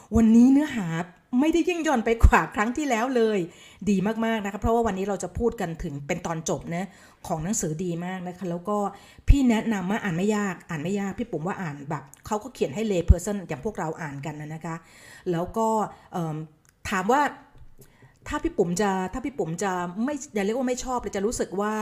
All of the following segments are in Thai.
วันนี้เนื้อหาไม่ได้ยิ่งย่อนไปกว่าครั้งที่แล้วเลยดีมากๆนะคะเพราะว่าวันนี้เราจะพูดกันถึงเป็นตอนจบนะของหนังสือดีมากนะคะแล้วก็พี่แนะนำว่าอ่านไม่ยากพี่ปุ๋มว่าอ่านแบบเขาก็เขียนให้ lay person อย่างพวกเราอ่านกันนะคะแล้วก็ถามว่าถ้าพี่ปุ๋มจะไม่อย่าเรียกว่าไม่ชอบเลยจะรู้สึกว่า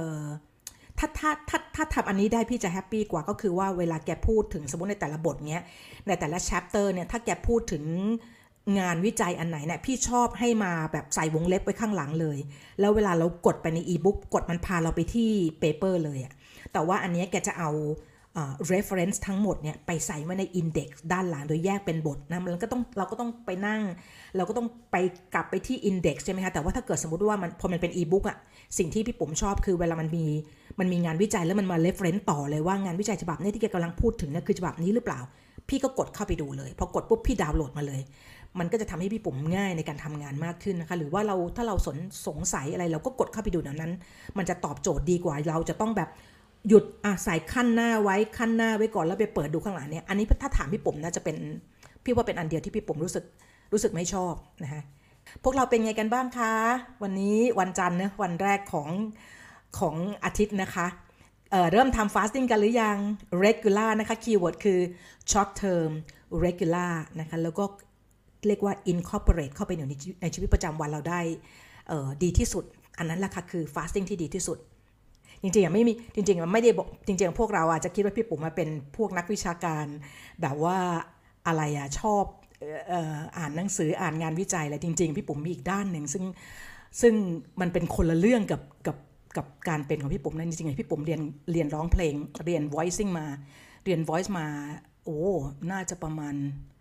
ถ้าทำอันนี้ได้พี่จะแฮปปี้กว่าก็คือว่าเวลาแกพูดถึงสมมติในแต่ละบทเนี้ยในแต่ละ chapter เนี่ยถ้าแกพูดถึงงานวิจัยอันไหนเนี่ยพี่ชอบให้มาแบบใส่วงเล็บไว้ข้างหลังเลยแล้วเวลาเรากดไปในอีบุ๊กกดมันพาเราไปที่เปเปอร์เลยอะแต่ว่าอันนี้แกจะเอาreference ทั้งหมดเนี่ยไปใส่ไว้ใน index ด้านหลังโดยแยกเป็นบทนะมันก็ต้องเราก็ต้องไปนั่งเราก็ต้องไปกลับไปที่ index ใช่ไหมคะแต่ว่าถ้าเกิดสมมติว่ามันพอมันเป็น e-book อะสิ่งที่พี่ปุ๋มชอบคือเวลามันมีงานวิจัยแล้วมันมา reference ต่อเลยว่างานวิจัยฉบับนี้ที่แกกำลังพูดถึงเนี่ยคือฉบับนี้หรือเปล่าพี่ก็กดเข้าไปดูเลยพอกดปุ๊บพี่ดาวน์โหลดมาเลยมันก็จะทำให้พี่ปุ๋มง่ายในการทำงานมากขึ้นนะคะหรือว่าถ้าเราสงสัยอะไรเราก็กดเข้าไปดูนั้นมันจะตอบโจทย์ดีกว่าเราจะต้องแบบหยุดใส่ขั้นหน้าไว้ก่อนแล้วไปเปิดดูข้างหลังเนี่ยอันนี้ถ้าถามพี่ปุ๋มนะจะเป็นพี่ว่าเป็นอันเดียวที่พี่ปุ๋มรู้สึกไม่ชอบนะคะพวกเราเป็นไงกันบ้างคะวันนี้วันจันทร์นะวันแรกของอาทิตย์นะคะเริ่มทำ fasting กันหรือยัง regular นะคะคีย์เวิร์ดคือ short term regular นะคะแล้วก็เรียกว่า incorporate เข้าไปในชีวิตประจำวันเราได้ดีที่สุดอันนั้นแหละค่ะคือ fasting ที่ดีที่สุดจริงๆไม่มีจริงๆมันไม่ได้บอกจริงๆพวกเราอาจจะคิดว่าพี่ปุ๋มมาเป็นพวกนักวิชาการแบบว่าอะไรชอบอ่านหนังสืออ่านงานวิจัยอะไรจริงๆพี่ปุ๋มมีอีกด้านหนึ่งซึ่งมันเป็นคนละเรื่องกับการเป็นของพี่ปุ๋มนะจริงๆพี่ปุ๋มเรียนร้องเพลงเรียน voicing มาเรียน voice มาโอ้น่าจะประมาณ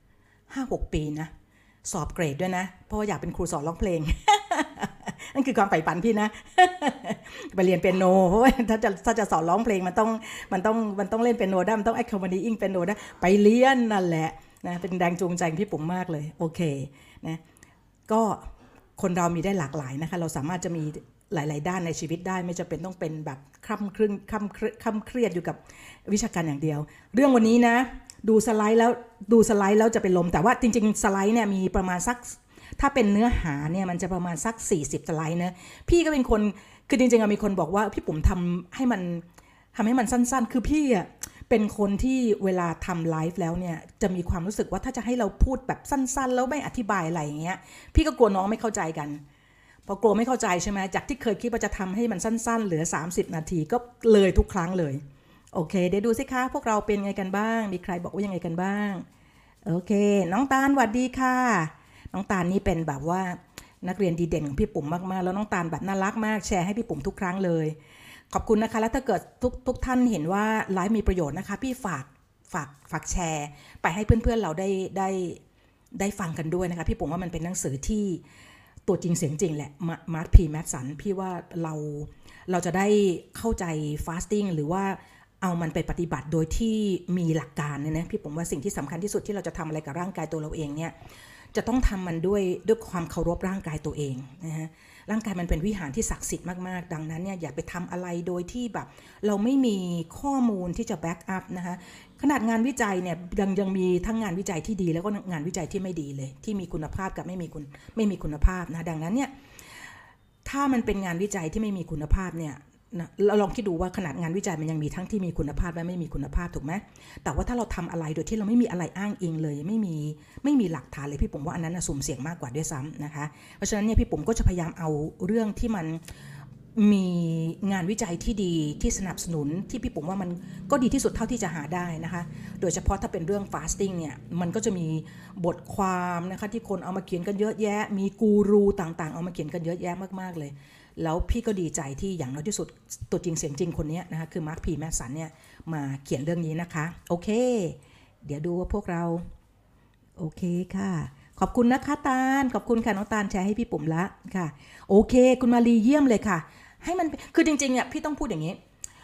5-6 ปีนะสอบเกรดด้วยนะเพราะว่าอยากเป็นครูสอนร้องเพลง นั่นคือความใฝ่ฝันพี่นะ ไปเรียนเปียโนเพราะว่าถ้าจะสอนร้องเพลงมันต้องเล่นเปียโนได้มันต้อง accompanying เปียโนได้ไปเรียนนั่นแหละนะเป็นแรงจูงใจพี่ปุ๋มมากเลยโอเคนะก็คนเรามีได้หลากหลายนะคะเราสามารถจะมีหลายๆด้านในชีวิตได้ไม่จำเป็นต้องเป็นแบบคร่ำเครียดอยู่กับวิชาการอย่างเดียวเรื่องวันนี้นะดูสไลด์แล้วจะเป็นลมแต่ว่าจริงๆสไลด์เนี่ยมีประมาณสักถ้าเป็นเนื้อหาเนี่ยมันจะประมาณสัก40สไลด์นะพี่ก็เป็นคนคือจริงๆมีคนบอกว่าพี่ปุ๋มทำให้มันสั้นๆคือพี่อ่ะเป็นคนที่เวลาทำไลฟ์แล้วเนี่ยจะมีความรู้สึกว่าถ้าจะให้เราพูดแบบสั้นๆแล้วไม่อธิบายอะไรอย่างเงี้ยพี่ก็กลัวน้องไม่เข้าใจกันพอกลัวไม่เข้าใจใช่ไหมจากที่เคยคิดว่าจะทำให้มันสั้นๆเหลือ30นาทีก็เลยทุกครั้งเลยโอเคเดี๋ยวดูสิคะพวกเราเป็นไงกันบ้างมีใครบอกว่ายังไงกันบ้างโอเคน้องตาลสวัสดีค่ะน้องตาลนี่เป็นแบบว่านักเรียนดีเด่นของพี่ปุ๋มมากๆแล้วน้องตาลแบบน่ารักมากแชร์ให้พี่ปุ๋มทุกครั้งเลยขอบคุณนะคะแล้วถ้าเกิดทุกท่านเห็นว่าไลฟ์มีประโยชน์นะคะพี่ฝากแชร์ไปให้เพื่อนๆเราได้ฟังกันด้วยนะคะพี่ปุ๋มว่ามันเป็นหนังสือที่ตัวจริงเสียงจริงแหละมาร์ทพีแมทสันพี่ว่าเราจะได้เข้าใจฟาสติ้งหรือว่าเอามันไปปฏิบัติโดยที่มีหลักการเนี่ยนะพี่ผมว่าสิ่งที่สำคัญที่สุดที่เราจะทำอะไรกับร่างกายตัวเราเองเนี่ยจะต้องทำมันด้วยความเคารพร่างกายตัวเองนะฮะร่างกายมันเป็นวิหารที่ศักดิ์สิทธิ์มากๆดังนั้นเนี่ยอย่าไปทำอะไรโดยที่แบบเราไม่มีข้อมูลที่จะแบ็กอัพนะคะขนาดงานวิจัยเนี่ยยังมีทั้งงานวิจัยที่ดีแล้วก็งานวิจัยที่ไม่ดีเลยที่มีคุณภาพกับไม่มีคุณภาพนะดังนั้นเนี่ยถ้ามันเป็นงานวิจัยที่ไม่มีคุณภาพเนี่ยนะเราลองคิดดูว่าขนาดงานวิจัยมันยังมีทั้งที่มีคุณภาพและไม่มีคุณภาพถูกไหมแต่ว่าถ้าเราทำอะไรโดยที่เราไม่มีอะไรอ้างอิงเลยไม่มีหลักฐานเลยพี่ผมว่าอันนั้นสุ่มเสี่ยงมากกว่าด้วยซ้ำนะคะเพราะฉะนั้นเนี่ยพี่ผมก็จะพยายามเอาเรื่องที่มันมีงานวิจัยที่ดีที่สนับสนุนที่พี่ผมว่ามันก็ดีที่สุดเท่าที่จะหาได้นะคะโดยเฉพาะถ้าเป็นเรื่อง fasting เนี่ยมันก็จะมีบทความนะคะที่คนเอามาเขียนกันเยอะแยะมีกูรูต่างๆเอามาเขียนกันเยอะแยะมากๆเลยแล้วพี่ก็ดีใจที่อย่างน้อยที่สุดตัวจริงเสียงจริงคนนี้นะคะคือมาร์คพีแมสสันเนี่ยมาเขียนเรื่องนี้นะคะโอเคเดี๋ยวดูว่าพวกเราโอเคค่ะขอบคุณนะคะตาลขอบคุณค่ะน้องตาลแชร์ให้พี่ปุ๋มละค่ะโอเคคุณมาลีเยี่ยมเลยค่ะให้มันคือจริงๆเนี่ยพี่ต้องพูดอย่างนี้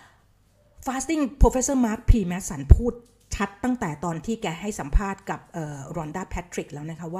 fasting professor Mark P Mason พูดชัดตั้งแต่ตอนที่แกให้สัมภาษณ์กับรอนด้าแพทริกแล้วนะคะว่า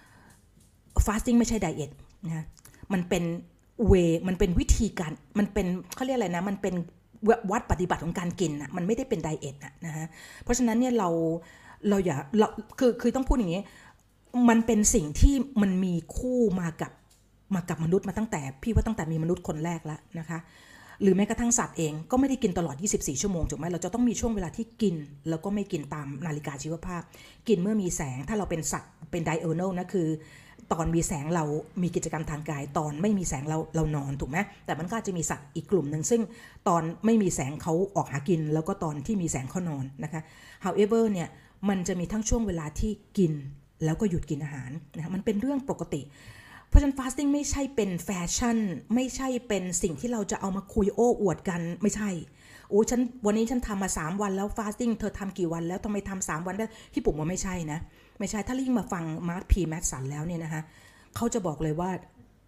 fasting ไม่ใช่ไดเอทนะมันเป็นวิธีการมันเป็นเขาเรียกอะไรนะมันเป็นวัดปฏิบัติของการกินนะมันไม่ได้เป็นไดเอทนะฮะเพราะฉะนั้นเนี่ยเราอย่าคือต้องพูดอย่างนี้มันเป็นสิ่งที่มันมีคู่มากับมนุษย์มาตั้งแต่พี่ว่าตั้งแต่มีมนุษย์คนแรกแล้วนะคะหรือแม้กระทั่งสัตว์เองก็ไม่ได้กินตลอด24ชั่วโมงถูกไหมเราจะต้องมีช่วงเวลาที่กินแล้วก็ไม่กินตามนาฬิกาชีวภาพกินเมื่อมีแสงถ้าเราเป็นสัตว์เป็นไดเออร์เนลนะคือตอนมีแสงเรามีกิจกรรมทางกายตอนไม่มีแสงเรานอนถูกไหมแต่มันก็จะมีสัตว์อีกกลุ่มหนึ่งซึ่งตอนไม่มีแสงเขาออกหากินแล้วก็ตอนที่มีแสงเขานอนนะคะ however เนี่ยมันจะมีทั้งช่วงเวลาที่กินแล้วก็หยุดกินอาหารนะมันเป็นเรื่องปกติเพราะฉะนั้น fasting ไม่ใช่เป็นแฟชั่นไม่ใช่เป็นสิ่งที่เราจะเอามาคุยโอ้อวดกันไม่ใช่โอ้วันนี้ฉันทำมา3วันแล้ว fasting เธอทำกี่วันแล้วทำไมทำ3วันได้พี่ปุ๋มว่าไม่ใช่นะไม่ใช่ถ้ายิ่งมาฟัง Mark P. Matson แล้วเนี่ยนะคะเขาจะบอกเลยว่า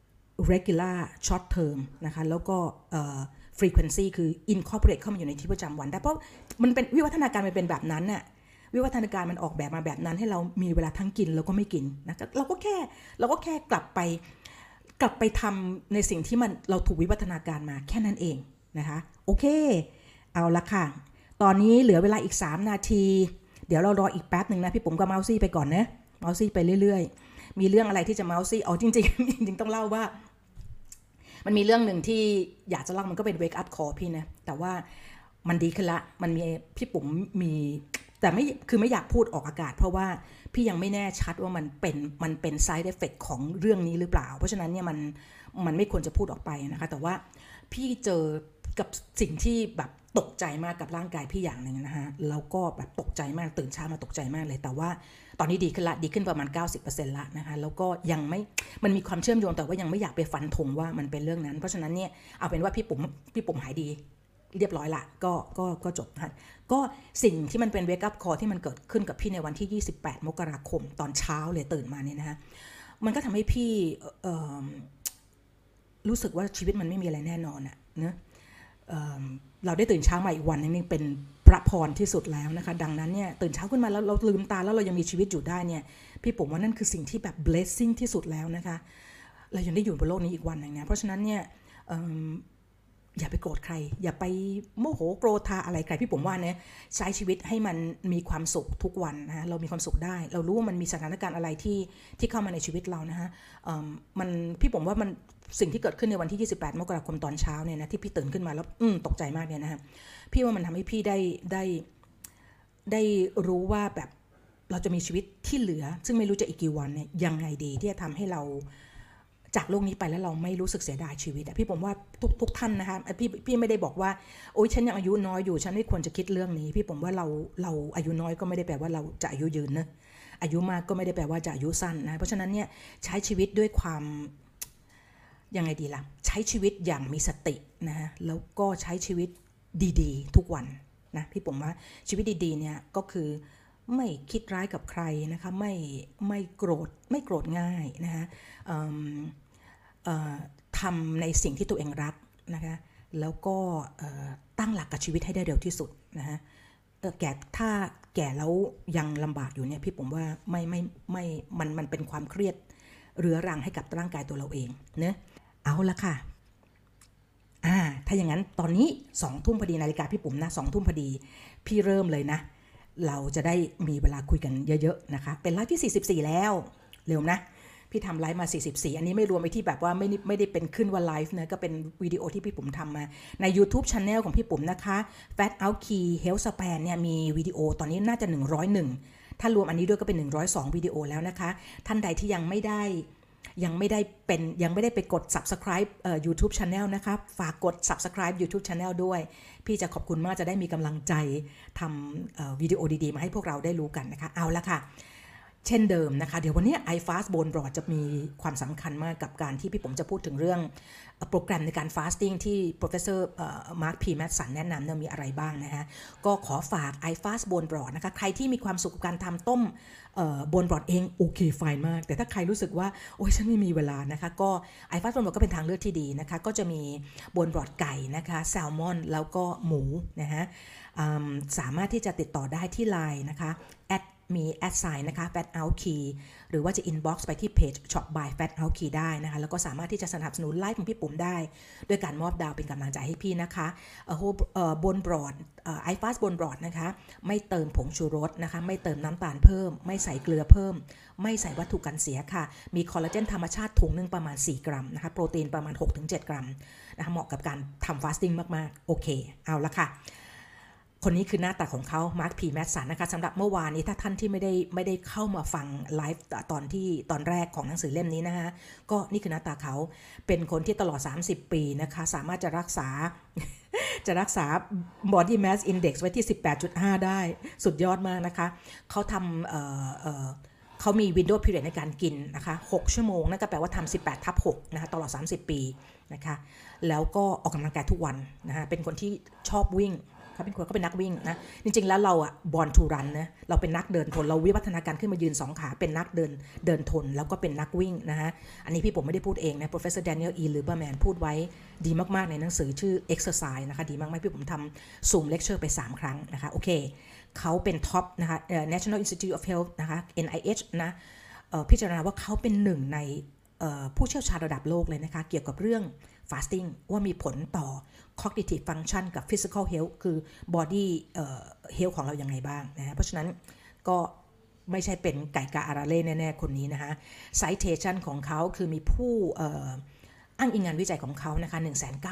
regular short term นะคะแล้วก็frequency คือ incorporate เข้ามาอยู่ในชีวิตประจำวันได้เพราะมันเป็นวิวัฒนาการมันเป็นแบบนั้นน่ะวิวัฒนาการมันออกแบบมาแบบนั้นให้เรามีเวลาทั้งกินแล้วก็ไม่กินนะเราก็แค่กลับไปทำในสิ่งที่มันเราถูกวิวัฒนาการมาแค่นั้นเองนะคะโอเคเอาละค่ะตอนนี้เหลือเวลาอีก3นาทีเดี๋ยวเรารออีกแป๊บนึงนะพี่ผมก็เมาซี่ไปก่อนนะเมาซี่ไปเรื่อยๆมีเรื่องอะไรที่จะเมาซี่จริงๆ จริงต้องเล่าว่ามันมีเรื่องหนึ่งที่อยากจะเล่ามันก็เป็น wake up call พี่นะแต่ว่ามันดีขึ้นละมันมีพี่ปุ๋มมีแต่ไม่อยากพูดออกอากาศเพราะว่าพี่ยังไม่แน่ชัดว่ามันเป็น side effect ของเรื่องนี้หรือเปล่าเพราะฉะนั้นเนี่ยมันไม่ควรจะพูดออกไปนะคะแต่ว่าพี่เจอกับสิ่งที่แบบตกใจมากกับร่างกายพี่อย่างหนึ่งนะฮะแล้วก็แบบตกใจมากตื่นเช้ามาตกใจมากเลยแต่ว่าตอนนี้ดีขึ้นประมาณ 90% ละนะคะแล้วก็ยังไม่มันมีความเชื่อมโยงแต่ว่ายังไม่อยากไปฟันธงว่ามันเป็นเรื่องนั้นเพราะฉะนั้นเนี่ยเอาเป็นว่าพี่ปุ๋มหายดีเรียบร้อยละก็จบนะก็สิ่งที่มันเป็น wake up call ที่มันเกิดขึ้นกับพี่ในวันที่28มกราคมตอนเช้าเลยตื่นมาเนี่ยนะคะมันก็ทำให้พี่รู้สึกว่าชีวิตมันไม่มีอะไรแน่นอนอะเนะเราได้ตื่นเช้ามาอีกวันนึงนี่เป็นพระพรที่สุดแล้วนะคะดังนั้นเนี่ยตื่นเช้าขึ้นมาแล้วเราลืมตาแล้วเรายังมีชีวิตอยู่ได้เนี่ยพี่ผมว่านั่นคือสิ่งที่แบบ blessing ที่สุดแล้วนะคะเรายังได้อยู่บนโลกนี้อีกวันนึงนะเพราะฉะนั้นเนี่ยอย่าไปโกรธใครอย่าไปโมโหโกรธาอะไรใครพี่ผมว่าเนี่ยใช้ชีวิตให้มันมีความสุขทุกวันนะเรามีความสุขได้เรารู้ว่ามันมีสถานการณ์อะไรที่เข้ามาในชีวิตเรานะฮะมันพี่ผมว่ามันสิ่งที่เกิดขึ้นในวันที่28มกราคมตอนเช้าเนี่ยนะที่พี่ตื่นขึ้นมาแล้วตกใจมากเนี่ยนะฮะพี่ว่ามันทำให้พี่ได้รู้ว่าแบบเราจะมีชีวิตที่เหลือซึ่งไม่รู้จะอีกกี่วันเนี่ยยังไงดีที่จะทำให้เราจากโลกนี้ไปแล้วเราไม่รู้สึกเสียดายชีวิตพี่ผมว่าทุกท่านนะคะพี่ไม่ได้บอกว่าโอ๊ยฉันยังอายุน้อยอยู่ฉันไม่ควรจะคิดเรื่องนี้พี่ผมว่าเราอายุน้อยก็ไม่ได้แปลว่าเราจะอายุยืนนะอายุมากก็ไม่ได้แปลว่าจะอายุสั้นนะเพราะฉะนั้นเนี่ยใช้ชีวิตด้วยความยังไงดีล่ะใช้ชีวิตอย่างมีสตินะฮะแล้วก็ใช้ชีวิตดีๆทุกวันนะพี่ผมว่าชีวิตดีๆเนี่ยก็คือไม่คิดร้ายกับใครนะคะไม่โกรธง่ายนะคะทำในสิ่งที่ตัวเองรักนะคะแล้วก็ตั้งหลักกับชีวิตให้ได้เร็วที่สุดนะฮะถ้าแก่แล้วยังลำบากอยู่เนี่ยพี่ผมว่าไม่มันเป็นความเครียดเรื้อรังให้กับร่างกายตัวเราเองเนะเอาละค่ะถ้าอย่างนั้นตอนนี้2 ทุ่มพอดีนาฬิกาพี่ปุ๋มนะ2 ทุ่มพอดีพี่เริ่มเลยนะเราจะได้มีเวลาคุยกันเยอะๆนะคะเป็นไลฟ์ที่44แล้วเร็วนะพี่ทำไลฟ์มา44อันนี้ไม่รวมไปที่แบบว่าไม่ได้เป็นขึ้นว่าไลฟ์นะก็เป็นวิดีโอที่พี่ปุ๋มทำมาใน YouTube Channel ของพี่ปุ๋มนะคะ Fat Out Key Health Span เนี่ยมีวิดีโอตอนนี้น่าจะ101ถ้ารวมอันนี้ด้วยก็เป็น102วิดีโอแล้วนะคะท่านใดที่ยังไม่ได้ไปกด Subscribe YouTube Channel นะคะฝากกด Subscribe YouTube Channel ด้วยพี่จะขอบคุณมากจะได้มีกำลังใจทำวิดีโอดีๆมาให้พวกเราได้รู้กันนะคะเอาละค่ะเช่นเดิมนะคะเดี๋ยววันนี้ iFast Bone Broth จะมีความสำคัญมากกับการที่พี่ผมจะพูดถึงเรื่องโปรแกรมในการ fasting ที่ Professor Mark P. Matson แนะนำเนี่ยมีอะไรบ้างนะฮะก็ขอฝาก iFast Bone Broth นะคะใครที่มีความสุขกับการทำต้มBone Broth เองโอเคไฟน์มากแต่ถ้าใครรู้สึกว่าโอ๊ยฉันไม่มีเวลานะคะก็ iFast Bone Broth ก็เป็นทางเลือกที่ดีนะคะก็จะมี Bone Broth ไก่นะคะแซลมอนแล้วก็หมูนะฮะสามารถที่จะติดต่อได้ที่ LINE นะคะมีแอดไซน์นะคะ Fat Out Key หรือว่าจะ inbox ไปที่เพจ Shop by Fat Out Key ได้นะคะแล้วก็สามารถที่จะสนับสนุนไลฟ์ของพี่ปุ๋มได้ด้วยการมอบดาวเป็นกำลังใจให้พี่นะคะBone Broth ไอฟาสบนบรอดนะคะไม่เติมผงชูรสนะคะไม่เติมน้ำตาลเพิ่มไม่ใส่เกลือเพิ่มไม่ใส่วัตถุกันเสียค่ะมีคอลลาเจนธรรมชาติถุงนึงประมาณ4กรัมนะคะโปรตีนประมาณ 6-7 กรัมนะคะเหมาะกับการทำฟาสติ้งมากๆโอเคเอาละค่ะคนนี้คือหน้าตาของเขามาร์ค พี แมดสันนะคะสำหรับเมื่อวานนี้ถ้าท่านที่ไม่ได้เข้ามาฟังไลฟ์ตอนแรกของหนังสือเล่มนี้นะคะก็นี่คือหน้าตาเขาเป็นคนที่ตลอด30ปีนะคะสามารถจะรักษา body mass index ไว้ที่ 18.5 ได้สุดยอดมากนะคะเขาทำเขามี window period ในการกินนะคะ6ชั่วโมงนั่นก็แปลว่าทำ18/6นะคะตลอด30ปีนะคะแล้วก็ออกกำลังกายทุกวันนะคะเป็นคนที่ชอบวิ่งเขาเป็นนักวิ่งนะจริงๆแล้วเราอะบอลทูรันนะเราเป็นนักเดินทนเราวิวัฒนาการขึ้นมายืน2ขาเป็นนักเดินทนแล้วก็เป็นนักวิ่งนะฮะอันนี้พี่ผมไม่ได้พูดเองนะ Professor Daniel E. Lieberman พูดไว้ดีมากๆในหนังสือชื่อ Exercise นะคะดีมากๆพี่ผมทำ Zoom Lecture ไป3ครั้งนะคะโอเคเขาเป็นท็อปนะคะ National Institute of Health นะคะ NIH นะพิจารณาว่าเขาเป็นหนึ่งในผู้เชี่ยวชาญระดับโลกเลยนะคะเกี่ยวกับเรื่อง fasting ว่ามีผลต่อ cognitive function กับ physical health คือ body health ของเรายังไงบ้างนะเพราะฉะนั้นก็ไม่ใช่เป็นไก่กาอาราเล่แน่ๆคนนี้นะคะ citation ของเขาคือมีผู้อ้างอิงงานวิจัยของเขานะคะ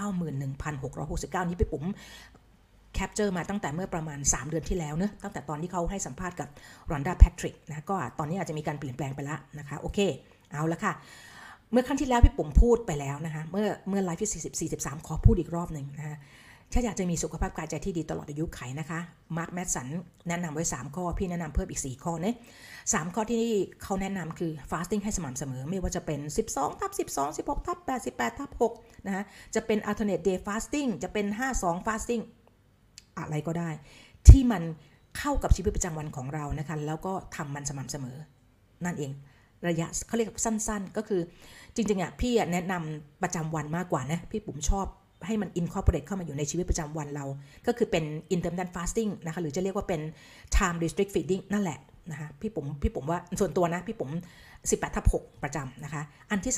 191,669 นี้ไปปุ๋มแคปเจอร์มาตั้งแต่เมื่อประมาณ3เดือนที่แล้วเนอะตั้งแต่ตอนที่เขาให้สัมภาษณ์กับรอนดาแพทริกนะก็ตอนนี้อาจจะมีการเปลี่ยนแปลงไปแล้วนะคะโอเคเอาละค่ะเมื่อครั้งที่แล้วพี่ปุ๋มพูดไปแล้วนะคะเมื่อไลฟ์ที่43ขอพูดอีกรอบหนึ่งนะคะถ้าอยากจะมีสุขภาพกายใจที่ดีตลอดอายุไขนะคะมาร์ค แมดสันแนะนำไว้3ข้อพี่แนะนำเพิ่มอีก4ข้อเนี่ย3ข้อที่เขาแนะนำคือ fasting ให้สม่ำเสมอไม่ว่าจะเป็น12/12 16/8 18/6นะคะจะเป็น alternate day fasting จะเป็น5/2 fastingอะไรก็ได้ที่มันเข้ากับชีวิตประจำวันของเรานะคะแล้วก็ทำมันสม่ำเสมอนั่นเองระยะเขาเรียกสั้นๆก็คือจริงๆอ่ะพี่แนะนำประจำวันมากกว่านะพี่ปุ๋มชอบให้มัน incorporate เข้ามาอยู่ในชีวิตประจำวันเราก็คือเป็น intermittent fasting นะคะหรือจะเรียกว่าเป็น time restrict feeding นั่นแหละนะคะพี่ปุ๋มว่าส่วนตัวนะพี่ปุ๋ม18/6ประจำนะคะอันที่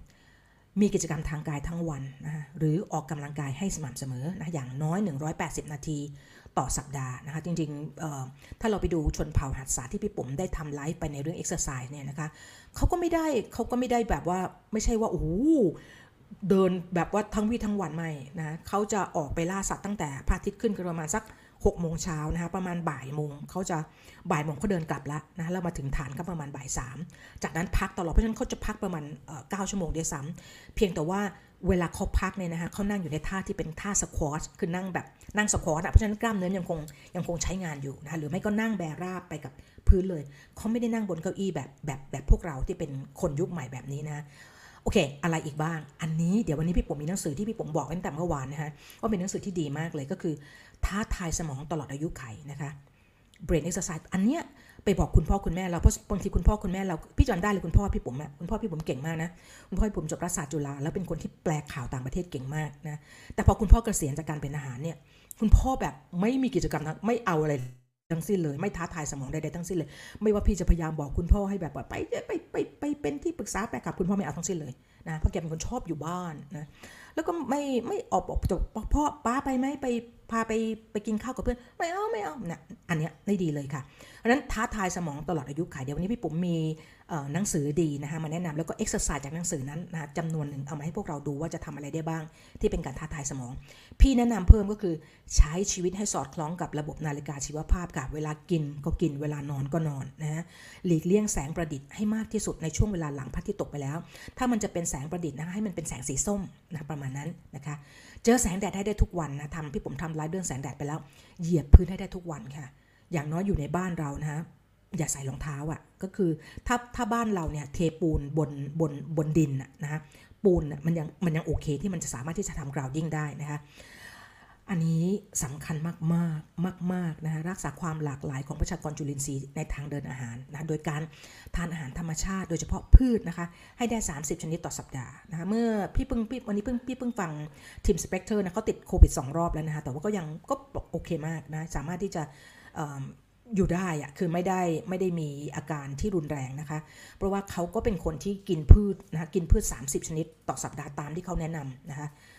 2มีกิจกรรมทางกายทั้งวันนะคะหรือออกกำลังกายให้สม่ำเสมอนะอย่างน้อย180นาทีต่อสัปดาห์นะคะจริงๆถ้าเราไปดูชนเผ่าหัดสาที่พี่ปุ๋มได้ทำไลฟ์ไปในเรื่อง exercise เนี่ยนะคะเขาก็ไม่ได้แบบว่าไม่ใช่ว่าโอ้โหเดินแบบว่าทั้งวี่ทั้งวันไม่นะเขาจะออกไปล่าสัตว์ตั้งแต่พระอาทิตย์ขึ้นประมาณสัก6 โมงเช้านะคะประมาณบ่ายโมงเขาเดินกลับแล้วนะแล้วมาถึงฐานก็ประมาณบ่าย3จากนั้นพักตลอดเพราะฉะนั้นเขาจะพักประมาณ9 ชั่วโมงด้วยซ้ำเพียงแต่ว่าเวลาเขาพักเนี่ยนะคะเขานั่งอยู่ในท่าที่เป็นท่าสควอชคือนั่งสควอชเพราะฉะนั้นกล้ามเนื้อยังคงใช้งานอยู่นะคะหรือไม่ก็นั่งแบราบไปกับพื้นเลยเขาไม่ได้นั่งบนเก้าอี้แบบพวกเราที่เป็นคนยุคใหม่แบบนี้นะโอเคอะไรอีกบ้างอันนี้เดี๋ยววันนี้พี่ปุ๋มมีหนังสือที่พี่ปุ๋มบอกตั้งแต่เมื่อวานนะคะว่าเป็นหนังสือที่ดีมากเลยก็คือท้าทายสมองตลอดอายุไขนะคะ brain exercise อันเนี้ยไปบอกคุณพ่อคุณแม่เราเพราะบางทีคุณพ่อคุณแม่เราพี่จำได้เลยคุณพ่อพี่ปุ๋มเก่งมากนะคุณพ่อพี่ปุ๋มจบรัฐศาสตร์จุฬาแล้วเป็นคนที่แปลข่าวต่างประเทศเก่งมากนะแต่พอคุณพ่อเกษียณจากการเป็นอาหารเนี่ยคุณพ่อแบบไม่มีกิจกรรมนะไม่เอาอะไรทั้งสิ้นเลยไม่ท้าทายสมองใดๆทั้งสิ้นเลยไม่ว่าพี่จะพยายามบอกคุณพ่อให้แบบว่าไปเป็นที่ปรึกษาแปลกับคุณพ่อไม่เอาทั้งสิ้นเลยนะเพราะแกเป็นคนชอบอยู่บ้านนะแล้วก็ไม่ออกจะพ่อป้าไปไหมไปพาไปกินข้าวกับเพื่อนไม่เอาเนี่ยอันเนี้ยไม่ดีเลยค่ะเพราะฉะนั้นท้าทายสมองตลอดอายุขัยเดี๋ยววันนี้พี่ปุ๋มมีหนังสือดีนะคะมาแนะนำแล้วก็เอ็กซ์เซอร์ไซส์จากหนังสือนั้นนะจำนวนหนึ่งเอามาให้พวกเราดูว่าจะทำอะไรได้บ้างที่เป็นการท้าทายสมองพี่แนะนำเพิ่มก็คือใช้ชีวิตให้สอดคล้องกับระบบนาฬิกาชีวภาพค่ะเวลากินก็กินเวลานอนก็นอนนะฮะหลีกเลี่ยงแสงประดิษฐ์ให้มากที่สุดในช่วงเวลาหลังพระอาทิตย์ตกไปแล้วถ้ามันจะเป็นแสงประดิษฐ์นะให้มันเป็นแสงสีส้มนะประมาณนั้นนะคะเจอแสงแดดได้ทุกวันนะพี่ผมทำไลฟ์เรื่องแสงแดดไปแล้วเหยียบพื้นให้ได้ทุกวันค่ะอย่างน้อยอยู่ในบ้านเรานะฮะอย่าใส่รองเท้าอ่ะก็คือถ้าบ้านเราเนี่ยเทปูนบนดินนะฮะปูนมันยังโอเคที่มันจะสามารถที่จะทำกราวดิ้งได้นะคะอันนี้สำคัญมากนะคะรักษาความหลากหลายของประชากรจุลินทรีย์ในทางเดินอาหารนะโดยการทานอาหารธรรมชาติโดยเฉพาะพืชนะคะให้ได้30ชนิดต่อสัปดาห์นะคะเมื่อวันนี้พี่เพิ่งฟังทีมสเปกเตอร์นะเขาติดโควิด2 รอบแล้วนะคะแต่ว่าก็โอเคมากนะสามารถที่จะอยู่ได้อะคือไม่ได้มีอาการที่รุนแรงนะคะเพราะว่าเขาก็เป็นคนที่กินพืชนะคะกินพืช30ชนิดต่อสัปดาห์ตามที่เขาแนะนำนะคะพอ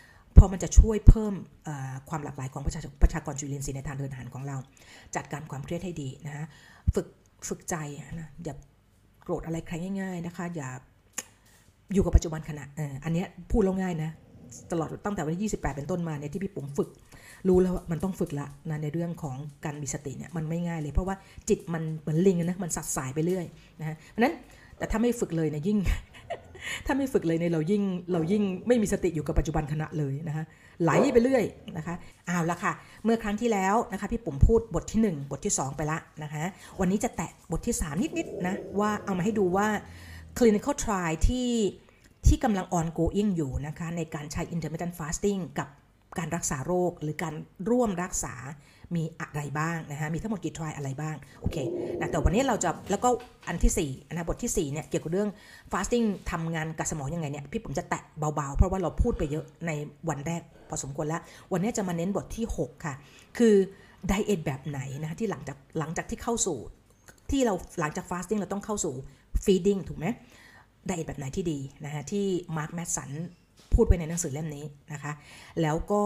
ราะมันจะช่วยเพิ่มความหลากหลายของประชากรจุลินทรีย์ในทางเดินอาหารของเราจัดการความเครียดให้ดีนะฮะฝึกใจนะอย่าโกรธอะไรใครง่ายๆนะคะอย่าอยู่กับปัจจุบันขณะอันนี้พูดแล้วง่ายนะตลอดตั้งแต่วันที่28เป็นต้นมาเนี่ยที่พี่ปุ๋มฝึกรู้แล้วว่ามันต้องฝึกละนะในเรื่องของการมีสติเนี่ยมันไม่ง่ายเลยเพราะว่าจิตมันเหมือนลิงนะมันสัดสายไปเรื่อยนะฮะเพราะนั้นแต่ถ้าไม่ฝึกเลยเนี่ยยิ่ง ถ้าไม่ฝึกเลยเนี่ยเรายิ่งไม่มีสติอยู่กับปัจจุบันขณะเลยนะคะไหลไปเรื่อยนะคะเอาละค่ะเมื่อครั้งที่แล้วนะคะพี่ปุ๋มพูดบทที่1บทที่2ไปละนะคะวันนี้จะแตะบทที่3นิดๆนะว่าเอามาให้ดูว่า clinical trial ที่กำลัง ongoing อยู่นะคะในการใช้ intermittent fasting กับการรักษาโรคหรือการร่วมรักษามีอะไรบ้างนะฮะมีทั้งหมดกี่ trial อะไรบ้างโอเคนะแต่วันนี้เราจะแล้วก็อันที่4นะบทที่4เนี่ยเกี่ยวกับเรื่อง fasting ทำงานกับสมองยังไงเนี่ยพี่ผมจะแตะเบาๆเพราะว่าเราพูดไปเยอะในวันแรกพอสมควรแล้ววันนี้จะมาเน้นบทที่6ค่ะคือไดเอทแบบไหนนะที่หลังจากที่เข้าสู่ที่เราหลังจาก fasting เราต้องเข้าสู่ feeding ถูกไหมไดเอทแบบไหนที่ดีนะฮะที่มาร์คแมดสันพูดไปในหนังสือเล่มนี้นะคะแล้วก็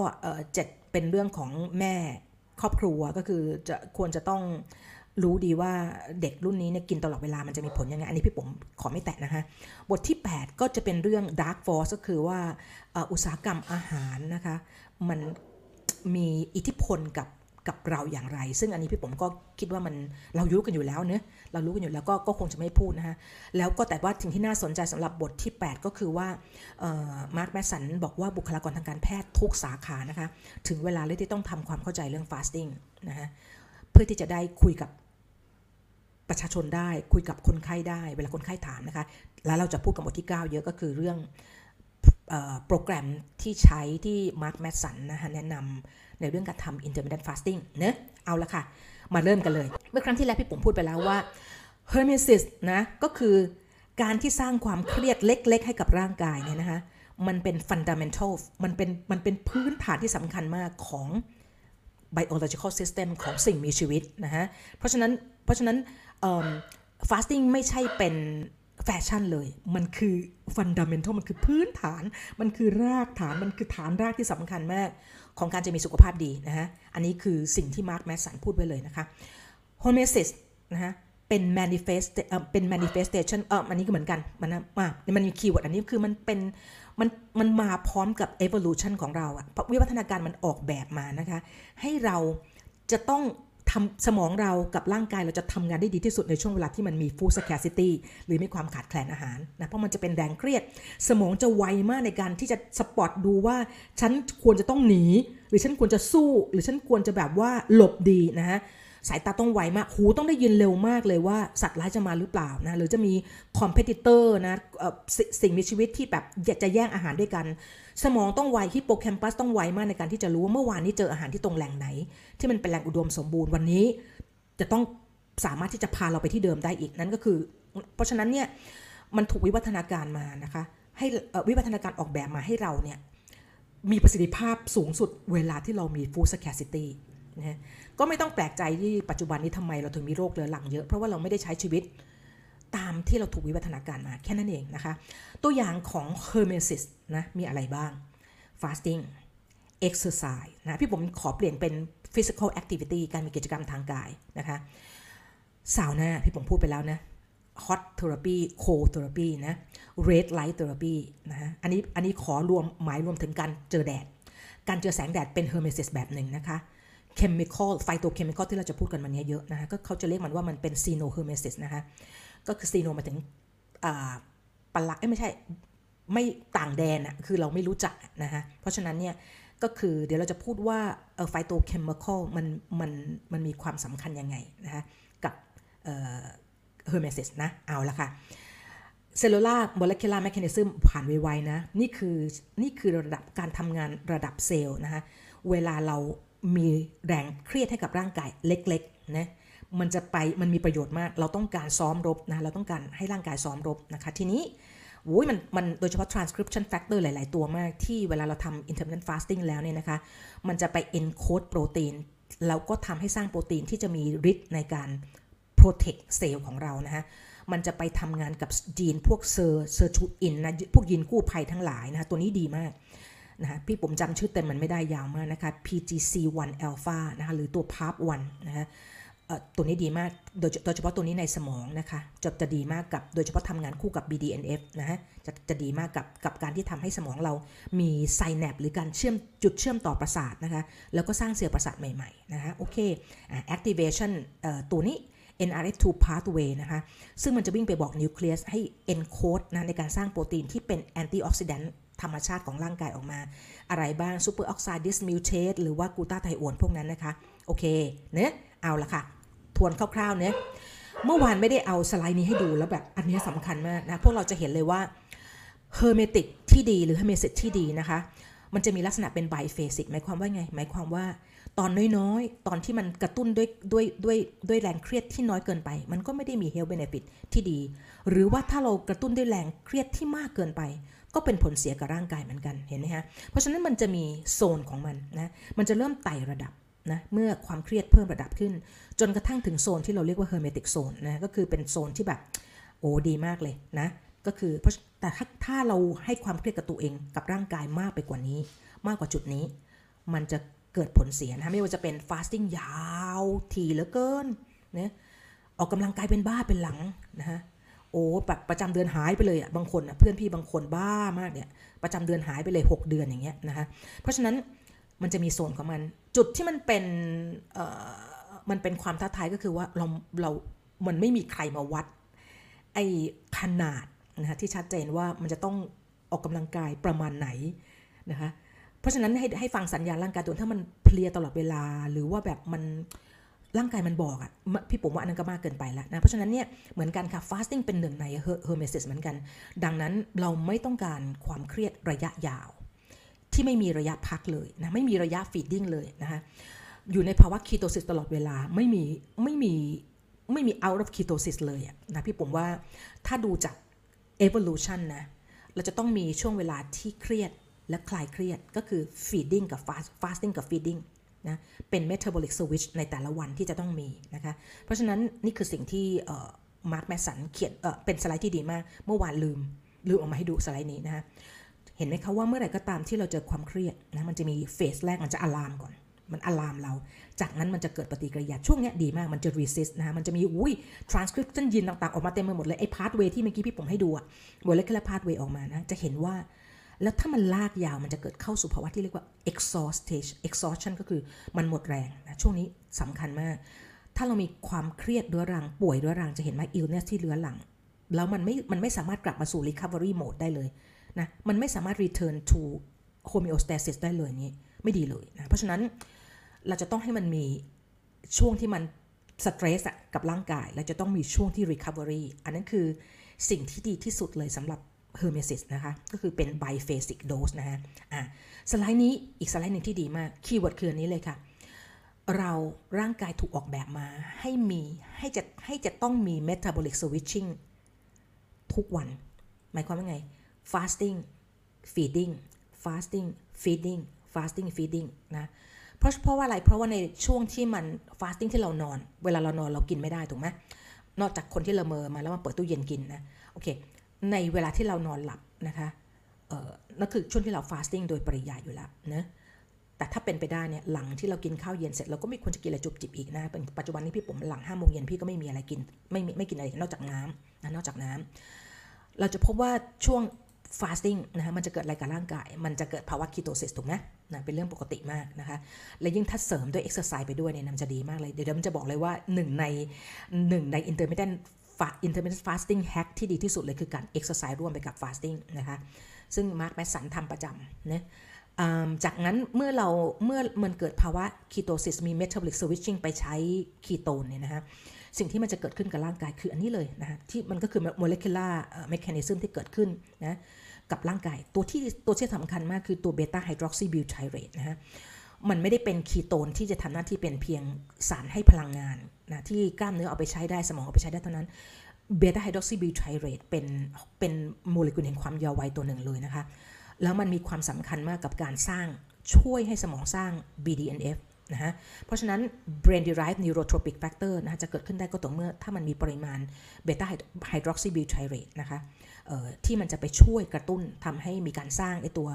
7เป็นเรื่องของแม่ครอบครัวก็คือควรจะต้องรู้ดีว่าเด็กรุ่นนี้เนี่ยกินตลอดเวลามันจะมีผลยังไงอันนี้พี่ผมขอไม่แตะนะคะบทที่8ก็จะเป็นเรื่อง Dark Force ก็คือว่าอุตสาหกรรมอาหารนะคะมันมีอิทธิพลกับเราอย่างไรซึ่งอันนี้พี่ผมก็คิดว่ามันเรารู้กันอยู่แล้วเนอะเรารู้กันอยู่แล้วก็คงจะไม่พูดนะคะแล้วก็แต่ว่าสิ่งที่น่าสนใจสำหรับบทที่8ก็คือว่ามาร์คแมสสันบอกว่าบุคลากรทางการแพทย์ทุกสาขานะคะถึงเวลาเลยที่ต้องทำความเข้าใจเรื่อง fasting นะคะเพื่อที่จะได้คุยกับประชาชนได้คุยกับคนไข้ได้เวลาคนไข้ถามนะคะแล้วเราจะพูดกับบทที่9เยอะก็คือเรื่องโปรแกรมที่ใช้ที่มาร์คแมสสันนะคะแนะนำในเรื่องการทำ intermittent fasting เนอะเอาละค่ะมาเริ่มกันเลยเมื่อครั้งที่แล้วพี่ผมพูดไปแล้วว่า Hormesis นะก็คือการที่สร้างความเครียดเล็กๆให้กับร่างกายเนี่ยนะคะมันเป็น fundamental มันเป็นพื้นฐานที่สำคัญมากของ biological system ของสิ่งมีชีวิตนะฮะเพราะฉะนั้นfasting ไม่ใช่เป็นแฟชั่นเลยมันคือ fundamental มันคือพื้นฐานมันคือรากฐานมันคือฐานรากที่สำคัญมากของการจะมีสุขภาพดีนะฮะอันนี้คือสิ่งที่มาร์คแมสสันพูดไว้เลยนะคะ Hormesis นะฮะเป็นmanifestation อันนี้ก็เหมือนกันมันมีคีย์เวิร์ดอันนี้คือมันมาพร้อมกับ evolution ของเราอะวิวัฒนาการมันออกแบบมานะคะให้เราจะต้องสมองเรากับร่างกายเราจะทำงานได้ดีที่สุดในช่วงเวลาที่มันมี food scarcity หรือมีความขาดแคลนอาหารนะเพราะมันจะเป็นแรงเครียดสมองจะไวมากในการที่จะสปอตดูว่าฉันควรจะต้องหนีหรือฉันควรจะสู้หรือฉันควรจะแบบว่าหลบดีนะฮะสายตาต้องไวมากหูต้องได้ยินเร็วมากเลยว่าสัตว์ร้ายจะมาหรือเปล่านะหรือจะมีคอมเพติเตอร์นะสิ่งมีชีวิตที่แบบอยากจะแย่งอาหารด้วยกันสมองต้องไวฮิปโปแคมปัสต้องไวมากในการที่จะรู้ว่าเมื่อวานนี้เจออาหารที่ตรงแหล่งไหนที่มันเป็นแหล่งอุดมสมบูรณ์วันนี้จะต้องสามารถที่จะพาเราไปที่เดิมได้อีกนั่นก็คือเพราะฉะนั้นเนี่ยมันถูกวิวัฒนาการมานะคะให้วิวัฒนาการออกแบบมาให้เราเนี่ยมีประสิทธิภาพสูงสุดเวลาที่เรามี food scarcity นะก็ไม่ต้องแปลกใจที่ปัจจุบันนี้ทำไมเราถึงมีโรคเรื้อรังเยอะเพราะว่าเราไม่ได้ใช้ชีวิตตามที่เราถูกวิวัฒนาการมาแค่นั้นเองนะคะตัวอย่างของ Hormesis นะมีอะไรบ้าง fasting exercise นะพี่ผมขอเปลี่ยนเป็น physical activity การมีกิจกรรมทางกายนะคะซาวน่าพี่ผมพูดไปแล้วนะ hot therapy cold therapy นะ red light therapy นะฮะอันนี้ขอหมายรวมถึงการเจอแดดการเจอแสงแดดเป็น Hormesis แบบหนึ่งนะคะchemical phytochemical ที่เราจะพูดกันวันนี้เยอะนะคะก็เขาจะเรียกมันว่ามันเป็น cyanohormesis นะคะก็คือ cyano มาถึงปลักไม่ใช่ไม่ต่างแดนอะคือเราไม่รู้จักนะคะเพราะฉะนั้นเนี่ยก็คือเดี๋ยวเราจะพูดว่าphytochemical มันมีความสำคัญยังไงนะคะกับHormesis นะเอาละค่ะ cellular molecular mechanism ผ่านไวๆนะนี่คือระดับการทำงานระดับเซลล์นะคะเวลาเรามีแรงเครียดให้กับร่างกายเล็กๆนะมันมีประโยชน์มากเราต้องการซ้อมรบนะเราต้องการให้ร่างกายซ้อมรบนะคะทีนี้มันโดยเฉพาะ transcription factor หลายๆตัวมากที่เวลาเราทำ intermittent fasting แล้วเนี่ยนะคะมันจะไป encode โปรตีนแล้วก็ทำให้สร้างโปรตีนที่จะมีฤทธิ์ในการ protect เซลล์ของเรานะฮะมันจะไปทำงานกับยีนพวกเซอร์ชูอินนะพวกยีนกู้ภัยทั้งหลายนะตัวนี้ดีมากนะคะพี่ผมจำชื่อเต็มมันไม่ได้ยาวมากนะคะ PGC1 alpha นะคะหรือตัว PARP1 นะคะตัวนี้ดีมากโดยเฉพาะตัวนี้ในสมองนะคะจะดีมากกับโดยเฉพาะทำงานคู่กับ BDNF นะฮะจะดีมากกับการที่ทำให้สมองเรามีไซแนปหรือการจุดเชื่อมต่อประสาทนะคะแล้วก็สร้างเซลล์ประสาทใหม่ๆนะคะโอเคactivation ตัวนี้ NRF2 pathway นะคะซึ่งมันจะวิ่งไปบอกนิวเคลียสให้ encode นะในการสร้างโปรตีนที่เป็น antioxidant ธรรมชาติของร่างกายออกมาอะไรบ้าง super oxide dismutase หรือว่ากลูตาไทโอนพวกนั้นนะคะโอเคเนี่ยเอาละค่ะทวนคร่าวๆเนี่ยเมื่อวานไม่ได้เอาสไลด์นี้ให้ดูแล้วแบบอันนี้สำคัญมากนะพวกเราจะเห็นเลยว่าเฮอร์เมติกที่ดีหรือเฮอร์เมซิสที่ดีนะคะมันจะมีลักษณะเป็นไบเฟสิกหมายความว่าไงหมายความว่าตอนน้อยๆตอนที่มันกระตุ้นด้วยแรงเครียดที่น้อยเกินไปมันก็ไม่ได้มีเฮลท์เบเนฟิตที่ดีหรือว่าถ้าเรากระตุ้นด้วยแรงเครียดที่มากเกินไปก็เป็นผลเสียกับร่างกายเหมือนกันเห็นไหมฮะเพราะฉะนั้นมันจะมีโซนของมันนะมันจะเริ่มไต่ระดับนะเมื่อความเครียดเพิ่มระดับขึ้นจนกระทั่งถึงโซนที่เราเรียกว่าเฮอร์เมติกโซนนะก็คือเป็นโซนที่แบบโอ้ดีมากเลยนะก็คือแต่ถ้าเราให้ความเครียดกับตัวเองกับร่างกายมากไปกว่านี้มากกว่าจุดนี้มันจะเกิดผลเสียนะไม่ว่าจะเป็นฟาสติ้งยาวถี่เหลือเกินนะออกกำลังกายเป็นบ้าเป็นหลังนะฮะโอ้แบบประจำเดือนหายไปเลยอ่ะบางคนอ่ะเพื่อนพี่บางคนบ้ามากเนี่ยประจำเดือนหายไปเลย6 เดือนอย่างเงี้ยนะคะเพราะฉะนั้นมันจะมีโซนของมันจุดที่มันเป็นความท้าทายก็คือว่ามันไม่มีใครมาวัดไอ้ขนาดนะคะที่ชัดเจนว่ามันจะต้องออกกำลังกายประมาณไหนนะคะเพราะฉะนั้นให้ฟังสัญญาณร่างกายตัวถ้ามันเพลียตลอดเวลาหรือว่าแบบมันร่างกายมันบอกอ่ะพี่ผมว่าอันนั้นก็มากเกินไปแล้วนะเพราะฉะนั้นเนี่ยเหมือนกันค่ะฟาสติ้งเป็นหนึ่งในเฮอร์เมซิสเหมือนกันดังนั้นเราไม่ต้องการความเครียดระยะยาวที่ไม่มีระยะพักเลยนะไม่มีระยะฟีดดิ้งเลยนะคะอยู่ในภาวะคีโตซิสตลอดเวลาไม่มี out of ketosis เลยนะพี่ผมว่าถ้าดูจาก evolution นะเราจะต้องมีช่วงเวลาที่เครียดและคลายเครียดก็คือ feeding กับ fasting กับ feeding นะเป็น metabolic switch ในแต่ละวันที่จะต้องมีนะคะเพราะฉะนั้นนี่คือสิ่งที่มาร์คแมสสันเขียนเป็นสไลด์ที่ดีมากเมื่อวานลืมออกมาให้ดูสไลด์นี้นะคะเห็นไหมคะว่าเมื่อไหร่ก็ตามที่เราเจอความเครียดนะมันจะมีเฟสแรกมันจะอะลามก่อนมันอะลามเราจากนั้นมันจะเกิดปฏิกิริยาช่วงนี้ดีมากมันจะ resist นะมันจะมีtranscription ยีนต่างๆออกมาเต็มไปหมดเลยไอ้ pathway ที่เมื่อกี้พี่ผมให้ดูอะ molecular pathway ออกมานะจะเห็นว่าแล้วถ้ามันลากยาวมันจะเกิดเข้าสู่ภาวะที่เรียกว่า exhaustion ก็คือมันหมดแรงนะช่วงนี้สำคัญมากถ้าเรามีความเครียดเรื้อรังป่วยเรื้อรังจะเห็นไหม illness ที่เรื้อรังแล้วมันไม่สามารถกลับมาสู่ recovery mode ได้เลยนะมันไม่สามารถ return to homeostasis ได้เลยนี้ไม่ดีเลยนะเพราะฉะนั้นเราจะต้องให้มันมีช่วงที่มันสเตรสกับร่างกายและจะต้องมีช่วงที่ recovery อันนั้นคือสิ่งที่ดีที่สุดเลยสำหรับเฮอร์เมซิสนะคะก็คือเป็น biphasic dose นะฮะสไลด์นี้อีกสไลด์หนึ่งที่ดีมากคีย์เวิร์ดคืออันนี้เลยค่ะเราร่างกายถูกออกแบบมาให้จะต้องมี metabolic switching ทุกวันหมายความว่าไง fasting feeding fasting feeding fasting feeding นะเพราะว่าอะไรเพราะว่าในช่วงที่มัน fasting ที่เรานอนเวลาเรานอนเรากินไม่ได้ถูกไหมนอกจากคนที่ละเมอมาแล้วมาเปิดตู้เย็นกินนะโอเคในเวลาที่เรานอนหลับนะคะนั่นคือช่วงที่เรา fasting โดยปริยายอยู่แล้วนะแต่ถ้าเป็นไปได้เนี่ยหลังที่เรากินข้าวเย็นเสร็จเราก็ไม่ควรจะกินอะไรจุบจิบอีกนะเป็นปัจจุบันนี้พี่ผมหลัง5 โมงเย็นพี่ก็ไม่มีอะไรกินไม่กินอะไรนอกจากน้ำนะนอกจากน้ำเราจะพบว่าช่วง fasting นะคะมันจะเกิดอะไรกับร่างกายมันจะเกิดภาวะ ketosis ถูกไหมนะเป็นเรื่องปกติมากนะคะและยิ่งถ้าเสริมด้วย exercise ไปด้วยเนี่ยมันจะดีมากเลยเดี๋ยวมันจะบอกเลยว่าหนึ่งใน intermittent fasting hack ที่ดีที่สุดเลยคือการ exercise ร่วมไปกับ fasting นะคะซึ่งมาร์คแมสสันทำประจำนะจากนั้นเมื่อมันเกิดภาวะ ketosis มี metabolic switching ไปใช้ ketone เนี่ยนะคะสิ่งที่มันจะเกิดขึ้นกับร่างกายคืออันนี้เลยนะฮะที่มันก็คือ molecular mechanism ที่เกิดขึ้นนะกับร่างกายตัวที่สำคัญมากคือตัว beta hydroxybutyrate นะฮะมันไม่ได้เป็นคีโตนที่จะทำหน้าที่เป็นเพียงสารให้พลังงานนะที่กล้ามเนื้อเอาไปใช้ได้สมองเอาไปใช้ได้เท่านั้น beta hydroxybutyrate เป็นโมเลกุลแห่งความเยาว์วัยตัวหนึ่งเลยนะคะแล้วมันมีความสำคัญมากกับการสร้างช่วยให้สมองสร้าง BDNF นะฮะเพราะฉะนั้น brain derived neurotropic factor นะจะเกิดขึ้นได้ก็ต่อเมื่อถ้ามันมีปริมาณ beta hydroxybutyrate นะคะที่มันจะไปช่วยกระตุ้นทำให้มีการสร้างไอตัว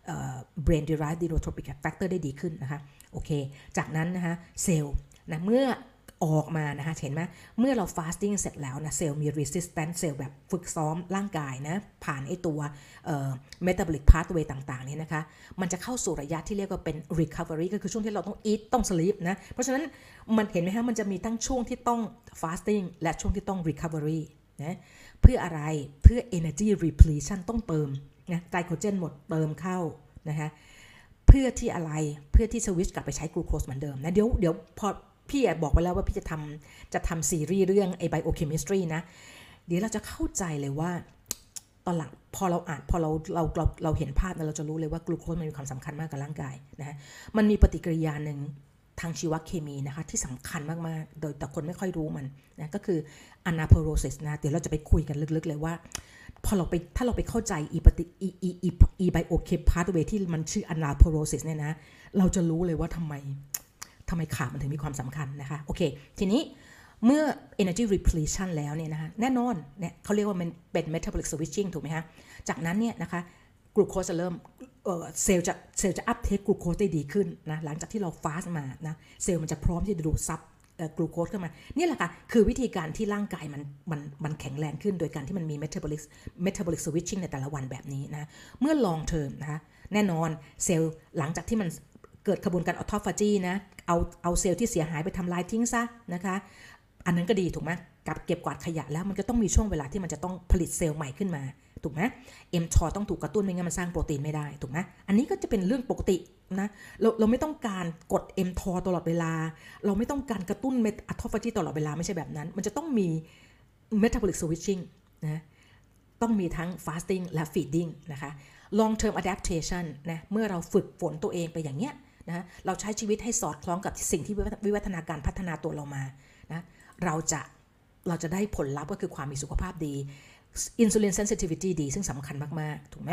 brain derived neurotrophic factor ได้ดีขึ้นนะคะโอเคจากนั้นนะคะเซลล์นะเมื่อออกมานะคะเห็นไหมเมื่อเรา fasting เสร็จแล้วนะเซลล์มี resistance เซลล์แบบฝึกซ้อมร่างกายนะผ่านไอตัวmetabolic pathway ต่างๆนี่นะคะมันจะเข้าสู่ระยะที่เรียกว่าเป็น recovery ก็คือช่วงที่เราต้อง eat ต้อง sleep นะเพราะฉะนั้นมันเห็นไหมคะมันจะมีทั้งช่วงที่ต้อง fasting และช่วงที่ต้อง recovery นะเพื่ออะไรเพื่อ energy repletion ต้องเติมนะไกลโคเจนหมดเติมเข้านะคะเพื่อที่อะไรเพื่อที่สวิตช์กลับไปใช้กลูโคสเหมือนเดิมนะเดี๋ยวพอพี่บอกไปแล้วว่าพี่จะทำซีรีส์เรื่องไอ้ biochemistry นะเดี๋ยวเราจะเข้าใจเลยว่าตอนหลังพอเราอ่านพอเราเห็นภาพนะเราจะรู้เลยว่ากลูโคสมันมีความสำคัญมากกับร่างกายนะมันมีปฏิกิริยาหนึ่งทางชีวเคมีนะคะที่สำคัญมากๆโดยแต่คนไม่ค่อยรู้มันนะก็คือ anaphorosis นะเดี๋ยวเราจะไปคุยกันลึกๆเลยว่าถ้าเราไปเข้าใจอีไบโอเคมพาธเวย์ที่มันชื่อ anaphorosis เนี่ยนะเราจะรู้เลยว่าทำไมขามันถึงมีความสำคัญนะคะโอเคทีนี้เมื่อ energy repletion แล้วเนี่ยนะคะแน่นอนเนี่ยเขาเรียกว่ามันเป็น metabolic switching ถูกไหมคะจากนั้นเนี่ยนะคะกลูโคสจะเริ่มเซลล์จะอัพเทคกลูโคสได้ดีขึ้นนะหลังจากที่เราฟาสต์มานะเซลล์มันจะพร้อมที่จะดูดซับกลูโคสขึ้นมานี่แหละค่ะคือวิธีการที่ร่างกายมันแข็งแรงขึ้นโดยการที่มันมี metabolic switching ในแต่ละวันแบบนี้นะเมื่อ long term นะคะแน่นอนเซลล์หลังจากที่มันเกิดกระบวนการ autophagy นะเอาเซลล์ที่เสียหายไปทำลายทิ้งซะนะคะอันนั้นก็ดีถูกไหมกับเก็บกวาดขยะแล้วมันก็ต้องมีช่วงเวลาที่มันจะต้องผลิตเซลล์ใหม่ขึ้นมาถูกไหมmTOR ต้องถูกกระตุ้นไม่งั้นมันสร้างโปรตีนไม่ได้ถูกไหมอันนี้ก็จะเป็นเรื่องปกตินะเราไม่ต้องการกด mTOR ตลอดเวลาเราไม่ต้องการกระตุ้น autophagy ตลอดเวลาไม่ใช่แบบนั้นมันจะต้องมี metabolic switching นะต้องมีทั้ง fasting และ feeding นะคะ long term adaptation นะเมื่อเราฝึกฝนตัวเองไปอย่างเงี้ยนะเราใช้ชีวิตให้สอดคล้องกับสิ่งที่วิวัฒนาการพัฒนาตัวเรามานะเราจะได้ผลลัพธ์ก็คือความมีสุขภาพดี insulin sensitivity ดีซึ่งสำคัญมากๆถูกไหม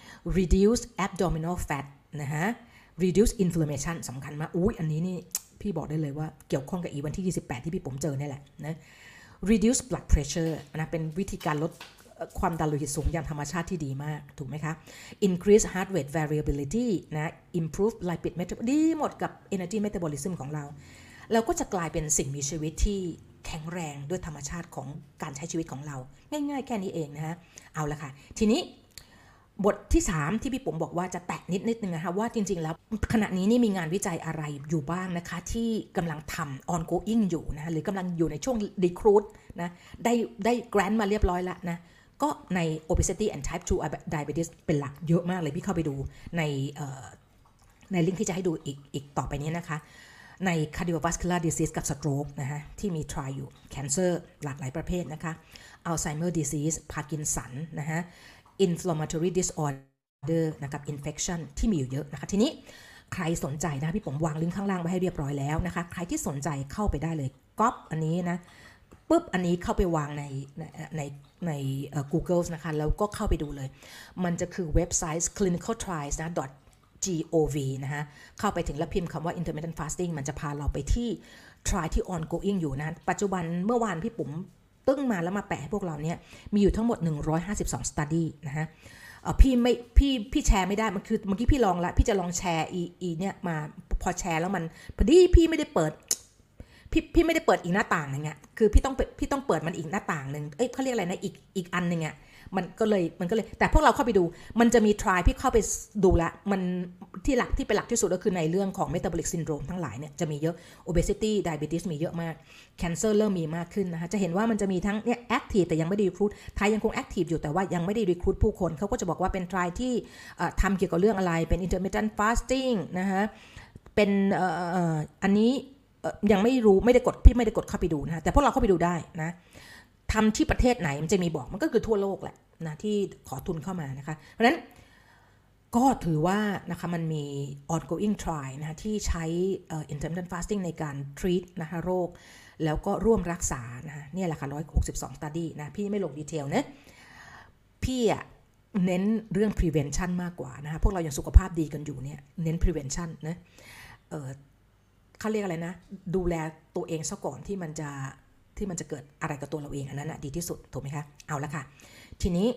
reduce abdominal fat นะฮะ reduce inflammation สำคัญมากอันนี้นี่พี่บอกได้เลยว่าเกี่ยวข้องกับวันที่28ที่พี่ผมเจอนี่แหละนะ reduce blood pressure นะเป็นวิธีการลดความดันโลหิตสูงอย่างธรรมชาติที่ดีมากถูกไหมคะ increase heart rate variability นะ improve lipid metabolism ดีหมดกับ energy metabolism ของเราก็จะกลายเป็นสิ่งมีชีวิตที่แข็งแรงด้วยธรรมชาติของการใช้ชีวิตของเราง่ายๆแค่นี้เองนะฮะเอาละค่ะทีนี้บทที่3ที่พี่ปุ๋มบอกว่าจะแตะนิดนึงนะคะว่าจริงๆแล้วขณะนี้นี่มีงานวิจัยอะไรอยู่บ้างนะคะที่กำลังทำ ongoing อยู่นะหรือกำลังอยู่ในช่วง recruit นะได้ grant มาเรียบร้อยแล้วนะก็ใน obesity and type 2 diabetes เป็นหลักเยอะมากเลยพี่เข้าไปดูในลิงก์ที่จะให้ดูอีกต่อไปนี้นะคะใน cardiovascular disease กับ stroke นะฮะที่มี trial อยู่ cancer หลากหลายประเภทนะคะ Alzheimer disease Parkinson นะฮะ inflammatory disorder นะครับ infection ที่มีอยู่เยอะนะคะทีนี้ใครสนใจนะพี่ผมวางลิงก์ข้างล่างไว้ให้เรียบร้อยแล้วนะคะใครที่สนใจเข้าไปได้เลยก๊อปอันนี้นะปุ๊บอันนี้เข้าไปวางในGoogle นะคะแล้วก็เข้าไปดูเลยมันจะคือเว็บไซต์ clinicaltrials นะ .gov นะฮะเข้าไปถึงแล้วพิมพ์คำว่า intermittent fasting มันจะพาเราไปที่ trial ที่ ongoing อยู่นะปัจจุบันเมื่อวานพี่ปุ๋มตึ้งมาแล้วมาแปะให้พวกเราเนี่ยมีอยู่ทั้งหมด152 study นะฮะพี่แชร์ไม่ได้มันคือเมื่อกี้พี่ลองละพี่จะลองแชร์เนี่ยมาพอแชร์แล้วมันพอดีพี่ไม่ได้เปิดพี่ไม่ได้เปิดอีกหน้าต่างนึงอ่ะคือพี่ต้องเปิดมันอีกหน้าต่างนึงเขาเรียกอะไรนะอีกอันนึงอ่ะมันก็เลยแต่พวกเราเข้าไปดูมันจะมี try พี่เข้าไปดูละมันที่เป็นหลักที่สุดก็คือในเรื่องของ metabolic syndrome ทั้งหลายเนี่ยจะมีเยอะ obesity diabetes มีเยอะมาก cancer เริ่มมีมากขึ้นนะคะจะเห็นว่ามันจะมีทั้งเนี่ย active แต่ยังไม่ได้ recruit ไทยยังคง active อยู่แต่ว่ายังไม่ได้ recruit ผู้คนเขาก็จะบอกว่าเป็น try ที่ทำเกี่ยวกับเรื่องอะไรเป็น intermittent fasting นะคะเป็นอันนี้ยังไม่รู้พี่ไม่ได้กดเข้าไปดูนะแต่พวกเราเข้าไปดูได้นะทำที่ประเทศไหนมันจะมีบอกมันก็คือทั่วโลกแหละนะที่ขอทุนเข้ามานะคะเพราะฉะนั้นก็ถือว่านะคะมันมี ongoing trial นะที่ใช้intermittent fasting ในการ treat นะคะโรคแล้วก็ร่วมรักษานะเนี่ยแหละค่ะ162 study นะพี่ไม่ลงดีเทลนะพี่เน้นเรื่อง prevention มากกว่านะคะพวกเรายังสุขภาพดีกันอยู่เนี่ยเน้น prevention นะเขาเรียกอะไรนะดูแลตัวเองซะก่อนที่มันจะเกิดอะไรกับตัวเราเองอันนั้นนะดีที่สุดถูกไหมคะเอาละค่ะทีนี้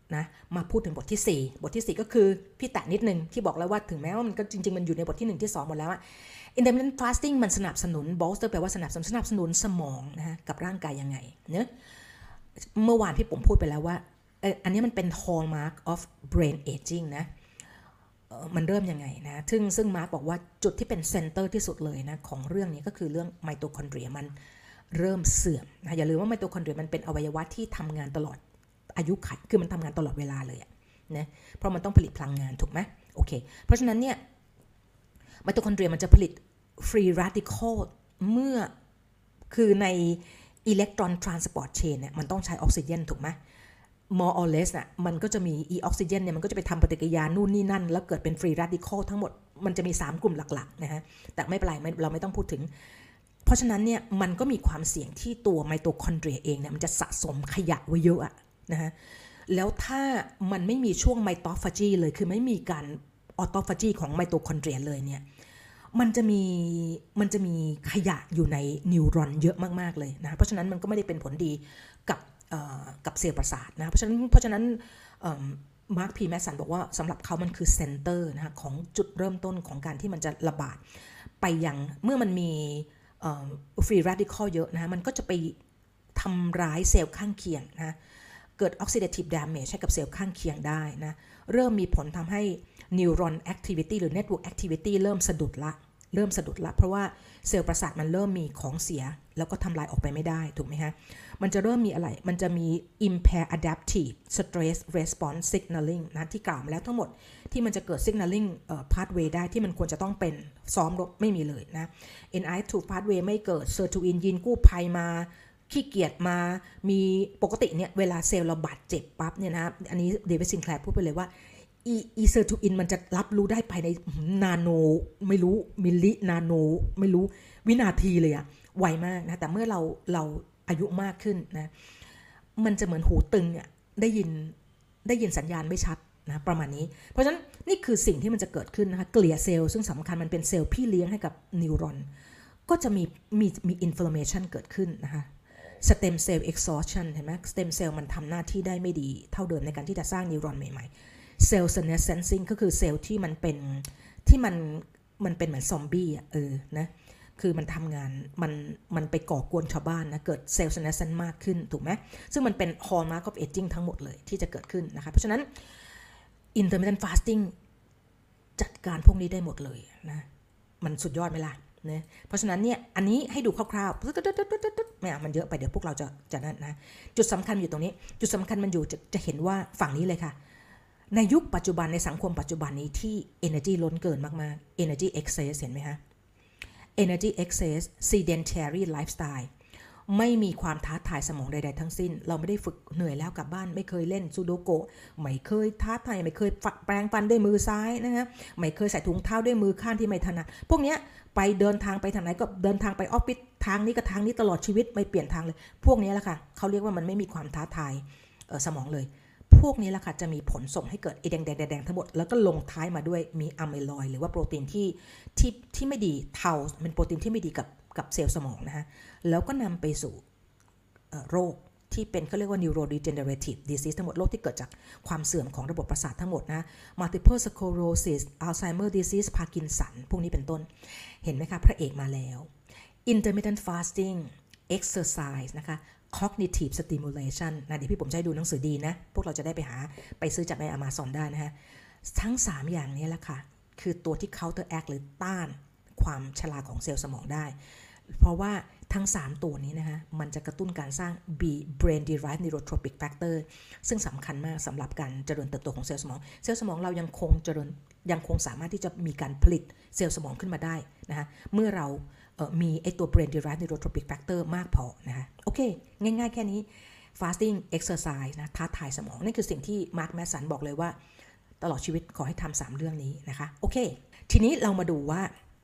นะมาพูดถึงบทที่4บทที่4ก็คือพี่แตะนิดนึงที่บอกแล้วว่าถึงแม้ว่ามันก็จริงๆมันอยู่ในบทที่1ที่2หมดแล้วอะ intermittent fasting มันสนับสนุน bolster แปลว่าสนับสนุนสมองนะฮะกับร่างกายยังไงเนอะเมื่อวานพี่ผมพูดไปแล้วว่าอันนี้มันเป็น hallmark of brain aging นะมันเริ่มยังไงนะซึ่งมาร์กบอกว่าจุดที่เป็นเซนเตอร์ที่สุดเลยนะของเรื่องนี้ก็คือเรื่องไมโตคอนเดรียมันเริ่มเสื่อมนะอย่าลืมว่าไมโตคอนเดรียมันเป็นอวัยวะที่ทำงานตลอดอายุขัยคือมันทำงานตลอดเวลาเลยนะเพราะมันต้องผลิตพลังงานถูกไหมโอเคเพราะฉะนั้นเนี่ยไมโตคอนเดรียมันจะผลิตฟรีแรดิคอลเมื่อคือในอิเล็กตรอนทรานสปอร์ตเชนเนี่ยมันต้องใช้ออกซิเจนถูกไหมmore or less น่ะมันก็จะมีออกซิเจนเนี่ยมันก็จะไปทำปฏิกิริยานู่นนี่นั่นแล้วเกิดเป็นฟรีแรดิคอลทั้งหมดมันจะมี3กลุ่มหลักๆนะฮะแต่ไม่เป็นไรเราไม่ต้องพูดถึงเพราะฉะนั้นเนี่ยมันก็มีความเสี่ยงที่ตัวไมโตคอนเดรียเองเนี่ยมันจะสะสมขยะไว้เยอะอะนะฮะแล้วถ้ามันไม่มีช่วงไมโตฟาจีเลยคือไม่มีการออโตฟาจีของไมโตคอนเดรียเลยเนี่ยมันจะมีขยะอยู่ในนิวรอนเยอะมากๆเลยนะเพราะฉะนั้นมันก็ไม่ได้เป็นผลดีกับเซลล์ประสาทนะเพราะฉะนั้นมาร์ค พีแมสสันบอกว่าสำหรับเขามันคือเซนเตอร์นะของจุดเริ่มต้นของการที่มันจะระบาดไปยังเมื่อมันมีฟรีแรดิคอลเยอะนะมันก็จะไปทำร้ายเซลล์ข้างเคียงนะเกิด oxidative damage ให้กับเซลล์ข้างเคียงได้นะเริ่มมีผลทำให้ neuron activity หรือ network activity เริ่มสะดุดละเพราะว่าเซลล์ประสาทมันเริ่มมีของเสียแล้วก็ทำลายออกไปไม่ได้ถูกไหมฮะมันจะเริ่มมีอะไรมันจะมี impair adaptive stress response signaling นะที่กล่าวมาแล้วทั้งหมดที่มันจะเกิด signaling pathway ได้ที่มันควรจะต้องเป็นซ้อมรบไม่มีเลยนะ NIH2 pathway ไม่เกิด sirtuin ยีนกู้ภัยมาขี้เกียจมามีปกติเนี่ยเวลาเซลล์เราบาดเจ็บปั๊บเนี่ยนะอันนี้เดวิดซินแคลร์พูดไปเลยว่าอีเซอร์ทูอินมันจะรับรู้ได้ภายในนาโนไม่รู้มิลลินาโนไม่รู้วินาทีเลยอะไวมากนะแต่เมื่อเราอายุมากขึ้นนะมันจะเหมือนหูตึงอะได้ยินสัญญาณไม่ชัดนะประมาณนี้เพราะฉะนั้นนี่คือสิ่งที่มันจะเกิดขึ้นนะคะเกลียเซลล์ซึ่งสำคัญมันเป็นเซลล์พี่เลี้ยงให้กับนิวรอนก็จะมีอินฟลามเมชันเกิดขึ้นนะคะสเต็มเซลล์เอ็กซอร์ชันเห็นไหมสเต็มเซลล์มันทำหน้าที่ได้ไม่ดีเท่าเดิมในการที่จะสร้างนิวรอนใหม่ๆเซลล์ senescing ก็คือเซลล์ที่มันเป็นเหมือนซอมบี้อ่ะนะคือมันทำงานมันไปก่อกวนชาวบ้านนะเกิดเซลล์ senescent มากขึ้นถูกไหมซึ่งมันเป็น hallmark of aging ทั้งหมดเลยที่จะเกิดขึ้นนะคะเพราะฉะนั้น intermittent fasting จัดการพวกนี้ได้หมดเลยนะมันสุดยอดไหมล่ะนะเพราะฉะนั้นเนี่ยอันนี้ให้ดูคร่าวๆไม่มันเยอะไปเดี๋ยวพวกเราจะนั่นนะจุดสำคัญอยู่ตรงนี้จุดสำคัญมันอยู่จะเห็นว่าฝั่งนี้เลยค่ะในยุคปัจจุบันในสังคมปัจจุบันนี้ที่ energy ล้นเกินมากๆ energy excess เห็นไหมฮะ energy excess sedentary lifestyle ไม่มีความท้าทายสมองใดๆทั้งสิ้นเราไม่ได้ฝึกเหนื่อยแล้วกลับบ้านไม่เคยเล่นซูโดโกะไม่เคยท้าทายไม่เคยแปรงฟันด้วยมือซ้ายนะฮะไม่เคยใส่ถุงเท้าด้วยมือข้างที่ไม่ถนัดพวกเนี้ยไปเดินทางไปทางไหนก็เดินทางไปออฟฟิศทางนี้ก็ทางนี้ตลอดชีวิตไม่เปลี่ยนทางเลยพวกนี้แหละค่ะเขาเรียกว่ามันไม่มีความท้าทายสมองเลยพวกนี้แหละค่ะจะมีผลส่งให้เกิดแดงทั้งหมดแล้วก็ลงท้ายมาด้วยมีอะไมลอยด์หรือว่าโปรตีนที่ไม่ดีเทาเป็นโปรตีนที่ไม่ดีกับเซลล์สมองนะฮะแล้วก็นำไปสู่โรคที่เป็นเขาเรียกว่า neurodegenerative disease ทั้งหมดโรคที่เกิดจากความเสื่อมของระบบประสาททั้งหมดนะ multiple sclerosis Alzheimer disease Parkinson พวกนี้เป็นต้นเห็นไหมคะพระเอกมาแล้ว intermittent fasting exercise นะคะ cognitive stimulation นะเดี๋ยวพี่ผมจะให้ดูหนังสือดีนะพวกเราจะได้ไปซื้อจากใน Amazon ได้นะฮะทั้ง3อย่างนี้แหละค่ะคือตัวที่ counteract หรือต้านความชราของเซลล์สมองได้เพราะว่าทั้ง3ตัวนี้นะคะมันจะกระตุ้นการสร้าง brain derived neurotropic factor ซึ่งสำคัญมากสำหรับการเจริญเติบโตของเซลล์สมองเรายังคงสามารถที่จะมีการผลิตเซลล์สมองขึ้นมาได้นะคะเมื่อเรามีไอตัว brain derived neurotropic factor มากพอนะคะโอเคง่ายๆแค่นี้ fasting exercise นะท้าทายสมองนี่คือสิ่งที่มาร์คแมสสันบอกเลยว่าตลอดชีวิตขอให้ทำ3เรื่องนี้นะคะโอเคทีนี้เรามาดูว่า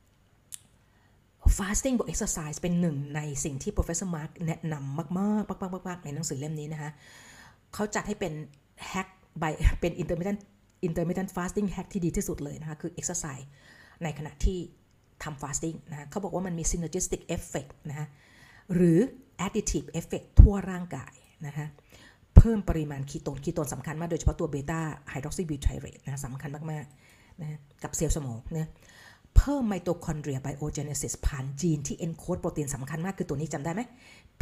fasting บวก exercise เป็นหนึ่งในสิ่งที่ professor Mark แนะนำมากๆในหนังสือเล่มนี้นะคะเขาจัดให้เป็น hack by เป็น intermittent fasting hack ที่ดีที่สุดเลยนะคะคือ exercise ในขณะที่ทำ fasting นะเขาบอกว่ามันมี synergistic effect นะคะหรือ additive effect ทั่วร่างกายนะคะพิ่มปริมาณคีโตนสำคัญมากโดยเฉพาะตัวเบต้าไฮดรอกซิบิวไทเรตนะสำคัญมากๆนะกับเซลล์สมองนะเพิ่มไมโตคอนเดรียไบโอเจเนซิสผ่านจีนที่เอนโคดโปรตีนสำคัญมากคือตัวนี้จำได้ไหม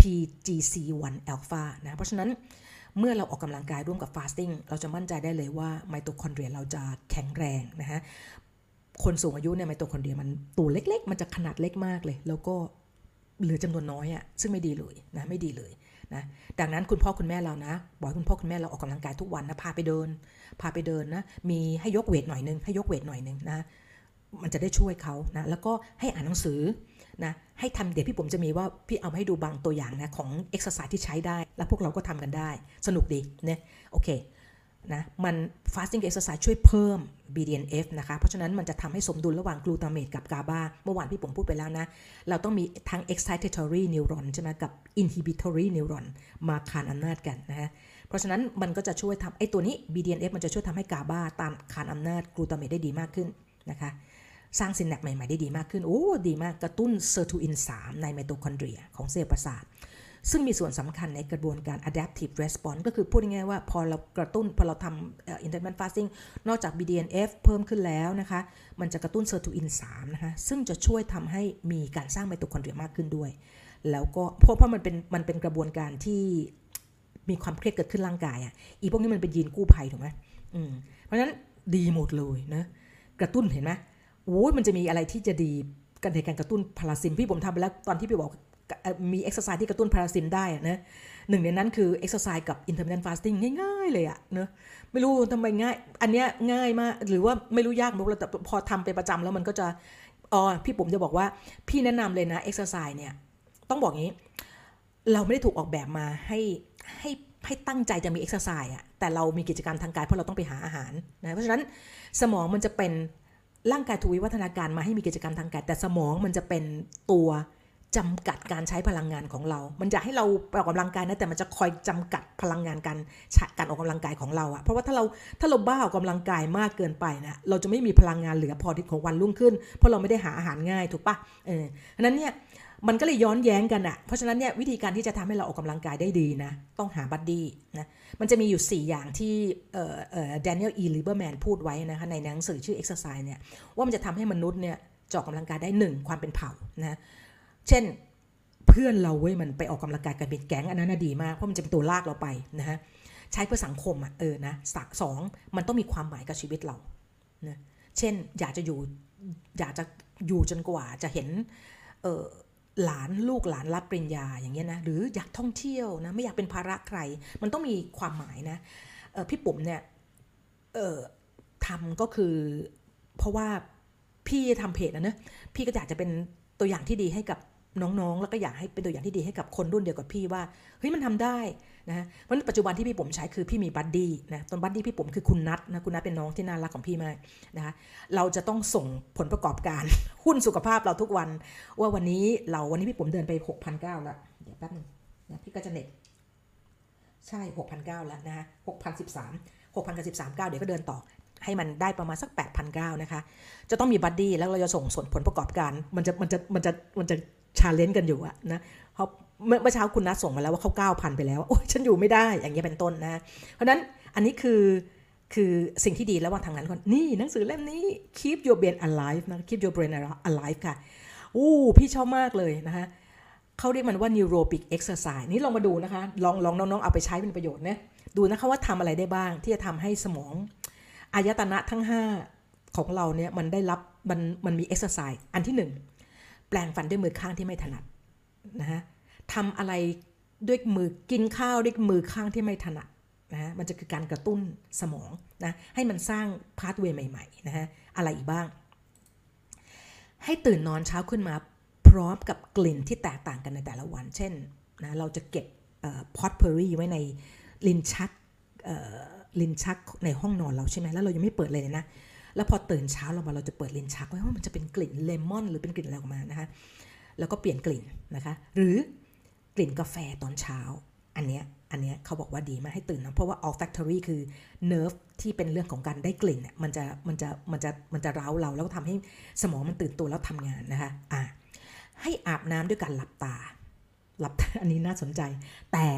PGC1 อัลฟานะเพราะฉะนั้นเมื่อเราออกกำลังกายร่วมกับฟาสติ้งเราจะมั่นใจได้เลยว่าไมโตคอนเดรียเราจะแข็งแรงนะฮะคนสูงอายุเนี่ยไมโตคอนเดรียมันตัวเล็กๆมันจะขนาดเล็กมากเลยแล้วก็เหลือจำนวนน้อยอ่ะซึ่งไม่ดีเลยนะไม่ดีเลยนะดังนั้นคุณพ่อคุณแม่เรานะบอกให้คุณพ่อคุณแม่เราออกกำลังกายทุกวันนะพาไปเดินนะมีให้ยกเวทหน่อยนึงนะมันจะได้ช่วยเขานะแล้วก็ให้อ่านหนังสือนะให้ทำเดี๋ยวพี่ผมจะมีว่าพี่เอามาให้ดูบางตัวอย่างนะของเอ็กซ์ไซส์ที่ใช้ได้แล้วพวกเราก็ทำกันได้สนุกดีเนี่ยโอเคนะมัน fasting exercise ช่วยเพิ่ม BDNF นะคะเพราะฉะนั้นมันจะทำให้สมดุลระหว่างกลูตาเมตกับกาบาเมื่อวานพี่ผมพูดไปแล้วนะเราต้องมีทั้ง excitatory neuron ใช่ไหมกับ inhibitory neuron มาขานอำนาจกันนะฮะเพราะฉะนั้นมันก็จะช่วยทำไอ้ตัวนี้ BDNF มันจะช่วยทำให้กาบาตามขานอำนาจกลูตาเมตได้ดีมากขึ้นนะคะสร้างซินแนปใหม่ๆได้ดีมากขึ้นโอ้ดีมากกระตุ้นเซอร์ทูอิน3ในไมโตคอนเดรียของเซลล์ประสาทซึ่งมีส่วนสำคัญในกระบวนการ adaptive response ก็คือพูดง่ายๆว่าพอเราทำintermittent fasting นอกจาก BDNF เพิ่มขึ้นแล้วนะคะมันจะกระตุ้นเซอร์ทูอิน3นะคะซึ่งจะช่วยทำให้มีการสร้างไมโตคอนเดรียมากขึ้นด้วยแล้วก็เพราะมันเป็นกระบวนการที่มีความเครียดเกิดขึ้นร่างกายอ่ะอีพวกนี้มันเป็นยีนกู้ภัยถูกไหมเพราะฉะนั้นดีหมดเลยนะกระตุ้นเห็นไหมโอ้ยมันจะมีอะไรที่จะดีกันในการกระตุ้นพาราซิมพี่ผมทำไปแล้วตอนที่พี่บอกมีเอ็กซ์ไซส์ที่กระตุ้นพาราซิมได้นะหนึ่งในนั้นคือเอ็กซ์ไซส์กับ intermittent fasting ง่ายๆเลยอะเนะไม่รู้ทำไมง่ายอันเนี้ยง่ายมากหรือว่าไม่รู้ยากมั้ยแต่พอทำไปประจำแล้วมันก็จะพี่ผมจะบอกว่าพี่แนะนำเลยนะเอ็กซ์ไซส์เนี่ยต้องบอกงี้เราไม่ได้ถูกออกแบบมาให้ตั้งใจจะมีเอ็กซ์ไซส์อะแต่เรามีกิจกรรมทางกายเพราะเราต้องไปหาอาหารนะเพราะฉะนั้นสมองมันจะเป็นร่างกายถูกวิวัฒนาการมาให้มีกิจกรรมทางกายแต่สมองมันจะเป็นตัวจำกัดการใช้พลังงานของเรามันจะให้เราออกกำลังกายนะแต่มันจะคอยจำกัดพลังงานการออกกำลังกายของเราอะเพราะว่าถ้าเราบ้าออกกำลังกายมากเกินไปนะเราจะไม่มีพลังงานเหลือพอที่ของวันรุ่งขึ้นเพราะเราไม่ได้หาอาหารง่ายถูกปะฉะนั้นเนี่ยมันก็เลยย้อนแย้งกันอะเพราะฉะนั้นเนี่ยวิธีการที่จะทำให้เราออกกำลังกายได้ดีนะต้องหาบัดดี้นะมันจะมีอยู่4อย่างที่Daniel E. Lieberman พูดไว้นะคะในหนังสือชื่อ Exercise เนี่ยว่ามันจะทำให้มนุษย์เนี่ยออกกำลังกายได้1ความเป็นเผ่านะเช่นเพื่อนเราเว้ยมันไปออกกำลังกายกันเป็นแก๊งอันนั้นดีมากเพราะมันจะเป็นตัวลากเราไปนะฮะใช้เพื่อสังคมอ่ะนะ2มันต้องมีความหมายกับชีวิตเรานะเช่นอยากจะอยู่จนกว่าจะเห็นลูกหลานรับปริญญาอย่างเงี้ยนะหรืออยากท่องเที่ยวนะไม่อยากเป็นภาระใครมันต้องมีความหมายนะพี่ปุ๋มเนี่ยทำก็คือเพราะว่าพี่ทำเพจนะพี่ก็อยากจะเป็นตัวอย่างที่ดีให้กับน้องๆแล้วก็อยากให้เป็นตัวอย่างที่ดีให้กับคนรุ่นเดียวกับพี่ว่าเฮ้ยมันทำได้นะเพราะปัจจุบันที่พี่ปุ๋มใช้คือพี่มีบัดดี้นะตอนบัดดี้พี่ปุ๋มคือคุณนัทนะคุณนัทเป็นน้องที่น่ารักของพี่มากนะคะเราจะต้องส่งผลประกอบการหุ้นสุขภาพเราทุกวันว่าวันนี้พี่ปุ๋มเดินไป 6,900 แล้วเดี๋ยวแป๊บนึงนะพี่ก็จะเน็ตใช่ 6,900 แล้วนะฮะ6,013 เดี๋ยวก็เดินต่อให้มันได้ประมาณสัก 8,900 นะคะจะต้องมีบัดดี้แล้วเราจะส่งผลประกอบการมันจะชาเลนจ์กันอยู่อะนะเพราะเมื่อเช้าคุณนัทส่งมาแล้วว่าเขา 9,000 ไปแล้วโอ้ยฉันอยู่ไม่ได้อย่างเงี้ยเป็นต้นนะเพราะนั้นอันนี้คือสิ่งที่ดีแล้วว่าทางนั้นคนนี่หนังสือเล่มนี้ Keep Your Brain Alive นะ Keep Your Brain Alive ค่ะพี่ชอบมากเลยนะคะเขาเรียกมันว่า Neuropic Exercise นี่ลองมาดูนะคะลองน้องๆเอาไปใช้เป็นประโยชน์นะดูนะคะว่าทำอะไรได้บ้างที่จะทำให้สมองอายตนะทั้ง5ของเราเนี่ยมันได้รับมันมี exercise อันที่1แปลงฟันด้วยมือข้างที่ไม่ถนัดนะฮะทำอะไรด้วยมือกินข้าวด้วยมือข้างที่ไม่ถนัดนะมันจะคือการกระตุ้นสมองนะให้มันสร้างพาธเวย์ใหม่ๆนะฮะอะไรอีกบ้างให้ตื่นนอนเช้าขึ้นมาพร้อมกับกลิ่นที่แตกต่างกันในแต่ละวันเช่นนะเราจะเก็บพอตเพอรี่ไว้ในลิ้นชักในห้องนอนเราใช่ไหมแล้วเรายังไม่เปิดเลยนะแล้วพอตื่นเช้าเราจะเปิดลิ้นชักไว้ว่ามันจะเป็นกลิ่นเลมอนหรือเป็นกลิ่นอะไรออกมานะคะแล้วก็เปลี่ยนกลิ่นนะคะหรือกลิ่นกาแฟตอนเช้าอันเนี้ยเขาบอกว่าดีมากให้ตื่นนะเพราะว่า olfactory คือ nerve ที่เป็นเรื่องของการได้กลิ่นเนี่ยมันจะเร้าเราแล้วก็ทำให้สมองมันตื่นตัวแล้วทำงานนะคะให้อาบน้ำด้วยการหลับตาอันนี้น่าสนใจแต่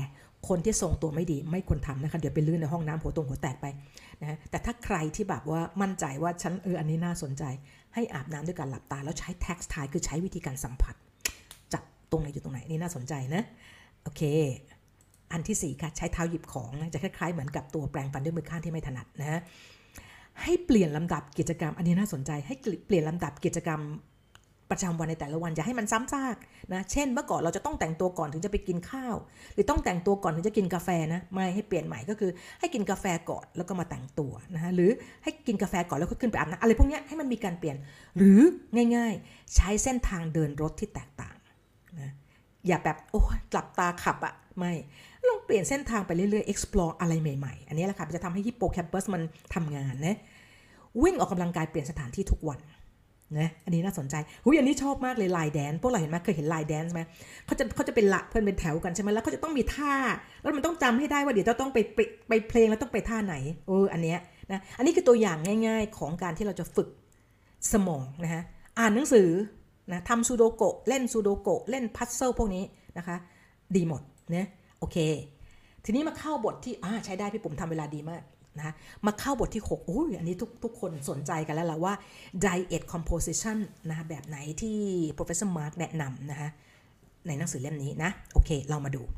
คนที่ทรงตัวไม่ดีไม่ควรทำนะคะเดี๋ยวไปลื่นในห้องน้ำหัวแตกไปนะแต่ถ้าใครที่แบบว่ามั่นใจว่าฉันอันนี้น่าสนใจให้อาบน้ำด้วยการหลับตาแล้วใช้ tactile คือใช้วิธีการสัมผัสจับตรงไหนอยู่ตรงไหนนี่น่าสนใจนะโอเคอันที่4ค่ะใช้เท้าหยิบของนะจะคล้ายๆเหมือนกับตัวแปรงฟันด้วยมือข้างที่ไม่ถนัดนะให้เปลี่ยนลำดับกิจกรรมอันนี้น่าสนใจให้เปลี่ยนลำดับกิจกรรมประจำวันในแต่ละวันอย่าให้มันซ้ำซากนะเช่นเมื่อก่อนเราจะต้องแต่งตัวก่อนถึงจะไปกินข้าวหรือต้องแต่งตัวก่อนถึงจะกินกาแฟนะไม่ให้เปลี่ยนใหม่ก็คือให้กินกาแฟก่อนแล้วก็มาแต่งตัวนะฮะหรือให้กินกาแฟก่อนแล้วก็ขึ้นไปอาบน้ำอะไรพวกนี้ให้มันมีการเปลี่ยนหรือง่ายๆใช้เส้นทางเดินรถที่แตกต่างนะอย่าแบบโอ้หลับตาขับอะไม่ลองเปลี่ยนเส้นทางไปเรื่อยๆ explore อะไรใหม่ๆอันนี้แหละค่ะจะทำให้ฮิปโปแคมปัสมันทำงานนะวิ่งออกกำลังกายเปลี่ยนสถานที่ทุกวันนะอันนี้น่าสนใจอันนี้ชอบมากเลยไลน์แดนพวกเราเห็นไหมเคยเห็นไลน์แดนไหมเขาจะเป็นละเพื่อนเป็นแถวกันใช่ไหมแล้วเขาจะต้องมีท่าแล้วมันต้องจำให้ได้ว่าเดี๋ยวจะต้องไปเพลงแล้วต้องไปท่าไหนอันเนี้ยนะอันนี้คือตัวอย่างง่ายๆของการที่เราจะฝึกสมองนะฮะอ่านหนังสือนะทำซูโดโกะเล่นซูโดโกะเล่นพัซเซิลพวกนี้นะคะดีหมดนะโอเคทีนี้มาเข้าบทที่ใช้ได้พี่ปุ่มทำเวลาดีมากนะมาเข้าบทที่6อันนี้ทุกคนสนใจกันแล้วล่ะว่า diet composition นะแบบไหนที่ professor Mark แนะนำนะคะในหนังสือเล่มนี้นะโอเคเรามาดู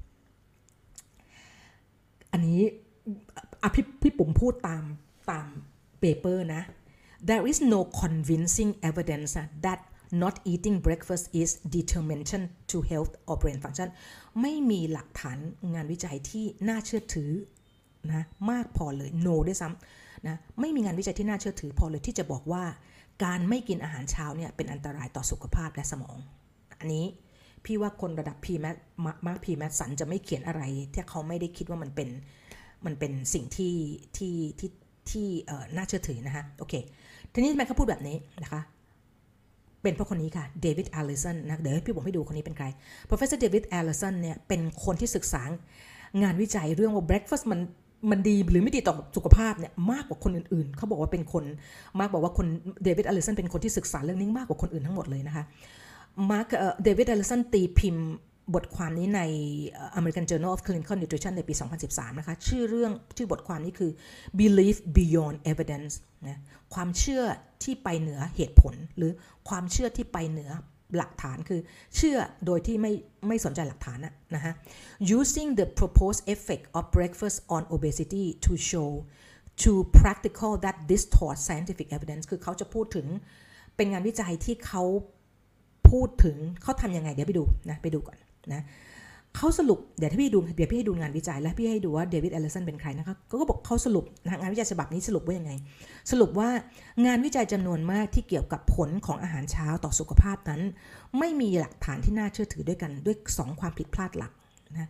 อันนี้พี่ปุ่มพูดตามเปเปอร์นะ there is no convincing evidence that not eating breakfast is determination to health or brain function ไม่มีหลักฐานงานวิจัยที่น่าเชื่อถือนะมากพอเลย no ด้วยซ้ำนะไม่มีงานวิจัยที่น่าเชื่อถือพอเลยที่จะบอกว่าการไม่กินอาหารเช้าเนี่ยเป็นอันตรายต่อสุขภาพและสมองอันนี้พี่ว่าคนระดับ PMath มาร์ค PMath สันจะไม่เขียนอะไรที่เขาไม่ได้คิดว่ามันเป็นสิ่งที่น่าเชื่อถือนะฮะโอเคทีนี้ทำไมเขาพูดแบบนี้นะคะเป็นเพราะคนนี้ค่ะเดวิดแอลลิสันนะเดี๋ยวพี่ผมให้ดูคนนี้เป็นใคร Professor David Allison เนี่ยเป็นคนที่ศึกษางานวิจัยเรื่องว่า breakfast มันดีหรือไม่ดีต่อสุขภาพเนี่ยมากกว่าคนอื่นๆเขาบอกว่าเป็นคนมาร์กบอกว่าคนเดวิดแอลลิสันเป็นคนที่ศึกษาเรื่องนี้มากกว่าคนอื่นทั้งหมดเลยนะคะมาร์กเดวิดแอลลิสันตีพิมพ์บทความนี้ใน American Journal of Clinical Nutrition ในปี 2013 นะคะชื่อบทความนี้คือ Belief Beyond Evidence นะความเชื่อที่ไปเหนือเหตุผลหรือความเชื่อที่ไปเหนือหลักฐานคือเชื่อโดยที่ไม่สนใจหลักฐานนะฮะ using the proposed effect of breakfast on obesity to show to practical that distort scientific evidence คือเขาจะพูดถึงเป็นงานวิจัยที่เขาพูดถึงเขาทำยังไงเดี๋ยวไปดูนะไปดูก่อนนะเขาสรุปเดี๋ยวพี่ให้ดูงานวิจัยและพี่ให้ดูว่าเดวิดแอลลิสันเป็นใครนะคะก็บอกเขาสรุปงานวิจัยฉบับนี้สรุปว่ายังไงสรุปว่างานวิจัยจำนวนมากที่เกี่ยวกับผลของอาหารเช้าต่อสุขภาพนั้นไม่มีหลักฐานที่น่าเชื่อถือด้วยกันด้วย2ความผิดพลาดหลักนะ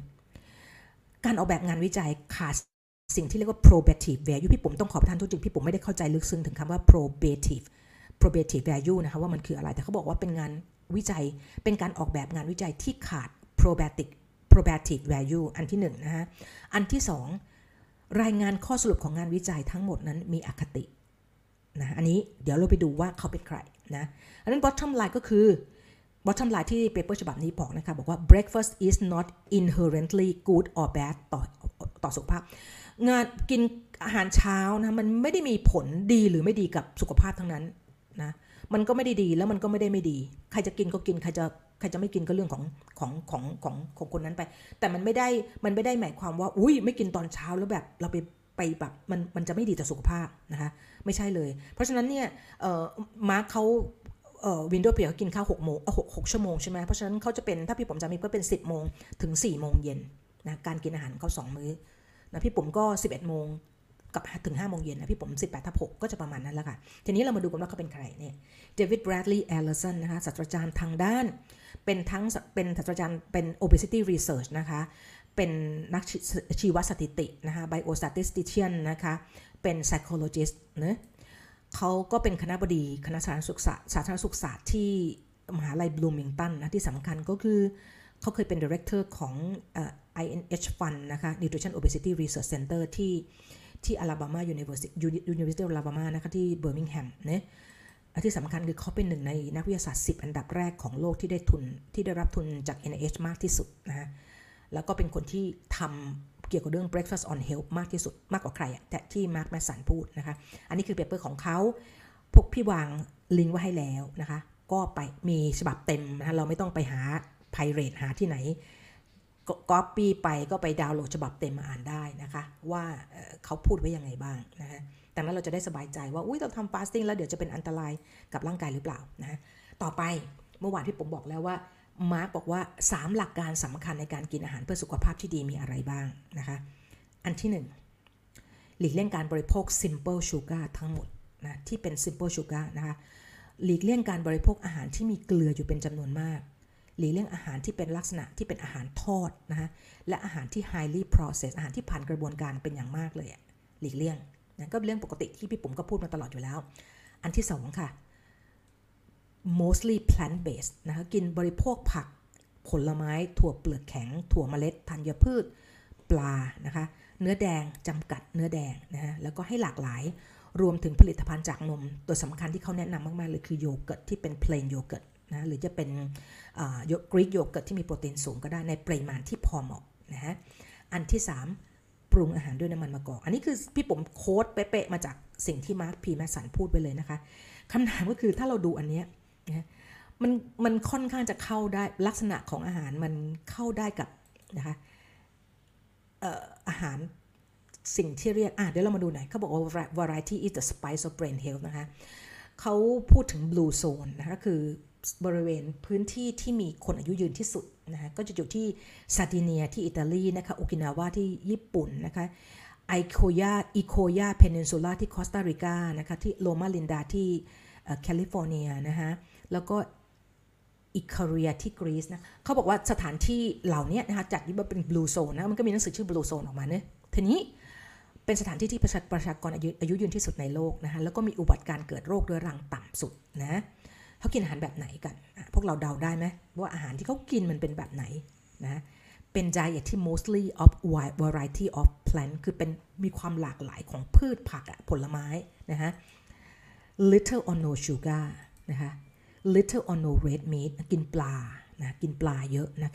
1การออกแบบงานวิจัยขาดสิ่งที่เรียกว่า probative value พี่ผมต้องขอประทานโทษจริงพี่ผมไม่ได้เข้าใจลึกซึ้งถึงคำว่า probative value นะคะว่ามันคืออะไรแต่เขาบอกว่าเป็นงานวิจัยเป็นการออกแบบงานวิจัยที่ขาด probative value อันที่1นะฮะอันที่2รายงานข้อสรุปของงานวิจัยทั้งหมดนั้นมีอคตินะอันนี้เดี๋ยวเราไปดูว่าเขาเป็นใครนะอันนั้น bottom line ก็คือ bottom line ที่เปเปอร์ฉบับนี้บอกนะคะบอกว่า breakfast is not inherently good or bad ต่อสุขภาพงานกินอาหารเช้านะมันไม่ได้มีผลดีหรือไม่ดีกับสุขภาพทั้งนั้นนะมันก็ไม่ได้ดีแล้วมันก็ไม่ได้ใครจะกินก็กินใครจะไม่กินก็เรื่องของคนนั้นไปแต่มันไม่ได้หมายความว่าอุ้ยไม่กินตอนเช้าแล้วแบบเราไปแบบมันจะไม่ดีต่อสุขภาพนะคะไม่ใช่เลยเพราะฉะนั้นเนี่ยมาร์คเขาวินโดว์เปียเขากินข้าว6 ชั่วโมงใช่ไหมเพราะฉะนั้นเขาจะเป็นถ้าพี่ผมจำไม่ผิดก็เป็น10 โมงถึง4 โมงเย็นนะการกินอาหารเขา2 มื้อนะพี่ผมก็11 โมงกับถึง5 โมงเย็นนะพี่ผม18/6ก็จะประมาณนั้นแหละค่ะทีนี้เรามาดูกันว่าเขาเป็นใครเนี่ยเดวิดแบรดลีย์แอลลิสันนะคะศาสตราจารย์ทางด้านเป็นศาสตราจารย์เป็น obesity research นะคะเป็นนักชีวสถิตินะคะ biostatistician นะคะเป็น psychologist นะเขาก็เป็นคณบดีคณะสาธารณสุขศาสตร์ที่มหาลัยบลูมิงตันนะที่สำคัญก็คือเขาเคยเป็น director ของ INH Fund นะคะ Nutrition Obesity Research Center ที่อลาบามา University of Alabama นะคะที่เบอร์มิงแฮมนะที่สำคัญคือเขาเป็นหนึ่งในนักวิทยาศาสตร์10 อันดับแรกของโลกที่ได้รับทุนจาก NIH มากที่สุดนะฮะแล้วก็เป็นคนที่ทำเกี่ยวกับเรื่อง breakfast on health มากที่สุดมากกว่าใครแต่ที่มาร์คแมสสันพูดนะคะอันนี้คือเปเปอร์ของเขาพวกพี่วางลิงก์ไว้ให้แล้วนะคะก็ไปมีฉบับเต็มนะคะเราไม่ต้องไปหา pirate หาที่ไหนก๊อปปี้ไปก็ไปดาวน์โหลดฉบับเต็มมาอ่านได้นะคะว่าเขาพูดไว้ยังไงบ้างนะคะดังนั้นเราจะได้สบายใจว่าเราทำฟาสติ้งแล้วเดี๋ยวจะเป็นอันตรายกับร่างกายหรือเปล่านะต่อไปเมื่อวานที่ผมบอกแล้วว่ามาร์กบอกว่า3หลักการสำคัญในการกินอาหารเพื่อสุขภาพที่ดีมีอะไรบ้างนะคะอันที่1หลีกเลี่ยงการบริโภค simple sugar ทั้งหมดนะที่เป็น simple sugar นะคะหลีกเลี่ยงการบริโภคอาหารที่มีเกลืออยู่เป็นจำนวนมากหลีกเลี่ยงอาหารที่เป็นลักษณะที่เป็นอาหารทอดนะคะและอาหารที่ highly processed อาหารที่ผ่านกระบวนการเป็นอย่างมากเลยหลีกเลี่ยงนะก็เป็นเรื่องปกติที่พี่ปุ๋มก็พูดมาตลอดอยู่แล้วอันที่2ค่ะ mostly plant based นะคะกินบริโภคผักผลไม้ถั่วเปลือกแข็งถั่วเมล็ดธัญพืชปลานะคะเนื้อแดงจำกัดเนื้อแดงนะฮะแล้วก็ให้หลากหลายรวมถึงผลิตภัณฑ์จากนมตัวสำคัญที่เขาแนะนำมากๆเลยคือโยเกิร์ตที่เป็น plain yogurt นะหรือจะเป็นกรีกโยเกิร์ตที่มีโปรตีนสูงก็ได้ในปริมาณที่พอเหมาะนะฮะอันที่3ปรุงอาหารด้วยน้ำมันมะกอกอันนี้คือพี่ผมโค้ดเป๊ะๆมาจากสิ่งที่มาร์คพีแมสสันพูดไปเลยนะคะคำถามก็คือถ้าเราดูอันนี้นะมันค่อนข้างจะเข้าได้ลักษณะของอาหารมันเข้าได้กับนะคะอาหารสิ่งที่เรียกเดี๋ยวเรามาดูหน่อยเขาบอกว่า variety is the spice of brain health นะคะเขาพูดถึง blue zone นะคะคือบริเวณพื้นที่ที่มีคนอายุยืนที่สุดนะคะก็จะอยู่ที่ซาร์ดิเนียที่อิตาลีนะคะโอกินาวาที่ญี่ปุ่นนะคะอีโคยาเพนินซูล่าที่คอสตาริกานะคะที่โลมาลินดาที่แคลิฟอร์เนียนะคะแล้วก็อิคาเรียที่กรีซนะเขาบอกว่าสถานที่เหล่านี้นะคะจัดว่าเป็น blue zone นะมันก็มีหนังสือชื่อ blue zone ออกมาเนี่ยทีนี้เป็นสถานที่ที่ประชากรอายุยืนที่สุดในโลกนะคะแล้วก็มีอุบัติการเกิดโรคเรื้อรังต่ำสุดนะเขากินอาหารแบบไหนกันพวกเราเดาได้ไหมว่าอาหารที่เขากินมันเป็นแบบไหนนะเป็น diet ที่ mostly of variety of plant คือเป็นมีความหลากหลายของพืชผักผลไม้นะฮะ little or no sugar นะคะ little or no red meat กินปลานะกินปลาเยอะนะคะ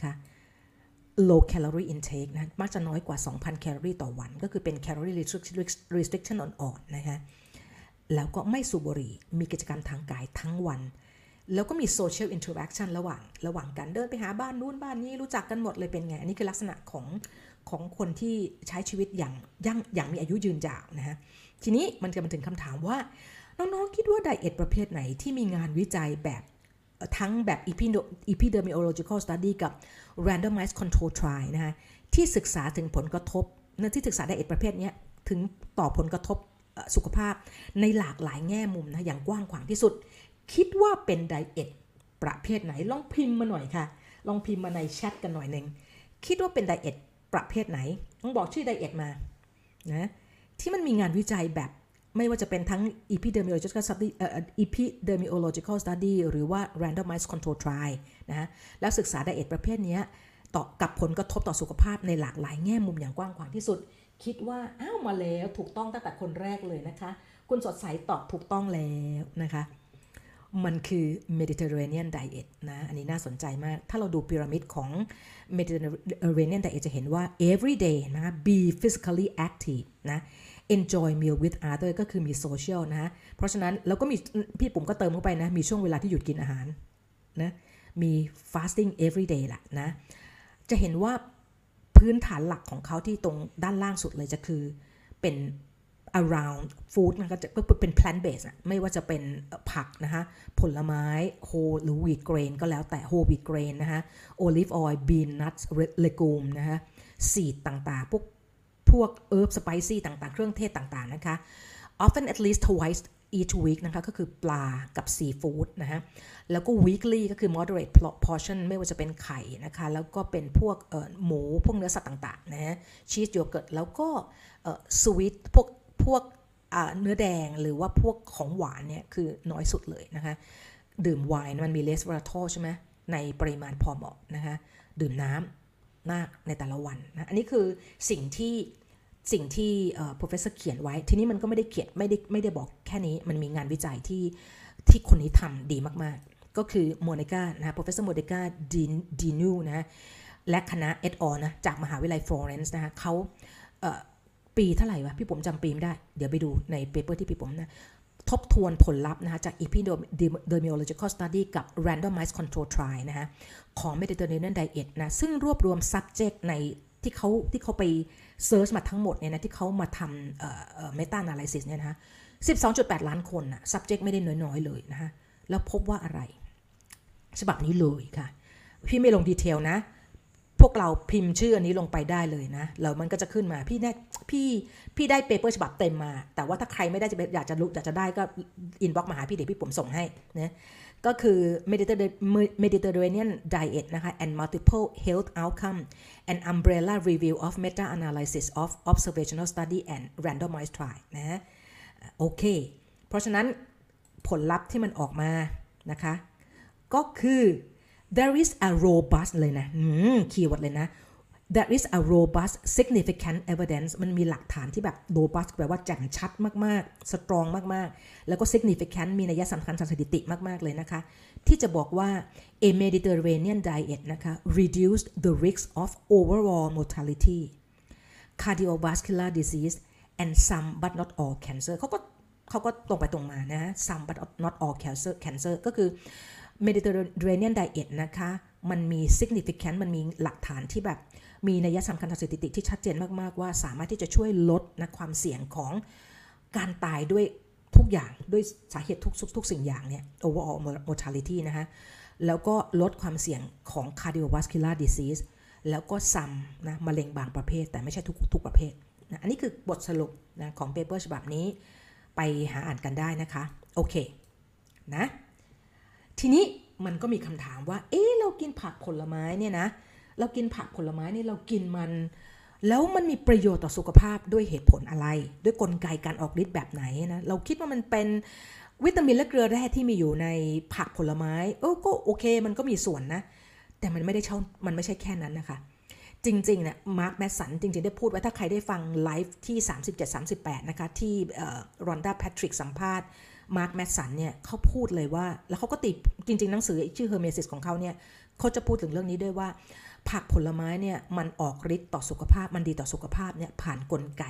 low calorie intake นะมักจะน้อยกว่า 2,000 แคลอรี่ต่อวันก็คือเป็น calorie restriction อ่อนๆนะคะแล้วก็ไม่สูบบุหรี่มีกิจกรรมทางกายทั้งวันแล้วก็มี social interaction ระหว่างกันเดินไปหาบ้านนู้นบ้านนี้รู้จักกันหมดเลยเป็นไงอันนี้คือลักษณะของคนที่ใช้ชีวิตอย่างมีอายุยืนยาวนะฮะทีนี้มันจะมาถึงคำถามว่าน้องๆคิดว่าไดเอทประเภทไหนที่มีงานวิจัยแบบทั้งแบบ epidemiological study กับ randomized control trial นะคะที่ศึกษาถึงผลกระทบที่ศึกษาไดเอทประเภทนี้ถึงต่อผลกระทบสุขภาพในหลากหลายแง่มุมนะอย่างกว้างขวางที่สุดคิดว่าเป็นไดเอทประเภทไหนลองพิมพ์มาหน่อยค่ะลองพิมพ์มาในแชทกันหน่อยนึงคิดว่าเป็นไดเอทประเภทไหนต้องบอกชื่อไดเอทมานะที่มันมีงานวิจัยแบบไม่ว่าจะเป็นทั้ง epidemiological study หรือว่า randomized control trial นะแล้วศึกษาไดเอทประเภทนี้ต่อกับผลกระทบต่อสุขภาพในหลากหลายแง่มุมอย่างกว้างขวางที่สุดคิดว่ามาแล้วถูกต้องตั้งแต่คนแรกเลยนะคะคุณสดใสตอบถูกต้องแล้วนะคะมันคือ Mediterranean Diet นะอันนี้น่าสนใจมากถ้าเราดูพีระมิดของ Mediterranean Diet จะเห็นว่า every day นะ be physically active นะ enjoy meal with other ก็คือมี social นะเพราะฉะนั้นแล้วก็มีพี่ปุ๋มก็เติมเข้าไปนะมีช่วงเวลาที่หยุดกินอาหารนะมี fasting every day ล่ะนะจะเห็นว่าพื้นฐานหลักของเขาที่ตรงด้านล่างสุดเลยจะคือเป็น around food นะก็เป็น plant based ไม่ว่าจะเป็นผักนะคะผลไม้ whole หรือ wheat grain ก็แล้วแต่ whole wheat grain นะคะ olive oil bean nuts legume นะคะ seed ต่างๆพวก herb spicy ต่างๆเครื่องเทศต่างๆนะคะ often at least twice each week นะคะก็คือปลากับ seafood นะฮะแล้วก็ weekly ก็คือ moderate portion ไม่ว่าจะเป็นไข่นะคะแล้วก็เป็นพวกหมูพวกเนื้อสัตว์ต่างๆนะฮะ cheese yogurt แล้วก็sweet พวกเนื้อแดงหรือว่าพวกของหวานเนี่ยคือน้อยสุดเลยนะคะดื่มไวน์มันมี resveratrol ใช่ไหมในปริมาณพอเหมาะนะคะดื่มน้ำมากในแต่ละวันนะอันนี้คือสิ่งที่professor เขียนไว้ทีนี้มันก็ไม่ได้เขียนไม่ได้บอกแค่นี้มันมีงานวิจัยที่คนนี้ทำดีมากๆก็คือโมนิก้านะ professor โมนิก้าดีนูนะและคณะเอ็ดออนะจากมหาวิทยาลัยฟลอเรนซ์นะคะเขาปีเท่าไหร่วะพี่ผมจำปีไม่ได้เดี๋ยวไปดูในเปเปอร์ที่พี่ผมนะทบทวนผลลัพธ์นะคะจาก epidemiological study กับ randomized control trial นะคะของ Mediterranean diet นะซึ่งรวบรวม subject ในที่เขาไป search มาทั้งหมดเนี่ยนะที่เขามาทำmeta analysis เนี่ยนะคะ 12.8 ล้านคนนะ subject ไม่ได้น้อยๆเลยนะคะแล้วพบว่าอะไรฉบับนี้เลยค่ะพี่ไม่ลงดีเทลนะพวกเราพิมพ์ชื่ออันนี้ลงไปได้เลยนะแล้วมันก็จะขึ้นมาพี่ได้เปเปอร์ฉบับเต็มมาแต่ว่าถ้าใครไม่ได้อยากจะได้ก็อินบ็อกซ์มาหาพี่เดี๋ยวพี่ผมส่งให้นะก็คือ Mediterranean Diet นะคะ and Multiple Health Outcome and Umbrella Review of Meta-Analysis of Observational Study and Randomized Trial นะโอเคเพราะฉะนั้นผลลัพธ์ที่มันออกมานะคะก็คือthere is a robust เลยนะคีย์เวิร์ดเลยนะ there is a robust significant evidence มันมีหลักฐานที่แบบ robust แปลว่าแจ่มชัดมากๆ strong มากๆแล้วก็ significant มีนัยสำคัญทางสถิติมากๆเลยนะคะที่จะบอกว่า a Mediterranean diet นะคะ reduced the risk of overall mortality cardiovascular disease and some but not all cancer เขาก็ตรงไปตรงมานะ some but not all cancer ก็คือMediterranean Diet นะคะมันมี significant มันมีหลักฐานที่แบบมีนัยสำคัญทางสถิติที่ชัดเจนมากๆว่าสามารถที่จะช่วยลดนะความเสี่ยงของการตายด้วยทุกอย่างด้วยสาเหตุทุกสิ่งอย่างเนี่ย overall mortality นะคะแล้วก็ลดความเสี่ยงของ cardiovascular disease แล้วก็ some นะมะเร็งบางประเภทแต่ไม่ใช่ทุกประเภทนะอันนี้คือบทสรุปนะของเปเปอร์ฉบับนี้ไปหาอ่านกันได้นะคะโอเคนะทีนี้มันก็มีคำถามว่าเรากินผักผลไม้เนี่ยนะเรากินผักผลไม้เนี่ยเรากินมันแล้วมันมีประโยชน์ต่อสุขภาพด้วยเหตุผลอะไรด้วยกลไกการออกฤทธิ์แบบไหนนะเราคิดว่ามันเป็นวิตามินและเกลือแร่ที่มีอยู่ในผักผลไม้ก็โอเคมันก็มีส่วนนะแต่มันไม่ใช่แค่นั้นนะคะจริงๆเนี่ยมาร์คแมสสันจริงๆได้พูดไว้ถ้าใครได้ฟังไลฟ์ที่37-38นะคะที่รอนด้าแพทริกสัมภาษณ์มาร์คแมสสันเนี่ยเขาพูดเลยว่าแล้วเขาก็ติดจริงๆหนังสือชื่อ Hermesis ของเขาเนี่ยเขาจะพูดถึงเรื่องนี้ด้วยว่าผักผลไม้เนี่ยมันออกฤทธิ์ต่อสุขภาพมันดีต่อสุขภาพเนี่ยผ่านกลไก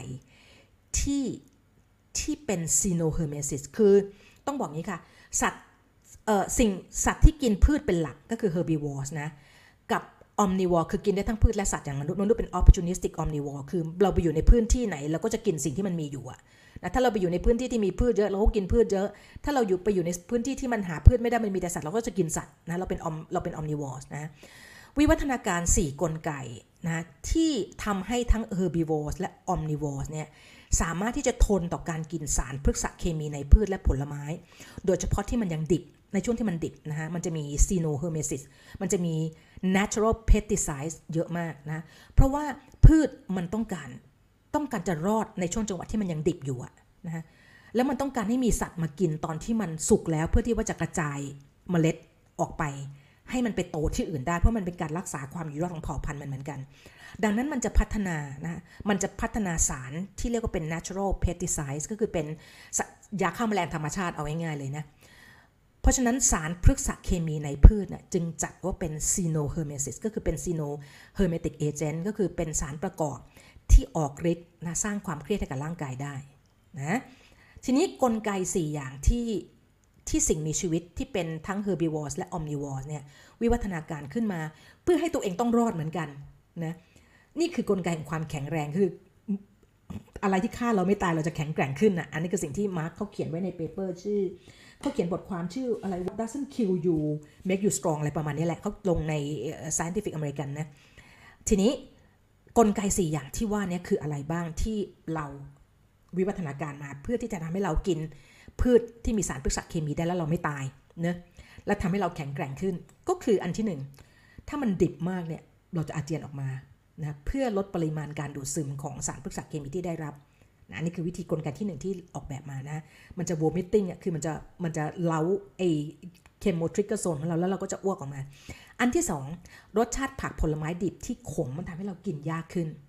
ที่เป็น Sinohermesis คือต้องบอกงี้ค่ะสัตว์ที่กินพืชเป็นหลักก็คือ herbivores นะกับ omnivore คือกินได้ทั้งพืชและสัตว์อย่างมนุษย์เป็น opportunistic omnivore คือเราไปอยู่ในพื้นที่ไหนเราก็จะกินสิ่งที่มันมีอยู่อะนะถ้าเราไปอยู่ในพื้นที่ที่มีพืชเยอะเราก็กินพืชเยอะถ้าเราไปอยู่ในพื้นที่ที่มันหาพืชไม่ได้มันมีแต่สัตว์เราก็จะกินสัตว์นะเราเป็น omnivores นะวิวัฒนาการ4กลไกนะที่ทำให้ทั้ง herbivores และ omnivores เนี่ยสามารถที่จะทนต่อการกินสารพฤกษเคมีในพืชและผลไม้โดยเฉพาะที่มันยังดิบในช่วงที่มันดิบนะฮะมันจะมี Sinohermesis มันจะมี natural pesticides เยอะมากนะเพราะว่าพืชมันต้องการจะรอดในช่วงจังหวะที่มันยังดิบอยู่นะฮะแล้วมันต้องการให้มีสัตว์มากินตอนที่มันสุกแล้วเพื่อที่ว่าจะกระจายเมล็ดออกไปให้มันไปโตที่อื่นได้เพราะมันเป็นการรักษาความอยู่รอดของเผ่าพันธุ์มันเหมือนกันดังนั้นมันจะพัฒนาสารที่เรียกว่าเป็น natural pesticides ก็คือเป็นยาฆ่าแมลงธรรมชาติเอาง่ายๆเลยนะเพราะฉะนั้นสารพฤกษเคมีในพืชจึงจัดว่าเป็น Sinohermesis ก็คือเป็น Sinohermetic agent ก็คือเป็นสารประกอบที่ออกฤทธิ์นะสร้างความเครียดให้กับร่างกายได้นะทีนี้กลไก4อย่างที่สิ่งมีชีวิตที่เป็นทั้ง herbivores และ omnivores เนี่ยวิวัฒนาการขึ้นมาเพื่อให้ตัวเองต้องรอดเหมือนกันนะนี่คือกลไกแห่งความแข็งแรงคืออะไรที่ฆ่าเราไม่ตายเราจะแข็งแกร่งขึ้นนะอันนี้คือสิ่งที่มาร์คเขาเขียนไว้ในเปเปอร์เขาเขียนบทความชื่ออะไร What doesn't kill you make you strong อะไรประมาณนี้แหละเขาลงใน Scientific American นะทีนี้กลไก4อย่างที่ว่านี้คืออะไรบ้างที่เราวิวัฒนาการมาเพื่อที่จะทำให้เรากินพืชที่มีสารพฤกษเคมีได้แล้วเราไม่ตายเนะและทำให้เราแข็งแกร่งขึ้นก็คืออันที่1ถ้ามันดิบมากเนี่ยเราจะอาเจียนออกมานะเพื่อลดปริมาณการดูดซึมของสารพฤกษเคมีที่ได้รับนะนี่คือวิธีกลไกที่1ที่ออกแบบมานะมันจะ vomiting คือมันจะเล้าไอ้เคโมทริกเกอร์โซนของเราแล้วเราก็จะอ้วกออกมาอันที่2รสชาติผักผลไม้ดิบที่ขมมันทำให้เรากินยากขึ้น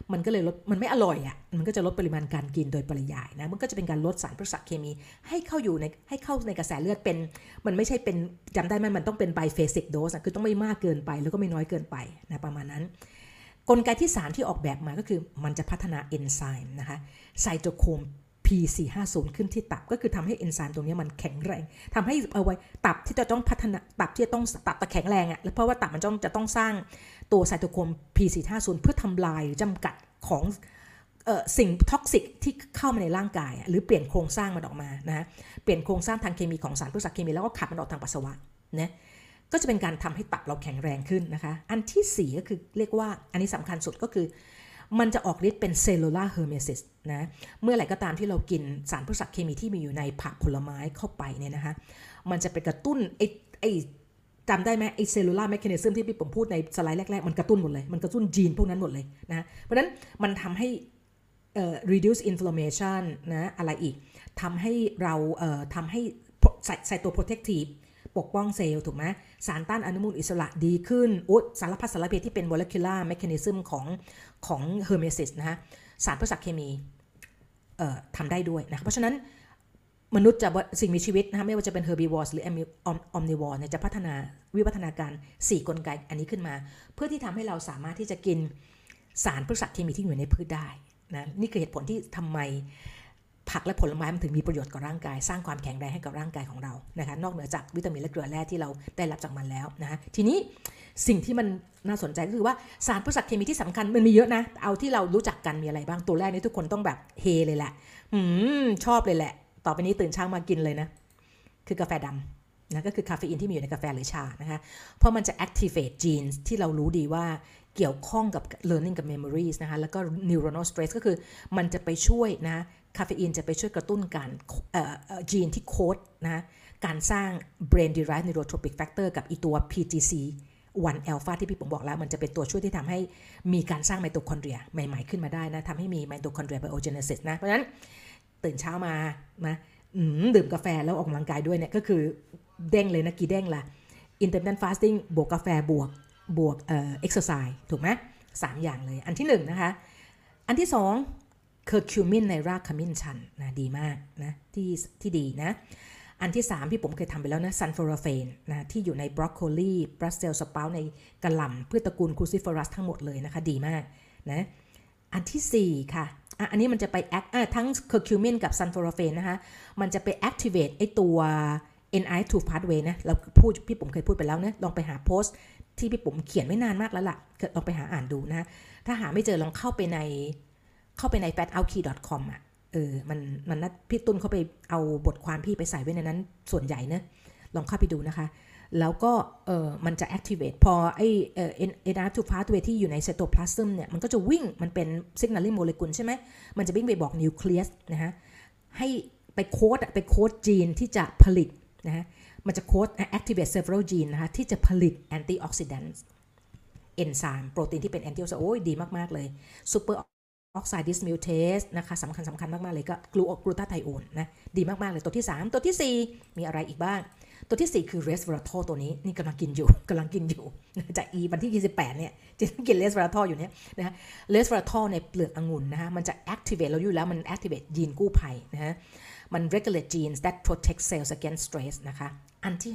มันก็เลยลดมันไม่อร่อยอ่ะมันก็จะลดปริมาณการกินโดยปริยายนะมันก็จะเป็นการลดสารพฤกษเคมีให้เข้าในกระแสเลือดเป็นมันไม่ใช่เป็นจำได้ไหมมันต้องเป็นไบเฟสิกโดสคือต้องไม่มากเกินไปแล้วก็ไม่น้อยเกินไปนะประมาณนั้นกลไกที่3ที่ออกแบบมาก็คือมันจะพัฒนาเอนไซม์นะคะไซโตโครม P450 ขึ้นที่ตับก็คือทำให้เอนไซม์ตรงนี้มันแข็งแรงทำให้เอาไว้ตับที่จะต้องพัฒนาตับที่จะต้องตับแข็งแรงอ่ะเพราะว่าตับมันจะต้องสร้างตัวไซโตโครม P450 เพื่อทำลายจำกัดของสิ่งท็อกซิกที่เข้ามาในร่างกายหรือเปลี่ยนโครงสร้างมันออกมานะเปลี่ยนโครงสร้างทางเคมีของสารพฤกษเคมีแล้วก็ขับมันออกทางปัสสาวะนะก็จะเป็นการทำให้ตับเราแข็งแรงขึ้นนะคะอันที่4ก็คือเรียกว่าอันนี้สำคัญสุดก็คือมันจะออกฤทธิ์เป็นเซลลูลาร์เฮอร์เมซิสนะเมื่อไหร่ก็ตามที่เรากินสารพฤกษเคมีที่มีอยู่ในผักผลไม้เข้าไปเนี่ยนะคะมันจะไปกระตุ้นไอจำได้ไหมไอเซลลูลาร์แมคานิซึมที่พี่ผมพูดในสไลด์แรกๆมันกระตุ้นหมดเลยมันกระตุ้นยีนพวกนั้นหมดเลยนะเพราะฉะนั้นมันทำให้reduce inflammation นะอะไรอีกทำให้เราทำให้ใส่ตัว protective ปกป้องเซลล์ถูกไหมสารต้านอนุมูลอิสระดีขึ้นสารพัดสารเพที่เป็น molecular mechanism ของ hermesis นะฮะสารพฤกษเคมีทำได้ด้วยนะเพราะฉะนั้นมนุษย์จะสิ่งมีชีวิตนะไม่ว่าจะเป็น herbivores หรือ omnivore เนี่ยจะวิวัฒนาการ4กลไกอันนี้ขึ้นมาเพื่อที่ทำให้เราสามารถที่จะกินสารพฤกษเคมีที่อยู่ในพืชได้นะนี่คือเหตุผลที่ทำไมผักและผลไม้มันถึงมีประโยชน์กับร่างกายสร้างความแข็งแรงให้กับร่างกายของเรานะคะนอกเหนือจากวิตามินและเกลือแร่ที่เราได้รับจากมันแล้วนะทีนี้สิ่งที่มันน่าสนใจก็คือว่าสารพฤกษเคมีที่สำคัญมันมีเยอะนะเอาที่เรารู้จักกันมีอะไรบ้างตัวแรกนี่ทุกคนต้องแบบเฮเลยแหละชอบเลยแหละต่อไปนี้ตื่นเช้ามากินเลยนะคือกาแฟดำนะก็คือคาเฟอีนที่มีอยู่ในกาแฟหรือชานะคะเพราะมันจะ activate genes ที่เรารู้ดีว่าเกี่ยวข้องกับ learning กับ memories นะคะแล้วก็ neuronal stress ก็คือมันจะไปช่วยนะคาเฟอีนจะไปช่วยกระตุ้นการจีนที่โค้ดนะการสร้าง brain derived neurotropic factor กับอีตัว PGC 1 alpha ที่พี่ผมบอกแล้วมันจะเป็นตัวช่วยที่ทำให้มีการสร้างไมโตคอนเดรียใหม่ๆขึ้นมาได้นะทำให้มีไมโตคอนเดรียไบโอเจเนซิสนะเพราะฉะนั้นตื่นเช้ามานะดื่มกาแฟแล้วออกกำลังกายด้วยเนี่ยก็คือเด้งเลยนะกี่เด้งล่ะ intermittent fasting บวกกาแฟบวกexercise ถูกไหม3อย่างเลยอันที่1นะคะอันที่2เคอร์คิวมินในรากขมิ้นชันนะดีมากนะที่ดีนะอันที่3พี่ผมเคยทำไปแล้วนะซันฟลูอราเฟนนะที่อยู่ในบรอกโคลีบรัสเซลสเปาในกระหล่ำพืชตระกูลครูซิฟอรัสทั้งหมดเลยนะคะดีมากนะอันที่4ค่ะอันนี้มันจะไปทั้งเคอร์คิวมินกับซันฟลูอราเฟนนะคะมันจะไป activate ไอตัว NI2 pathway นะเราพี่ผมเคยพูดไปแล้วนะลองไปหาโพสต์ที่พี่ผมเขียนไม่นานมากแล้วล่ะลองไปหาอ่านดูนะถ้าหาไม่เจอลองเข้าไปใน fatoutKey.com อ่ะมันนัดพี่ตุ้นเข้าไปเอาบทความพี่ไปใส่ไว้ในนั้นส่วนใหญ่นะลองเข้าไปดูนะคะแล้วก็มันจะ activate พอไอ้NR2 pathway ที่อยู่ใน cytoplasm เนี่ยมันก็จะวิ่งมันเป็น signaling molecule ใช่ไหมมันจะวิ่งไปบอกนิวเคลียสนะฮะให้ไปโค้ดจีนที่จะผลิตนะฮะมันจะโค้ด activate several gene นะคะที่จะผลิต antioxidant เอนไซม์โปรตีนที่เป็น antioxidant โอ้ยดีมากๆเลย super oxide dismutase นะคะสำคัญมากๆเลยก็กลูตาไทโอนนะดีมากๆเลยตัวที่3ตัวที่4มีอะไรอีกบ้างตัวที่4คือ resveratrol ตัวนี้นี่กำลังกินอยู่จาก E วันที่28เนี่ยจะกิน resveratrol อยู่เนี่ยนะฮะ resveratrol ในเปลือกองุ่นนะคะมันจะ activate เราอยู่แล้วมัน activate ยีนกู้ภัยนะฮะมัน regulate genes that protect cells against stress นะคะอันที่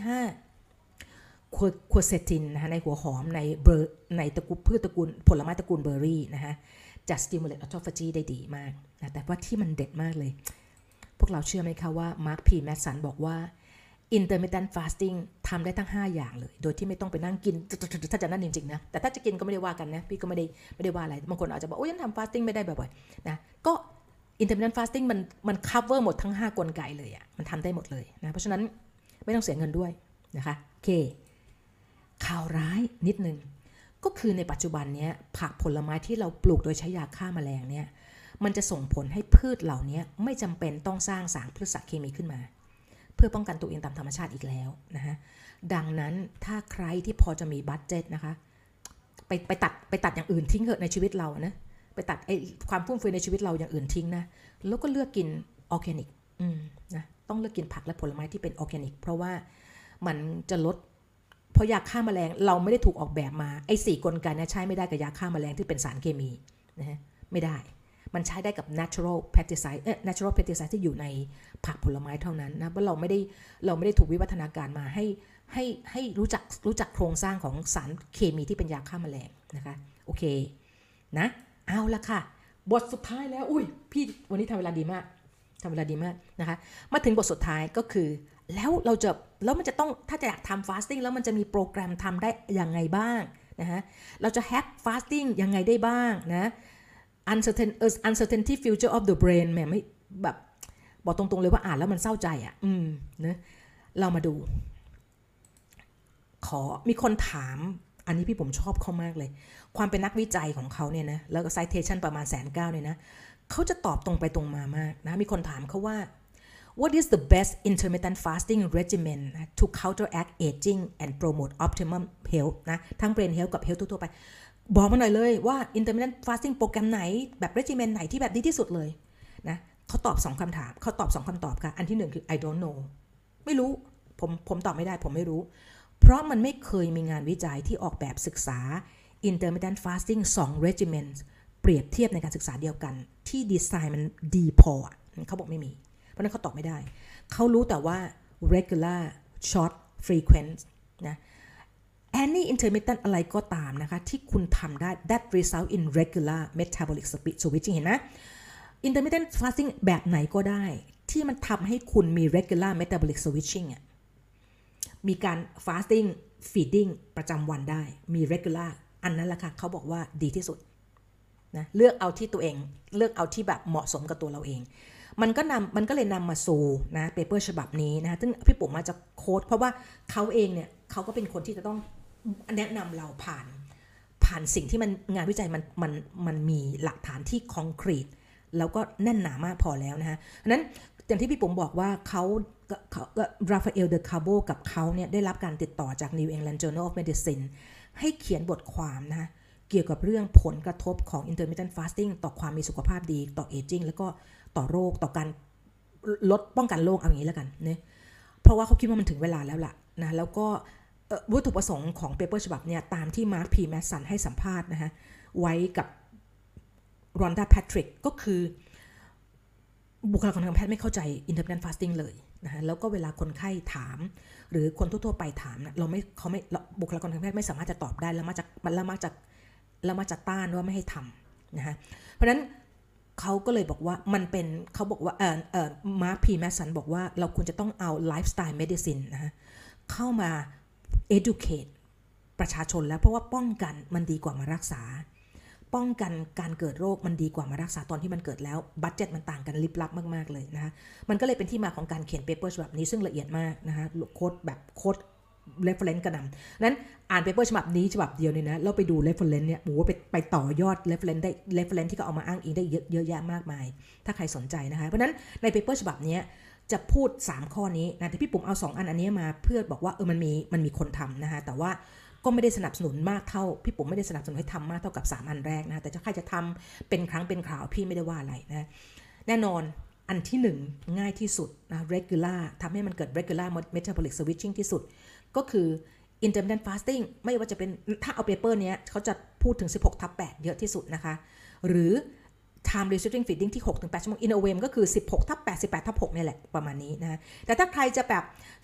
5ควอเซตินนะคะในหัวหอมในตระกูลพืชตระกูลผลไม้ตระกูลเบอร์รี่นะคะจะ stimulate autophagy ได้ดีมากนะแต่ว่าที่มันเด็ดมากเลยพวกเราเชื่อไหมคะว่ามาร์คพีแมสสันบอกว่า intermittent fasting ทำได้ทั้ง5อย่างเลยโดยที่ไม่ต้องไปนั่งกินถ้าจะนั่นจริงๆนะแต่ถ้าจะกินก็ไม่ได้ว่ากันนะพี่ก็ไม่ได้ว่าอะไรบางคนอาจจะบอกโอ้ยฉันทำ fasting ไม่ได้บ่อยๆนะก็ intermittent fasting มัน cover หมดทั้ง5กลไกเลยอ่ะมันทำได้หมดเลยนะเพราะฉะนั้นไม่ต้องเสียเงินด้วยนะคะโอเคข่าวร้ายนิดนึงก็คือในปัจจุบันนี้ผักผลไม้ที่เราปลูกโดยใช้ยาฆ่าแมลงเนี่ยมันจะส่งผลให้พืชเหล่านี้ไม่จำเป็นต้องสร้างสารพฤกษเคมีขึ้นมาเพื่อป้องกันตัวเองตามธรรมชาติอีกแล้วนะฮะดังนั้นถ้าใครที่พอจะมีบัดเจ็ตนะคะไปตัดอย่างอื่นทิ้งเถอะในชีวิตเรานะไปตัดไอ้ความฟุ่มเฟือยในชีวิตเราอย่างอื่นทิ้งนะแล้วก็เลือกกินออร์แกนิกนะต้องเลือกกินผักและผลไม้ที่เป็นออร์แกนิกเพราะว่ามันจะลดเพราะยาฆ่าแมลงเราไม่ได้ถูกออกแบบมาไอ้4กลไกนะใช้ไม่ได้กับยาฆ่าแมลงที่เป็นสารเคมีนะฮะไม่ได้มันใช้ได้กับ natural pesticide natural pesticide ที่อยู่ในผักผลไม้เท่านั้นนะเพราะเราไม่ได้ถูกวิวัฒนาการมาให้รู้จักโครงสร้างของสารเคมีที่เป็นยาฆ่าแมลงนะคะโอเคนะเอาละค่ะบทสุดท้ายแล้วอุ้ยพี่วันนี้ทำเวลาดีมากนะคะมาถึงบทสุดท้ายก็คือแล้วมันจะต้องถ้าจะอยากทำ fasting แล้วมันจะมีโปรแกรมทำได้ยังไงบ้างนะฮะเราจะ hack fasting ยังไงได้บ้างนะ uncertainty future of the brain แหมไม่แบบบอกตรงๆเลยว่าอ่านแล้วมันเศร้าใจอ่ะนะเรามาดูมีคนถามอันนี้พี่ผมชอบเขามากเลยความเป็นนักวิจัยของเขาเนี่ยนะแล้วก็ citation ประมาณ190,000เนี่ยนะเขาจะตอบตรงไปตรงมามากนะมีคนถามเขาว่า What is the best intermittent fasting regimen to counteract aging and promote optimum health นะทั้ง brain health กับ health ทั่วไปบอกมาหน่อยเลยว่า intermittent fasting โปรแกรมไหนแบบ regimen ไหนที่แบบดีที่สุดเลยนะเขาตอบ2คำถามเขาตอบ2คำตอบค่ะอันที่1คือ I don't know ไม่รู้ผมตอบไม่ได้ผมไม่รู้เพราะมันไม่เคยมีงานวิจัยที่ออกแบบศึกษา intermittent fasting 2 regimen เปรียบเทียบในการศึกษาเดียวกันที่ดีไซน์มันดีพอเขาบอกไม่มีเพราะนั้นเขาตอบไม่ได้เขารู้แต่ว่า regular short frequent นะ any intermittent อะไรก็ตามนะคะที่คุณทำได้ that result in regular metabolic switching เห็นไหม intermittent fasting แบบไหนก็ได้ที่มันทำให้คุณมี regular metabolic switching มีการ fasting feeding ประจำวันได้มี regular อันนั้นแหละค่ะเขาบอกว่าดีที่สุดนะเลือกเอาที่ตัวเองเลือกเอาที่แบบเหมาะสมกับตัวเราเองมันก็เลยนำมาสู่นะเปเปอร์ฉบับนี้นะซึ่งพี่ปุ๋มมาจะโค้ดเพราะว่าเขาเองเนี่ยเขาก็เป็นคนที่จะต้องแนะนำเราผ่านสิ่งที่มันงานวิจัยมันมีหลักฐานที่คอนกรีตแล้วก็แน่นหนามากพอแล้วนะฮะนั้นอย่างที่พี่ปุ๋มบอกว่าราฟาเอลเดคาโบกับเขาเนี่ยได้รับการติดต่อจาก New England Journal of Medicine ให้เขียนบทความนะเกี่ยวกับเรื่องผลกระทบของ intermittent fasting ต่อความมีสุขภาพดีต่อ aging แล้วก็ต่อโรคต่อการป้องกันโรคเอาอย่างนี้แล้วกันเนี่ยเพราะว่าเขาคิดว่ามันถึงเวลาแล้วล่ะนะแล้วก็วัตถุประสงค์ของเปเปอร์ฉบับเนี่ยตามที่มาร์ค พี แมสสันให้สัมภาษณ์นะฮะไว้กับรอนดา แพทริกก็คือบุคลากรทางการแพทย์ไม่เข้าใจ intermittent fasting เลยนะฮะแล้วก็เวลาคนไข้ถามหรือคนทั่วๆไปถามนะบุคลากรทางการแพทย์ไม่สามารถจะตอบได้แล้วมาจากต้านว่าไม่ให้ทำนะฮะเพราะฉะนั้นเขาก็เลยบอกว่าเขาบอกว่ามาร์ค พี แมสสันบอกว่าเราควรจะต้องเอา lifestyle medicine นะฮะเข้ามา educate ประชาชนแล้วเพราะว่าป้องกันมันดีกว่ามารักษาป้องกันการเกิดโรคมันดีกว่ามารักษาตอนที่มันเกิดแล้วบัดเจ็ตมันต่างกันลิบลับมากๆเลยนะคะมันก็เลยเป็นที่มาของการเขียนเปเปอร์ฉบับนี้ซึ่งละเอียดมากนะคะโค้ดreference กระหน่ำนั้นอ่านเปเปอร์ฉบับนี้ฉบับเดียวเนี่ยนะแล้วไปดู reference เนี่ยไปต่อยอด reference ได้ reference ที่เขาเอามาอ้างอิงได้เยอะแยะมากมายถ้าใครสนใจนะคะเพราะนั้นในเปเปอร์ฉบับนี้จะพูด3ข้อนี้นะแต่พี่ปุ๋มเอา2อันนี้มาเพื่อบอกว่ามันมีคนทำนะคะแต่ว่าก็ไม่ได้สนับสนุนมากเท่าพี่ปุ๋มไม่ได้สนับสนุนให้ทำมากเท่ากับ3อันแรกนะแต่ถ้าใครจะทำเป็นครั้งเป็นคราวพี่ไม่ได้ว่าอะไรนะแน่นอนอันที่1ง่ายที่สุดนะ regular ทำให้มันเกิด regular metabolic switching ที่สุดก็คือ intermittent fasting ไม่ว่าจะเป็นถ้าเอาเปเปอร์เนี้ยเขาจะพูดถึง 16/8 เยอะที่สุดนะคะหรือ time restricting feeding ที่ 6-8 ชั่วโมง in a way ก็คือ 16/8 18/6 เนี่ยแหละประมาณนี้นะแต่ถ้าใครจะแบบ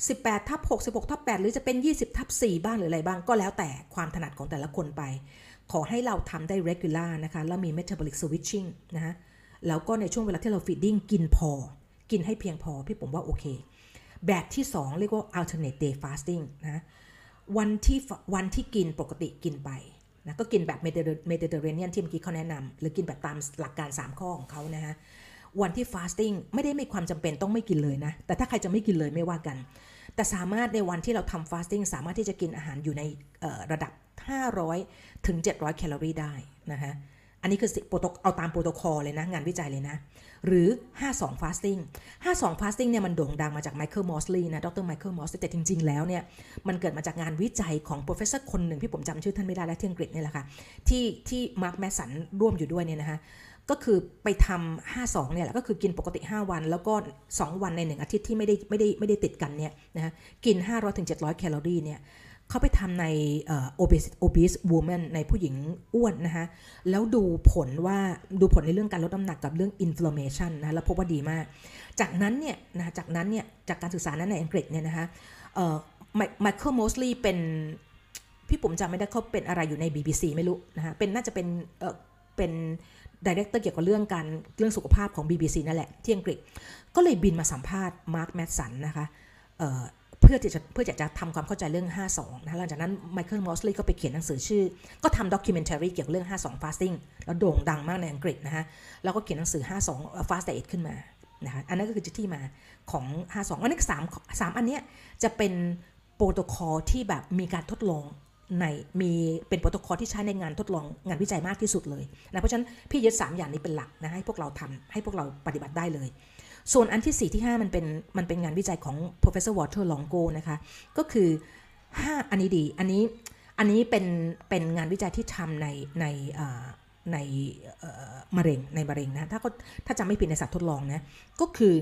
18/6 16/8 หรือจะเป็น 20/4 บ้างหรืออะไรบ้างก็แล้วแต่ความถนัดของแต่ละคนไปขอให้เราทำได้ regular นะคะแล้วมี metabolic switching นะแล้วก็ในช่วงเวลาที่เรา feeding กินให้เพียงพอพี่ผมว่าโอเคแบบที่2เรียกว่า alternate day fasting นะวันที่กินปกติกินไปนะก็กินแบบ Mediterranean ที่เมื่อกี้เขาแนะนำหรือกินแบบตามหลักการ3ข้อของเขานะฮะวันที่ fasting ไม่ได้มีความจำเป็นต้องไม่กินเลยนะแต่ถ้าใครจะไม่กินเลยไม่ว่ากันแต่สามารถในวันที่เราทำ fasting สามารถที่จะกินอาหารอยู่ในระดับ500 ถึง 700 แคลอรี่ได้นะฮะอันนี้คือเอาตามโปรโตคอลเลยนะงานวิจัยเลยนะหรือ52 fasting 52 fasting เนี่ยมันโด่งดังมาจากไมเคิลมอสลีย์นะดรไมเคิลมอสลีย์แต่จริงๆแล้วเนี่ยมันเกิดมาจากงานวิจัยของ professor คนหนึ่งที่ผมจำชื่อท่านไม่ได้แล้วที่อังกฤษนี่แหละค่ะที่มาร์คแมสสันร่วมอยู่ด้วยเนี่ยนะคะก็คือไปทำ52เนี่ยแหละก็คือกินปกติ5วันแล้วก็2วันใน1อาทิตย์ที่ไม่ได้ติดกันเนี่ยนะฮะกิน500 ถึง 700 แคลอรี่เนี่ยเขาไปทำในobese woman ในผู้หญิงอ้วนนะคะแล้วดูผลในเรื่องการลดน้ำหนักกับเรื่อง inflammation นะแล้วพบว่าดีมากจากนั้นเนี่ยจากการศึกษานั้นในอังกฤษเนี่ยนะคะMichael Mosley เป็นพี่ผมจำไม่ได้เขาเป็นอะไรอยู่ใน BBC ไม่รู้นะคะน่าจะเป็นดีเรคเตอร์เกี่ยวกับเรื่องสุขภาพของ BBC นั่นแหละที่อังกฤษก็เลยบินมาสัมภาษณ์มาร์คแมดสันนะคะเพื่อจะทำความเข้าใจเรื่อง52นะหลังจากนั้นไมเคิลมอสลีย์ก็ไปเขียนหนังสือชื่อก็ทำด็อกิเมนทารีเกี่ยวกับเรื่อง52 fasting แล้วโด่งดังมากในอังกฤษนะคะแล้วก็เขียนหนังสือ52 fast diet ขึ้นมานะคะอันนั้นก็คือที่มาของ52อันนี้3อันเนี้ยจะเป็นโปรโตคอลที่แบบมีการทดลองเป็นโปรโตคอลที่ใช้ในงานทดลองงานวิจัยมากที่สุดเลยนะเพราะฉะนั้นพี่ยึด3อย่างนี้เป็นหลักนะให้พวกเราทำให้พวกเราปฏิบัติได้เลยส่วนอันที่4ที่5มันเป็นงานวิจัยของ Professor Walter Longo นะคะก็คือ5อันนี้ดีอันนี้เป็นงานวิจัยที่ทำในมะเร็งนะถ้าจำไม่ผิดในสัตว์ทดลองนะก็คือ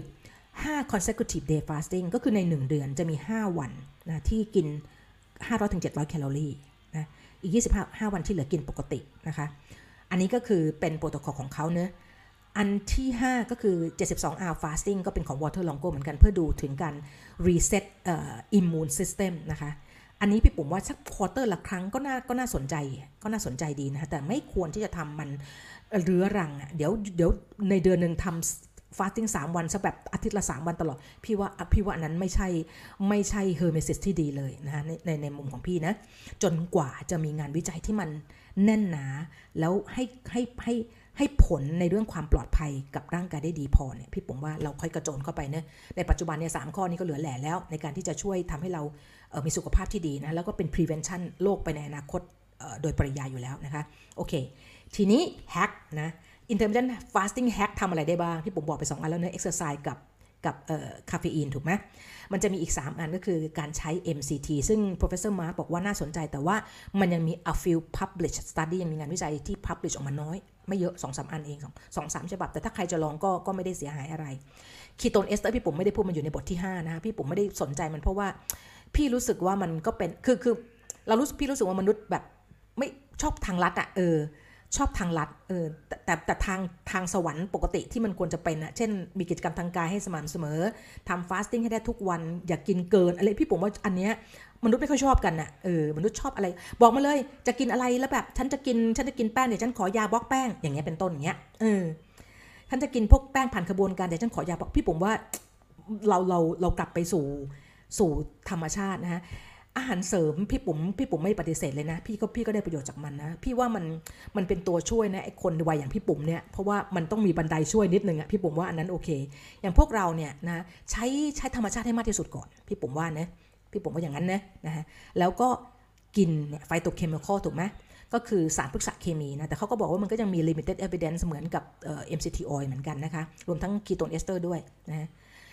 5 consecutive day fasting ก็คือใน1เดือนจะมี5วันนะที่กิน500-700 แคลอรี่นะอีก25วันที่เหลือกินปกตินะคะอันนี้ก็คือเป็นโปรโตคอลของเขาเนอะอันที่5ก็คือ72 hour fasting ก็เป็นของ Walter Longo เหมือนกันเพื่อดูถึงการ reset immune system นะคะอันนี้พี่ปุ๋มว่าสักควอเตอร์ละครั้งก็น่าสนใจดีนะคะแต่ไม่ควรที่จะทำมันเรื้อรังอ่ะเดี๋ยวในเดือนนึงทำฟาสติ้ง3วันซะแบบอาทิตย์ละ3วันตลอดพี่ว่าอันนั้นไม่ใช่เฮอร์เมซิสที่ดีเลยนะคะในมุมของพี่นะจนกว่าจะมีงานวิจัยที่มันแน่นหนาแล้วให้ผลในเรื่องความปลอดภัยกับร่างกายได้ดีพอเนี่ยพี่ผมว่าเราค่อยกระโจนเข้าไปนะในปัจจุบันเนี่ย3ข้อนี้ก็เหลือแหล่แล้วในการที่จะช่วยทำให้เรามีสุขภาพที่ดีนะแล้วก็เป็น prevention โรคไปในอนาคตโดยปริยายอยู่แล้วนะคะโอเคทีนี้ hack นะ intermittent fasting hack ทำอะไรได้บ้างพี่ผมบอกไป2อันแล้วเนะ exercise กับคาเฟอีนถูกไหมมันจะมีอีก3อันก็คือการใช้ MCT ซึ่ง Professor Mark บอกว่าน่าสนใจแต่ว่ามันยังมี a few published study ยังมีงานวิจัยที่ publish ออกมาน้อยไม่เยอะ 2-3 อันเอง 2-3 ฉบับแต่ถ้าใครจะลองก็ไม่ได้เสียหายอะไร Ketone Ester พี่ผมไม่ได้พูดมันอยู่ในบทที่5นะพี่ผมไม่ได้สนใจมันเพราะว่าพี่รู้สึกว่ามันก็เป็นคือพี่รู้สึกว่ามนุษย์แบบไม่ชอบทางลัดอะชอบทางลัดแต่ทางสวรรค์ปกติที่มันควรจะเป็นนะเช่นมีกิจกรรมทางกายให้สม่ำเสมอทำฟาสติ้งให้ได้ทุกวันอย่ากินเกินอะไรพี่ผมว่าอันเนี้ยมนุษย์ไม่ค่อยชอบกันนะมนุษย์ชอบอะไรบอกมาเลยจะกินอะไรแล้วแบบฉันจะกินแป้งเดี๋ยวฉันขอยาบล็อกแป้งอย่างเงี้ยเป็นต้นอย่างเงี้ยฉันจะกินพวกแป้งผ่านกระบวนการเดี๋ยวฉันขอยาบล็อกพี่ผมว่าเรากลับไปสู่ธรรมชาตินะฮะอาหารเสริมพี่ปุ๋มไม่ปฏิเสธเลยนะพี่ก็ได้ประโยชน์จากมันนะพี่ว่ามันเป็นตัวช่วยนะไอ้คนวัยอย่างพี่ปุ๋มเนี่ยเพราะว่ามันต้องมีบันไดช่วยนิดนึงอะพี่ปุ๋มว่าอันนั้นโอเคอย่างพวกเราเนี่ยนะใช้ธรรมชาติให้มากที่สุดก่อนพี่ปุ๋มว่านะพี่ปุ๋มว่าอย่างนั้นนะฮะแล้วก็กินเนี่ยไฟโตเคมีคอลถูกไหมก็คือสารพฤกษเคมีนะแต่เขาก็บอกว่ามันก็ยังมี limited evidence เหมือนกับMCT oil เหมือนกันนะคะรวมทั้ง ketone ester ด้วยนะ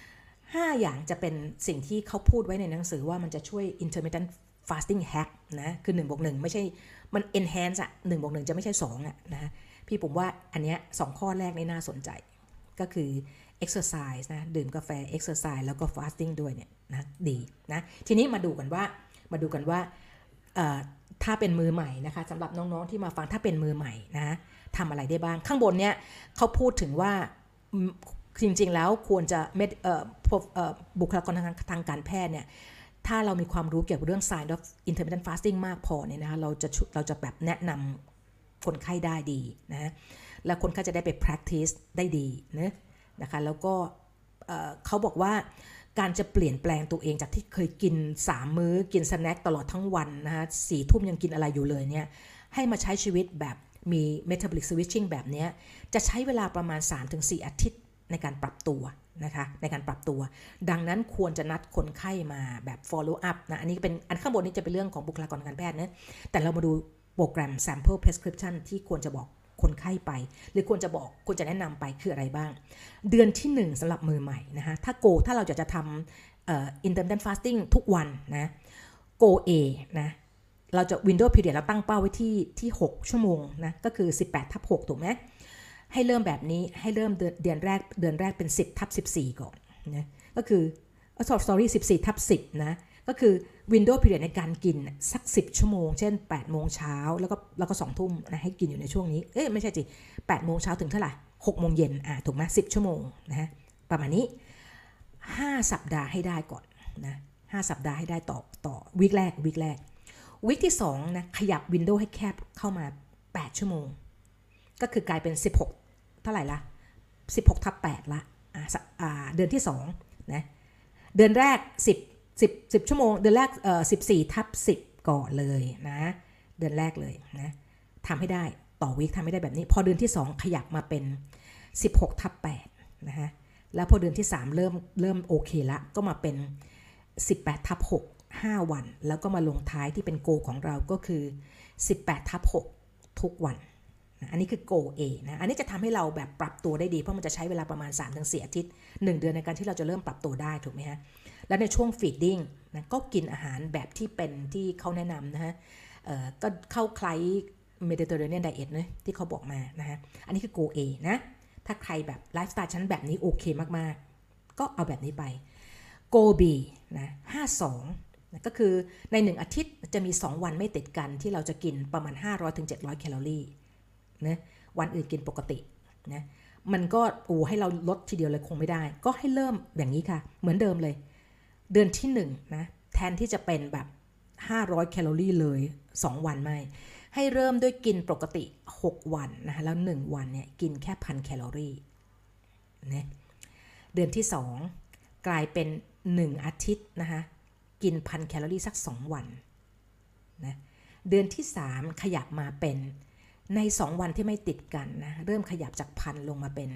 5อย่างจะเป็นสิ่งที่เขาพูดไว้ในหนังสือว่ามันจะช่วย intermittent fasting hack นะคือ1+1ไม่ใช่มัน enhance อะ1+1จะไม่ใช่2อะนะพี่ผมว่าอันเนี้ย2ข้อแรกนี่น่าสนใจก็คือ exercise นะดื่มกาแฟ exercise แล้วก็ fasting ด้วยเนี่ยนะดีนะทีนี้มาดูกันว่าถ้าเป็นมือใหม่นะคะสำหรับน้องๆที่มาฟังถ้าเป็นมือใหม่นะทำอะไรได้บ้างข้างบนเนี่ยเขาพูดถึงว่าจริงๆแล้วควรจะบุคลากรทางการแพทย์เนี่ยถ้าเรามีความรู้เกี่ยวกับเรื่อง sign of intermittent fasting มากพอเนี่ยนะคะเราจะแบบแนะนำคนไข้ได้ดีนะแล้วคนไข้จะได้ไป practice ได้ดีนะคะแล้วก็เขาบอกว่าการจะเปลี่ยนแปลงตัวเองจากที่เคยกิน3มื้อกินสแน็คตลอดทั้งวันนะคะ4 ทุ่มยังกินอะไรอยู่เลยเนี่ยให้มาใช้ชีวิตแบบมี metabolic switching แบบนี้จะใช้เวลาประมาณ 3-4 อาทิตย์ในการปรับตัวนะคะในการปรับตัวดังนั้นควรจะนัดคนไข้มาแบบ follow up นะอันนี้เป็นอันข้างบนนี้จะเป็นเรื่องของบุคลากรทางการแพทย์นะแต่เรามาดูโปรแกรม sample prescription ที่ควรจะบอกคนไข้ไปหรือควรจะแนะนำไปคืออะไรบ้างเดือนที่1สำหรับมือใหม่นะคะถ้าเราจะทำintermittent fasting ทุกวันนะ Go A นะเราจะ window period เราตั้งเป้าไว้ที่6 ชั่วโมงนะก็คือ 18/6 ถูกไหมให้เริ่มแบบนี้ให้เริ่มเดือนแรกเป็น 10/14 ก่อนนะก็คือ 14/10 นะก็คือ window period ในการกินสัก10ชั่วโมงเช่น8โมงเช้าแล้วก็2ทุ่มนะให้กินอยู่ในช่วงนี้ไม่ใช่สิ8โมงเช้าถึงเท่าไหร่6โมงเย็นถูกไหม10ชั่วโมงนะฮะประมาณนี้5สัปดาห์ให้ได้ก่อนนะ5สัปดาห์ให้ได้ต่อวีคแรกวีคที่2นะขยับวินโดว์ให้แคบเข้ามา8ชั่วโมงก็คือกลายเป็น16เท่าไหร่ละ16/8ละเดือนที่2นะเดือนแรก10ชั่วโมงเดือนแรก14/10ก่อนเลยนะเดือนแรกเลยนะทำให้ได้ต่อวีคทำให้ได้แบบนี้พอเดือนที่2ขยับมาเป็น16/8นะฮะแล้วพอเดือนที่3เริ่มโอเคละก็มาเป็น18/6 5วันแล้วก็มาลงท้ายที่เป็นโกของเราก็คือ18/6ทุกวันนะอันนี้คือโก A นะอันนี้จะทำให้เราแบบปรับตัวได้ดีเพราะมันจะใช้เวลาประมาณ 3-4 อาทิตย์1เดือนในการที่เราจะเริ่มปรับตัวได้ถูกไหมฮะแล้วในช่วงฟีดดิ้งนะก็กินอาหารแบบที่เป็นที่เขาแนะนำนะฮะก็เข้าคล้าย Mediterranean Diet นะที่เขาบอกมานะฮะอันนี้คือโก A นะถ้าใครแบบไลฟ์สไตล์ชั้นแบบนี้โอเคมากๆก็เอาแบบนี้ไปโก B นะ52นะก็คือใน1อาทิตย์จะมี2วันไม่ติดกันที่เราจะกินประมาณ 500-700 แคลอรี่นะวันอื่นกินปกตินะมันก็ให้เราลดทีเดียวเลยคงไม่ได้ก็ให้เริ่มอย่างนี้ค่ะเหมือนเดิมเลยเดือนที่1นะแทนที่จะเป็นแบบ500แคลอรี่เลย2วันไม่ให้เริ่มด้วยกินปกติ6วันนะคะแล้ว1วันเนี่ยกินแค่ 1,000 แคลอรี่นะเดือนที่2กลายเป็น1อาทิตย์นะคะกิน 1,000 แคลอรี่สัก2วันนะเดือนที่3ขยับมาเป็นใน2วันที่ไม่ติดกันนะเริ่มขยับจาก 1,000 ลงมาเป็น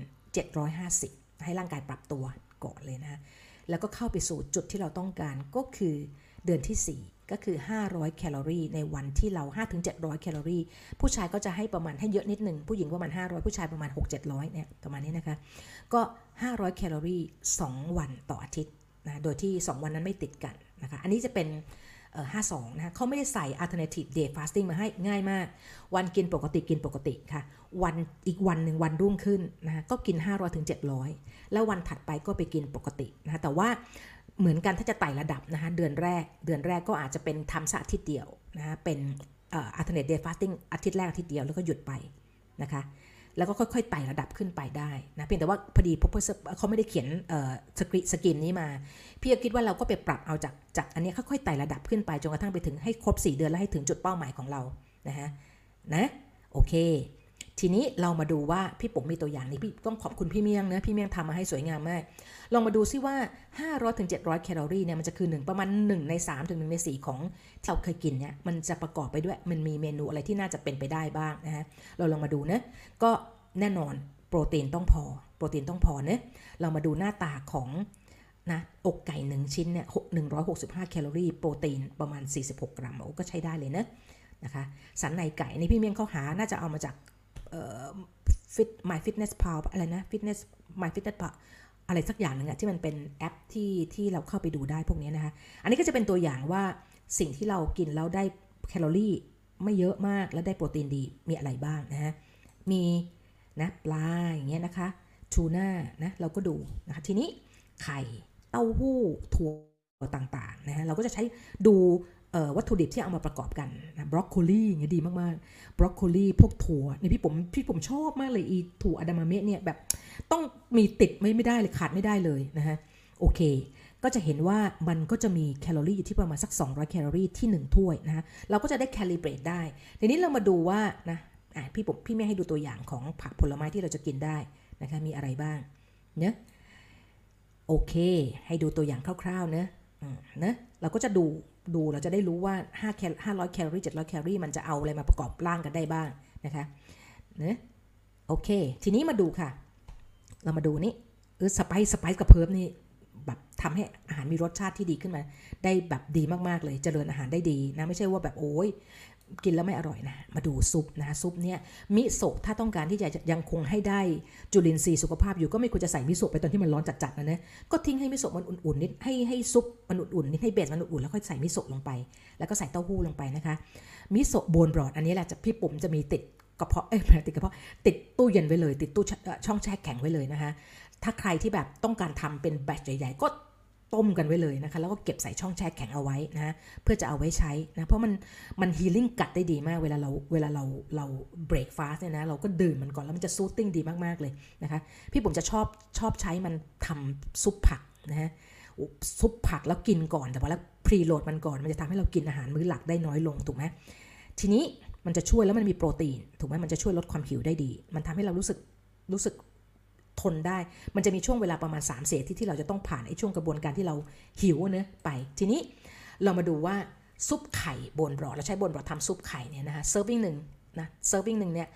750ให้ร่างกายปรับตัวก่อนเลยนะแล้วก็เข้าไปสู่จุดที่เราต้องการก็คือเดือนที่4ก็คือ500แคลอรี่ในวันที่เรา 5-700 แคลอรี่ผู้ชายก็จะให้ประมาณให้เยอะนิดนึงผู้หญิงประมาณ500ผู้ชายประมาณ 6-700 เนี่ยประมาณนี้นะคะก็500แคลอรี่2วันต่ออาทิตย์นะโดยที่2วันนั้นไม่ติดกันนะคะอันนี้จะเป็น52นะคะเขาไม่ได้ใส่ alternative day fasting มาให้ง่ายมากวันกินปกติค่ะวันอีกวันหนึ่งวันรุ่งขึ้นนะคะก็กิน 500-700 แล้ววันถัดไปก็ไปกินปกตินะคะแต่ว่าเหมือนกันถ้าจะไต่ระดับนะคะเดือนแรกก็อาจจะเป็นทำสักอาทิตย์เดียวนะคะเป็นalternate day fasting อาทิตย์แรกอาทิตย์เดียวแล้วก็หยุดไปนะคะแล้วก็ค่อยๆไต่ระดับขึ้นไปได้นะเพียงแต่ว่าพอดีเขาไม่ได้เขียนสกินนี้มาพี่ก็คิดว่าเราก็ไปปรับเอาจากอันนี้ค่อยๆไต่ระดับขึ้นไปจนกระทั่งไปถึงให้ครบ4เดือนแล้วให้ถึงจุดเป้าหมายของเรานะโอเคทีนี้เรามาดูว่าพี่ปุ๋มมีตัวอย่างนี้พี่ต้องขอบคุณพี่เมียงนะพี่เมียงทำมาให้สวยงามมากลองมาดูซิว่า 500-700 แคลอรี่เนี่ยมันจะคือประมาณ1ใน3ถึง1ใน4ของที่เราเคยกินเนี่ยมันจะประกอบไปด้วยมันมีเมนูอะไรที่น่าจะเป็นไปได้บ้างนะฮะเราลองมาดูนะก็แน่นอนโปรตีนต้องพอนะเรามาดูหน้าตาของนะอกไก่1ชิ้นเนี่ย165แคลอรี่โปรตีนประมาณ46กรัมก็ใช้ได้เลยนะคะสันในไก่นี่พี่เมียงเขาหาน่าจะเอามาจากMy Fitness Pal อะไรนะ My Fitness Pal อะไรสักอย่างหนึ่งอะที่มันเป็นแอปที่เราเข้าไปดูได้พวกนี้นะคะอันนี้ก็จะเป็นตัวอย่างว่าสิ่งที่เรากินแล้วได้แคลอรี่ไม่เยอะมากแล้วได้โปรตีนดีมีอะไรบ้างนะฮะมีนะปลาอย่างเงี้ยนะคะทูน่านะเราก็ดูนะคะทีนี้ไข่เต้าหู้ถั่วต่างๆนะฮะเราก็จะใช้ดูวัตถุดิบที่เอามาประกอบกันนะบรอกโคลีอย่างเงี้ยดีมากๆบรอกโคลีพวกถั่วนี่พี่ผมชอบมากเลยอีถั่วอะดามามะเนี่ยแบบต้องมีติดไม่ได้เลยขาดไม่ได้เลยนะฮะโอเคก็จะเห็นว่ามันก็จะมีแคลอรี่อยู่ที่ประมาณสัก200แคลอรี่ที่1ถ้วยนะฮะเราก็จะได้แคลิเบรตได้ทีนี้เรามาดูว่านะพี่ไม่ให้ดูตัวอย่างของผักผลไม้ที่เราจะกินได้นะคะมีอะไรบ้างเนี่ยโอเคให้ดูตัวอย่างคร่าวๆนะเราก็จะดูเราจะได้รู้ว่า500แคลอรี่700แคลอรี่มันจะเอาอะไรมาประกอบร่างกันได้บ้างนะคะโอเคทีนี้มาดูค่ะเรามาดูนี่สไปซ์กับเพิร์ฟนี่แบบทำให้อาหารมีรสชาติที่ดีขึ้นมาได้แบบดีมากๆเลยเจริญอาหารได้ดีนะไม่ใช่ว่าแบบโอ้ยกินแล้วไม่อร่อยนะมาดูซุปนะซุปเนี่ยมิโซะถ้าต้องการที่จะยังคงให้ได้จุลินทรีย์สุขภาพอยู่ก็ไม่ควรจะใส่มิโซะไปตอนที่มันร้อนจัดๆนะก็ทิ้งให้มิโซะมันอุ่นๆนิดให้ซุปมันอุ่นๆนิดให้เบสมันอุ่นๆแล้วค่อยใส่มิโซะลงไปแล้วก็ใส่เต้าหู้ลงไปนะคะมิโซะโบนบรอดอันนี้แหละพี่ปุ๋มจะมีติดกระเพาะติดตู้เย็นไว้เลยติดตู้ช่องแช่แข็งไว้เลยนะคะถ้าใครที่แบบต้องการทำเป็นแบตใหญ่ๆก็ต้มกันไว้เลยนะคะแล้วก็เก็บใส่ช่องแช่แข็งเอาไว้นะเพื่อจะเอาไว้ใช้นะเพราะมันฮีลิ่งกัดได้ดีมากเวลาเราเบรกฟาสต์เนี่ยนะเราก็ดื่มมันก่อนแล้วมันจะซูตติ้งดีมากๆเลยนะคะพี่ผมจะชอบใช้มันทำซุปผักนะฮะซุปผักแล้วกินก่อนแต่ว่าแล้วพรีโหลดมันก่อนมันจะทำให้เรากินอาหารมื้อหลักได้น้อยลงถูกไหมทีนี้มันจะช่วยแล้วมันมีโปรตีนถูกไหมมันจะช่วยลดความหิวได้ดีมันทำให้เรารู้สึกทนได้มันจะมีช่วงเวลาประมาณ3 อาทิตย์ที่เราจะต้องผ่านไอ้ช่วงกระบวนการที่เราหิวเนะไปทีนี้เรามาดูว่าซุปไข่โบนบรอดเราใช้โบนบรอดทำซุปไข่เนี่ยนะคะเซิร์ฟวิ่งหนึ่งเนี่ย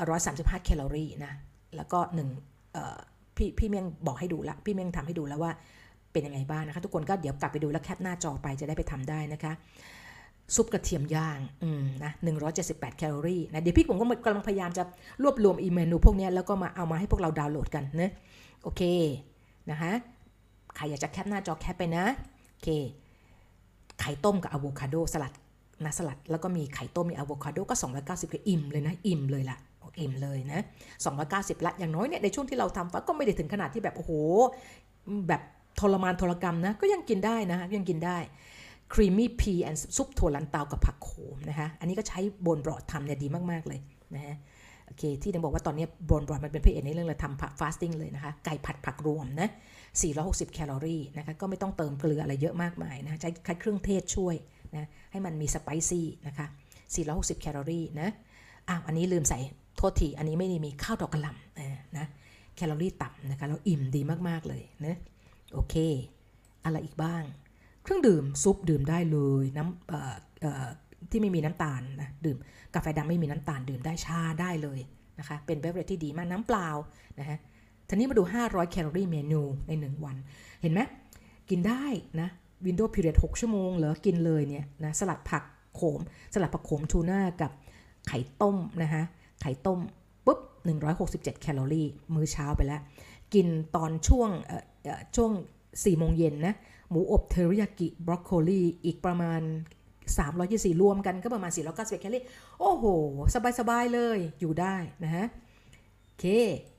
135 แคลอรี่นะแล้วก็พี่เมียงบอกให้ดูละพี่เมียงทำให้ดูแล้วว่าเป็นยังไงบ้างนะคะทุกคนก็เดี๋ยวกลับไปดูแล้วแคปหน้าจอไปจะได้ไปทำได้นะคะซุปกระเทียมย่างนะ178 แคลอรี่นะเดี๋ยวพี่ผมก็กำลังพยายามจะรวบรวมเมนูพวกนี้แล้วก็มาเอามาให้พวกเราดาวน์โหลดกันนะโอเคนะคะใครอยากจะแคปหน้าจอแคปไปนะโอเคไข่ต้มกับอะโวคาโดสลัดนะสลัดแล้วก็มีไข่ต้มมีอะโวคาโดก็290ก็อิ่มเลยนะอิ่มเลยล่ะอิ่มเลยนะ290ละอย่างน้อยเนี่ยในช่วงที่เราทำก็ไม่ได้ถึงขนาดที่แบบโอ้โหแบบทรมานทรกรรมนะก็ยังกินได้นะยังกินได้ครีมมี่พีแอนด์ซุปถั่วลันเตากับผักโขมนะคะอันนี้ก็ใช้โบนบรอดทำเนี่ยดีมากๆเลยนะฮะโอเคที่ต้องบอกว่าตอนนี้โบนบรอดมันเป็นพระเอกในเรื่องเลยทำฟาสติ้งเลยนะคะไก่ผัดผักรวมนะ460 แคลอรี่นะคะก็ไม่ต้องเติมเกลืออะไรเยอะมากมายนะใช้เครื่องเทศช่วยนะให้มันมีสไปซี่นะคะ460 แคลอรี่นะอันนี้ลืมใส่โทษทีอันนี้ไม่ได้มีข้าวดอกกระหล่ำนะแคลอรี่ต่ำนะคะแล้วอิ่มดีมากๆเลยนะโอเคอะไรอีกบ้างเครื่องดื่มซุปดื่มได้เลยน้ำที่ไม่มีน้ำตาลนะดื่มกาแฟดำไม่มีน้ำตาลดื่มได้ชาได้เลยนะคะเป็นเบเวอเรจที่ดีมากน้ำเปล่านะฮะทีนี้มาดู500 แคลอรี่เมนูใน1 วันเห็นไหมกินได้นะวินโดว์พีเรียด6 ชั่วโมงเหรอกินเลยเนี่ยนะสลัดผักโขมทูน่ากับไข่ต้มนะคะไข่ต้มปุ๊บ167 แคลอรี่มื้อเช้าไปแล้วกินตอนช่วง4 โมงเย็นนะหมูอบเทริยากิบรอกโคลีอีกประมาณ324รวมกันก็ประมาณ491 แคลอรี่โอ้โหสบายๆเลยอยู่ได้นะฮะโอเค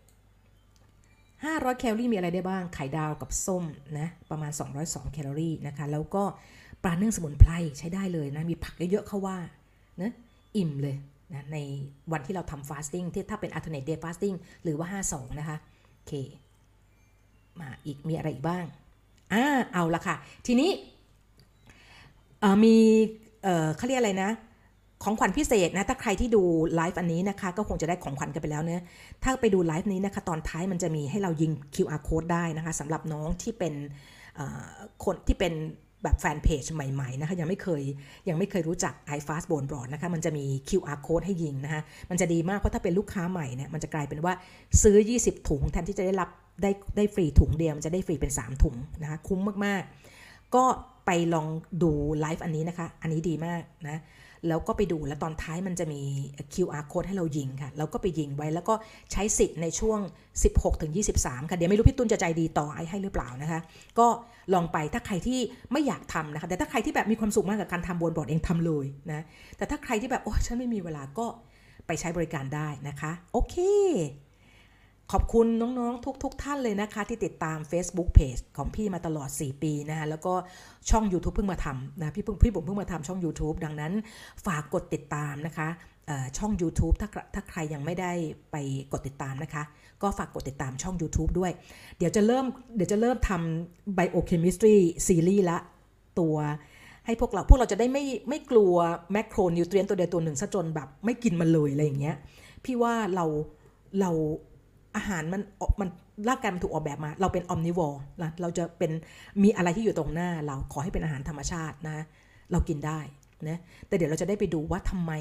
500 แคลอรี่มีอะไรได้บ้างไข่ดาวกับส้มนะประมาณ202 แคลอรี่นะคะแล้วก็ปลานึ่งสมุนไพรใช้ได้เลยนะมีผักเยอะๆเข้าว่านะอิ่มเลยนะในวันที่เราทำฟาสติ้งที่ถ้าเป็น alternate day fasting หรือว่า52นะคะโอเคมาอีกมีอะไรอีกบ้างเอาละค่ะทีนี้มีเขาเรียกอะไรนะของขวัญพิเศษนะถ้าใครที่ดูไลฟ์อันนี้นะคะก็คงจะได้ของขวัญกันไปแล้วเนะถ้าไปดูไลฟ์นี้นะคะตอนท้ายมันจะมีให้เรายิง QR code ได้นะคะสำหรับน้องที่เป็นคนที่เป็นแบบแฟนเพจใหม่ๆนะคะยังไม่เคยรู้จัก iFast Bone Broth นะคะมันจะมี QR code ให้ยิงนะคะมันจะดีมากเพราะถ้าเป็นลูกค้าใหม่เนี่ยมันจะกลายเป็นว่าซื้อ20 ถุงแทนที่จะได้ฟรีถุงเดียวมันจะได้ฟรีเป็น3 ถุงนะคะคุ้มมากๆก็ไปลองดูไลฟ์อันนี้นะคะอันนี้ดีมากนะแล้วก็ไปดูแล้วตอนท้ายมันจะมี QR code ให้เรายิงค่ะเราก็ไปยิงไว้แล้วก็ใช้สิทธิ์ในช่วง 16-23 ค่ะเดี๋ยวไม่รู้พี่ตุ้นจะใจดีต่อให้หรือเปล่านะคะก็ลองไปถ้าใครที่ไม่อยากทำนะคะแต่ถ้าใครที่แบบมีความสุขมากกับการทำโบนบรอดเองทำเลยนะแต่ถ้าใครที่แบบโอ้ฉันไม่มีเวลาก็ไปใช้บริการได้นะคะโอเคขอบคุณน้องๆทุกท่านเลยนะคะที่ติดตาม Facebook Page ของพี่มาตลอด4 ปีนะคะแล้วก็ช่อง YouTube เพิ่งมาทำนะพี่ผมเพิ่งมาทำช่อง YouTube ดังนั้นฝากกดติดตามนะคะช่อง YouTube ถ้าใครยังไม่ได้ไปกดติดตามนะคะก็ฝากกดติดตามช่อง YouTube ด้วยเดี๋ยวจะเริ่มทำ Biochemistry Series ละตัวให้พวกเราจะได้ไม่กลัวแมคโครนิวเทรียนตัวใดตัวหนึ่งซะจนแบบไม่กินมันเลยอะไรอย่างเงี้ยพี่ว่าเราอาหารมันร่างกายมันถูกออกแบบมาเราเป็นออมนิวอร์นะเราจะเป็นมีอะไรที่อยู่ตรงหน้าเราขอให้เป็นอาหารธรรมชาตินะเรากินได้นะแต่เดี๋ยวเราจะได้ไปดูว่าทำไม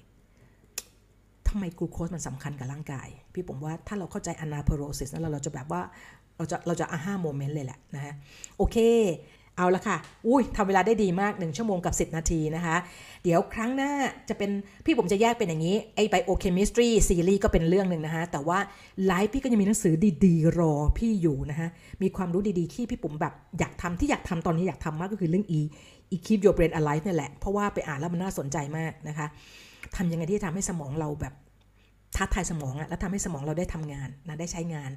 กลูโคสมันสำคัญกับร่างกายพี่ผมว่าถ้าเราเข้าใจอนาเพโรซิสแล้วเราจะแบบว่าเราจะอาฮ่าโมเมนต์เลยแหละนะฮะโอเคเอาละค่ะทำเวลาได้ดีมาก1 ชั่วโมงกับ10 นาทีนะคะเดี๋ยวครั้งหน้าจะเป็นพี่ผมจะแยกเป็นอย่างนี้ไอ้ Biochemistry Series ก็เป็นเรื่องหนึ่งนะคะแต่ว่าไลฟ์พี่ก็ยังมีหนังสือดีๆรอพี่อยู่นะคะมีความรู้ดีๆที่พี่ผมแบบอยากทำตอนนี้อยากทำมากก็คือเรื่อง Keep Your Brain Alive นี่แหละเพราะว่าไปอ่านแล้วมันน่าสนใจมากนะคะทำยังไงที่จะทำให้สมองเราแบบท้าทายสมองแล้วทำให้สมองเราได้ทำงานนะได้ใช้งาน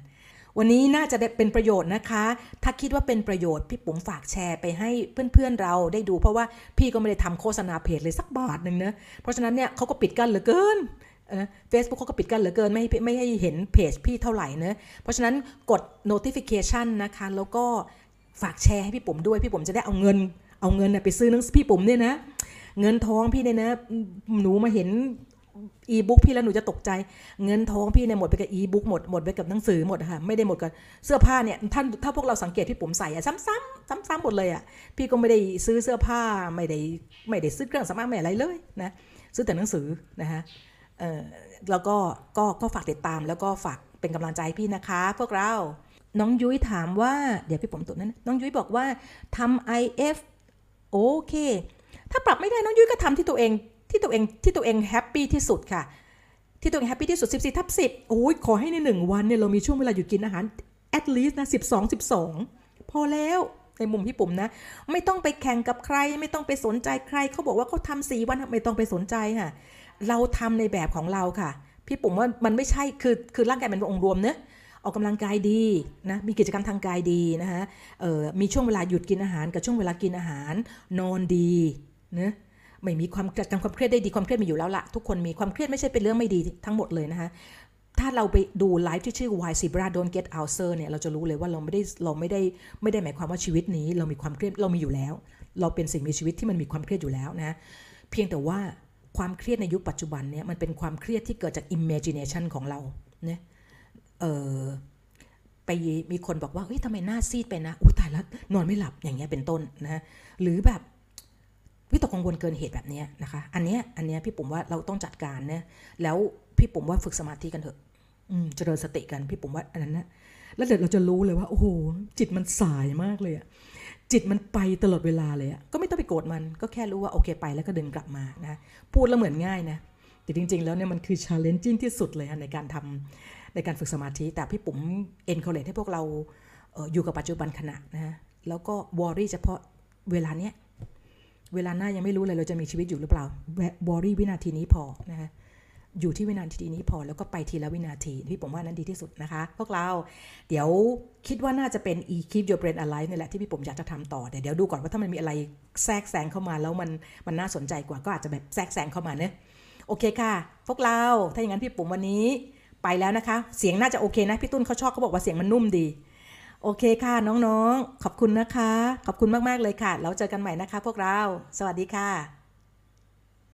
วันนี้น่าจะได้เป็นประโยชน์นะคะถ้าคิดว่าเป็นประโยชน์พี่ปุ๋มฝากแชร์ไปให้เพื่อนๆเราได้ดูเพราะว่าพี่ก็ไม่ได้ทำโฆษณาเพจเลยสักบาทหนึ่งนะเพราะฉะนั้นเนี่ยเขาก็ปิดกั้นเหลือเกินFacebook เขาก็ปิดกั้นเหลือเกินไม่ให้เห็นเพจพี่เท่าไหร่นะเพราะฉะนั้นกด notification นะคะแล้วก็ฝากแชร์ให้พี่ปุ๋มด้วยพี่ปุ๋มจะได้เอาเงินไปซื้อหนังสือพี่ปุ๋มเนี่ยนะเงินทองพี่เนี่ยนะหนูมาเห็นอีบุ๊กพี่แล้วหนูจะตกใจเงินทองพี่เนี่ยหมดไปกับอีบุ๊กหมดไปกับหนังสือหมดค่ะไม่ได้หมดกับเสื้อผ้าเนี่ยถ้าพวกเราสังเกตพี่ปุ๋มใส่อะซ้ำหมดเลยอะพี่ก็ไม่ได้ซื้อเสื้อผ้าไม่ได้ซื้อเครื่องสำอางไม่อะไรเลยนะซื้อแต่หนังสือนะคะแล้วก็ฝากติดตามแล้วก็ฝากเป็นกำลังใจพี่นะคะพวกเราน้องยุ้ยถามว่าเดี๋ยวพี่ผมตรวจนั้นน้องยุ้ยบอกว่าทำ IF โอเคถ้าปรับไม่ได้น้องยุ้ยก็ทำที่ตัวเองแฮปปี้ที่สุดค่ะที่ตัวเองแฮปปี้ที่สุด14/10โอ้ยขอให้ใน1วันเนี่ยเรามีช่วงเวลาหยุดกินอาหาร at least นะ12พอแล้วในมุมพี่ปุ๋มนะไม่ต้องไปแข่งกับใครไม่ต้องไปสนใจใครเขาบอกว่าเขาทำ4 วันไม่ต้องไปสนใจค่ะเราทำในแบบของเราค่ะพี่ปุ๋มว่ามันไม่ใช่คือร่างกายมันเป็นองค์รวมเนะออกกำลังกายดีนะมีกิจกรรมทางกายดีนะคะมีช่วงเวลาหยุดกินอาหารกับช่วงเวลากินอาหารนอนดีนะไม่มีความจัดการความเครียดได้ดีความเครียดมีอยู่แล้วละทุกคนมีความเครียดไม่ใช่เป็นเรื่องไม่ดีทั้งหมดเลยนะคะถ้าเราไปดูไลฟ์ที่ชื่อ Why Zebra Don't Get Ulcer เนี่ยเราจะรู้เลยว่าเราไม่ได้หมายความว่าชีวิตนี้เรามีความเครียดเรามีอยู่แล้วเราเป็นสิ่งมีชีวิตที่มันมีความเครียดอยู่แล้วนะเพียงแต่ว่าความเครียดในยุคปัจจุบันเนี่ยมันเป็นความเครียดที่เกิดจาก imagination ของเราเนี่ยไปมีคนบอกว่าเฮ้ยทำไมหน้าซีดไปนะอุ้ยตายแล้วนอนไม่หลับอย่างเงี้ยเป็นต้นนะหรือแบบวิตกกังวลเกินเหตุแบบนี้นะคะอันเนี้ยพี่ปุ๋มว่าเราต้องจัดการนะแล้วพี่ปุ๋มว่าฝึกสมาธิกันเถอะเจริญสติกันพี่ปุ๋มว่าอันนั้นนะแล้วเดี๋ยวเราจะรู้เลยว่าโอ้โหจิตมันสายมากเลยอะจิตมันไปตลอดเวลาเลยอะก็ไม่ต้องไปโกรธมันก็แค่รู้ว่าโอเคไปแล้วก็ดึงกลับมานะพูดแล้วเหมือนง่ายนะแต่จริงๆแล้วเนี่ยมันคือ challenging ที่สุดเลยในการฝึกสมาธิแต่พี่ปุ๋ม encourage ให้พวกเราอยู่กับปัจจุบันขณะนะแล้วก็ worry เฉพาะเวลาเนี้ยเวลาหน้ายังไม่รู้เลยเราจะมีชีวิตอยู่หรือเปล่า worry วินาทีนี้พอนะคะอยู่ที่วินาทีนี้พอแล้วก็ไปทีละวินาทีพี่ผมว่านั้นดีที่สุดนะคะพวกเราเดี๋ยวคิดว่าน่าจะเป็น keep your brain alive นี่แหละที่พี่ผมอยากจะทำต่อเดี๋ยวดูก่อนว่าถ้ามันมีอะไรแทรกแซงเข้ามาแล้วมันน่าสนใจกว่าก็อาจจะแบบแทรกแซงเข้ามาเนอะโอเคค่ะพวกเราถ้าอย่างนั้นพี่ผมวันนี้ไปแล้วนะคะเสียงน่าจะโอเคนะพี่ตุ้นเขาชอบเขาบอกว่าเสียงมันนุ่มดีโอเคค่ะน้องๆขอบคุณนะคะขอบคุณมากๆเลยค่ะแล้วเจอกันใหม่นะคะพวกเราสวัสดีค่ะ